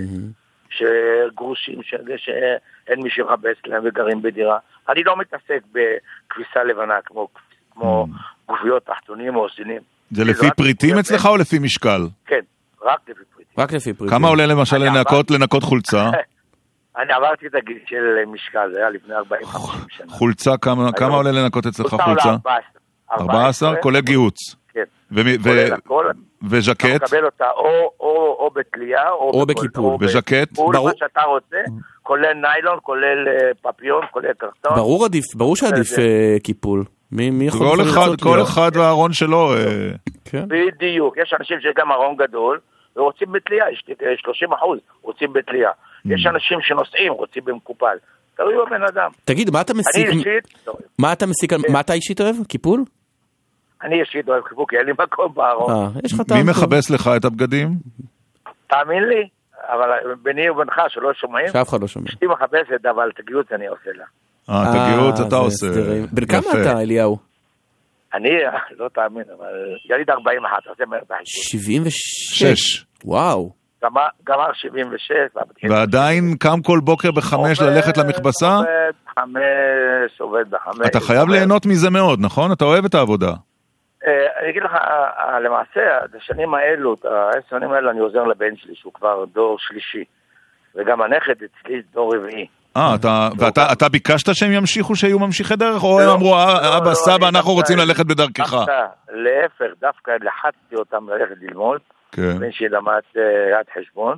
שגרושים, שאין מי שרבס להם וגרים בדירה. אני לא מתעסק בכביסה לבנה כמו, כמו גופיות תחתונים או סינים. זה לפי פריטים אצלך או לפי משקל? כן, רק לפי פריטים. רק לפי פריטים. כמה עולה למשל לנקות, לנקות חולצה? אני עברתי את הגיל של משקל, זה היה לפני ארבעים חמישים שנה. חולצה, כמה, כמה עולה לנקות אצלך חולצה? ארבע עשרה? כולל גיהוץ. כן. כולל הכל. וז'קט? אתה מקבל אותה או, או, או בתלייה, או, או בקיפול. וז'קט? ברור. מה שאתה רוצה, כולל ניילון, כולל פפיון, כולל קרטון. ברור עדיף, ברור שעדיף קיפול. מי, מי יכול כל אחד, כל אחד והארון שלו. כן. בדיוק. יש אנשים שיש גם ארון גדול, ורוצים בתלייה, יש שלושים אחוז רוצים בתלייה. יש אנשים שנוסעים, רוצים במקופל. תראו בבן אדם. תגיד, מה אתה מסיק? אני אישית... מה אתה מסיק? מה אתה אישית אוהב? קיפול? אני אישית אוהב קיפול, כי אין לי מקום בארון. מי מכבס לך את הבגדים? תאמין לי, אבל ביני ובינך שלא שומעים. שאף אחד לא שומע. אשתי מכבסת, אבל את הגיוץ אני עושה לה. אה, את הגיוץ אתה עושה. בן כמה אתה, אליהו? אני, לא תאמין, אבל יליד ארבעים ואחת, זה מעט החשבון. שבעים ושש. וואו. גמר שבעים ושש. ועדיין קם כל בוקר בחמש ללכת למכבסה? עובד בחמש, עובד בחמש. אתה חייב ליהנות מזה מאוד, נכון? אתה אוהב את העבודה. אני אגיד לך, למעשה, השנים האלו, העשר שנים האלו, אני עוזר לבן שלי, שהוא כבר דור שלישי. וגם הנכד אצלי דור רביעי. אה, ואתה ביקשת שהם ימשיכו, שיהיו ממשיכי דרך? או הם אמרו, אבא, סבא, אנחנו רוצים ללכת בדרכך? להפך, דווקא לחצתי אותם ללכת ללמוד. בן שלי למד ראיית חשבון.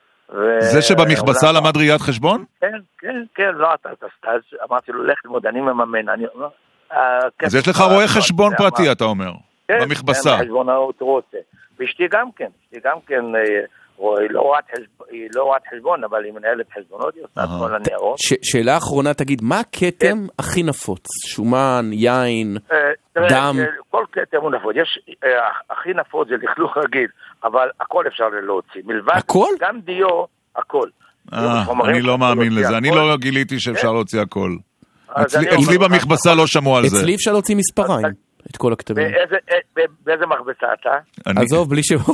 זה שבמכבסה למד ראיית חשבון? כן, כן, כן, לא, אתה סטאז', אמרתי לו, לך ללמוד, אני מממן, אני... אז יש לך רואה חשבון פרטי, אתה אומר, במכבסה. כן, חשבונאות רוצה. ואשתי גם כן, אשתי גם כן, היא לא רואת חשבון, אבל היא מנהלת חשבונות, היא עושה את כל הניירות. שאלה אחרונה, תגיד, מה הכתם הכי נפוץ? שומן, יין, דם? כל כתם הוא נפוץ. הכי נפוץ זה לכלוך רגיל, אבל הכל אפשר להוציא. הכל? גם דיו, הכל. אני לא מאמין לזה, אני לא גיליתי שאפשר להוציא הכל. אצלי במכבסה לא שמעו על זה. אצלי אפשר להוציא מספריים, את כל הכתבים. באיזה מכבסה אתה? עזוב, בלי שמות.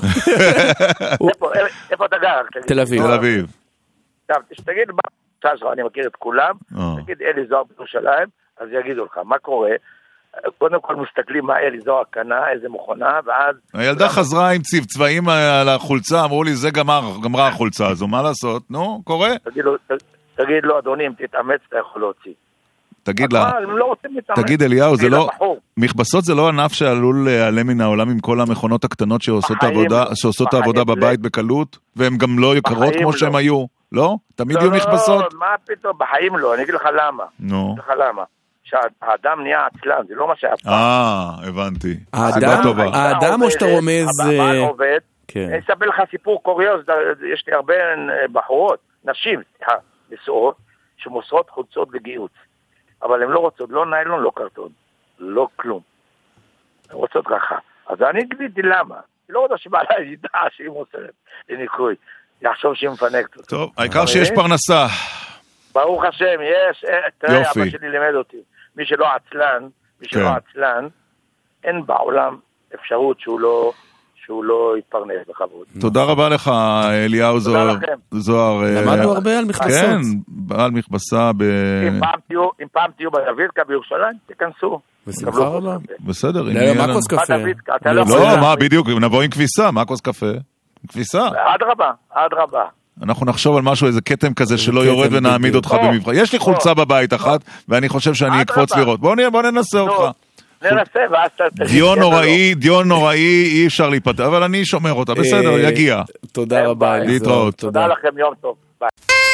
איפה אתה גר? תל אביב. תל אביב. תגיד, אני מכיר את כולם, תגיד אלי זוהר בירושלים, אז יגידו לך, מה קורה? קודם כל מסתכלים מה אלי זוהר קנה, איזה מכונה, ואז... הילדה חזרה עם צבעים על החולצה, אמרו לי, זה גמרה החולצה הזו, מה לעשות? נו, קורה? תגיד לו, אדוני, אם תתאמץ, אתה יכול להוציא. תגיד לה, תגיד אליהו, זה לא, מכבסות זה לא ענף שעלול להיעלם מן העולם עם כל המכונות הקטנות שעושות את העבודה בבית בקלות, והן גם לא יקרות כמו שהן היו, לא? תמיד יהיו מכבסות? לא, מה פתאום, בחיים לא, אני אגיד לך למה. נו. אני אגיד לך למה. שהאדם נהיה עצלן, זה לא מה שהיה פעם. אה, הבנתי. האדם או שאתה רומז... הבעל עובד, אני אספר לך סיפור קוריוז, יש לי הרבה בחורות, נשים, נשואות, שמוסרות חולצות וגיהוץ. אבל הן לא רוצות, לא ניילון, לא קרטון, לא כלום. הן רוצות ככה. אז אני גיליתי למה. היא לא רוצה שבעלה ידע שהיא מוסרת לניקוי. יחשוב שהיא מפנקת אותו. טוב, העיקר שיש פרנסה. ברוך השם, יש. תראה, אבא שלי לימד אותי. מי שלא עצלן, מי שלא עצלן, אין בעולם אפשרות שהוא לא... שהוא לא יתפרנס בכבוד. תודה רבה לך, אליהו זוהר. תודה לכם. למדנו הרבה על מכבסות. כן, בעל מכבסה ב... אם פעם תהיו בדוידקה בירושלים, תיכנסו. בשמחה רבה. בסדר. מה כוס קפה? לא, מה, בדיוק, נבוא עם כביסה, מה כוס קפה? כביסה. עד רבה, עד רבה. אנחנו נחשוב על משהו, איזה קטם כזה שלא יורד ונעמיד אותך במבחן. יש לי חולצה בבית אחת, ואני חושב שאני אקפוץ לראות. בוא ננסה אותך. ננסה, ואז אתה... דיון נוראי, דיון נוראי, אי אפשר להיפטר, אבל אני שומר אותה, בסדר, יגיע. תודה רבה. להתראות. תודה לכם, יום טוב. ביי.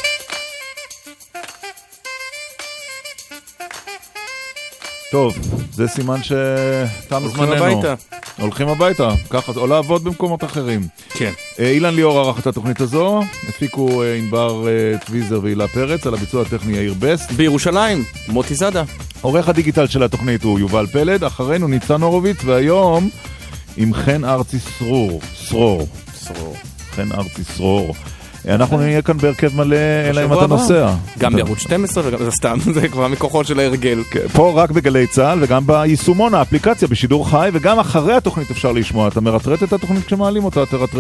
טוב, זה סימן שתם זמננו. הולכים הביתה. הולכים הביתה, ככה, או לעבוד במקומות אחרים. כן. אילן ליאור ערך את התוכנית הזו, הפיקו ענבר טוויזר ואילה פרץ, על הביצוע הטכני יאיר בסט. בירושלים, מוטי זאדה. עורך הדיגיטל של התוכנית הוא יובל פלד, אחרינו ניצן הורוביץ, והיום עם חן ארצי סרור. סרור. סרור. חן ארצי סרור. אנחנו נהיה כאן בהרכב מלא, אלא אם אתה נוסע. גם בערוץ שתים עשרה, זה סתם, זה כבר מכוחות של ההרגל. פה רק בגלי צהל, וגם ביישומון, האפליקציה בשידור חי, וגם אחרי התוכנית אפשר לשמוע. אתה מרטרט את התוכנית כשמעלים אותה, תרטרט.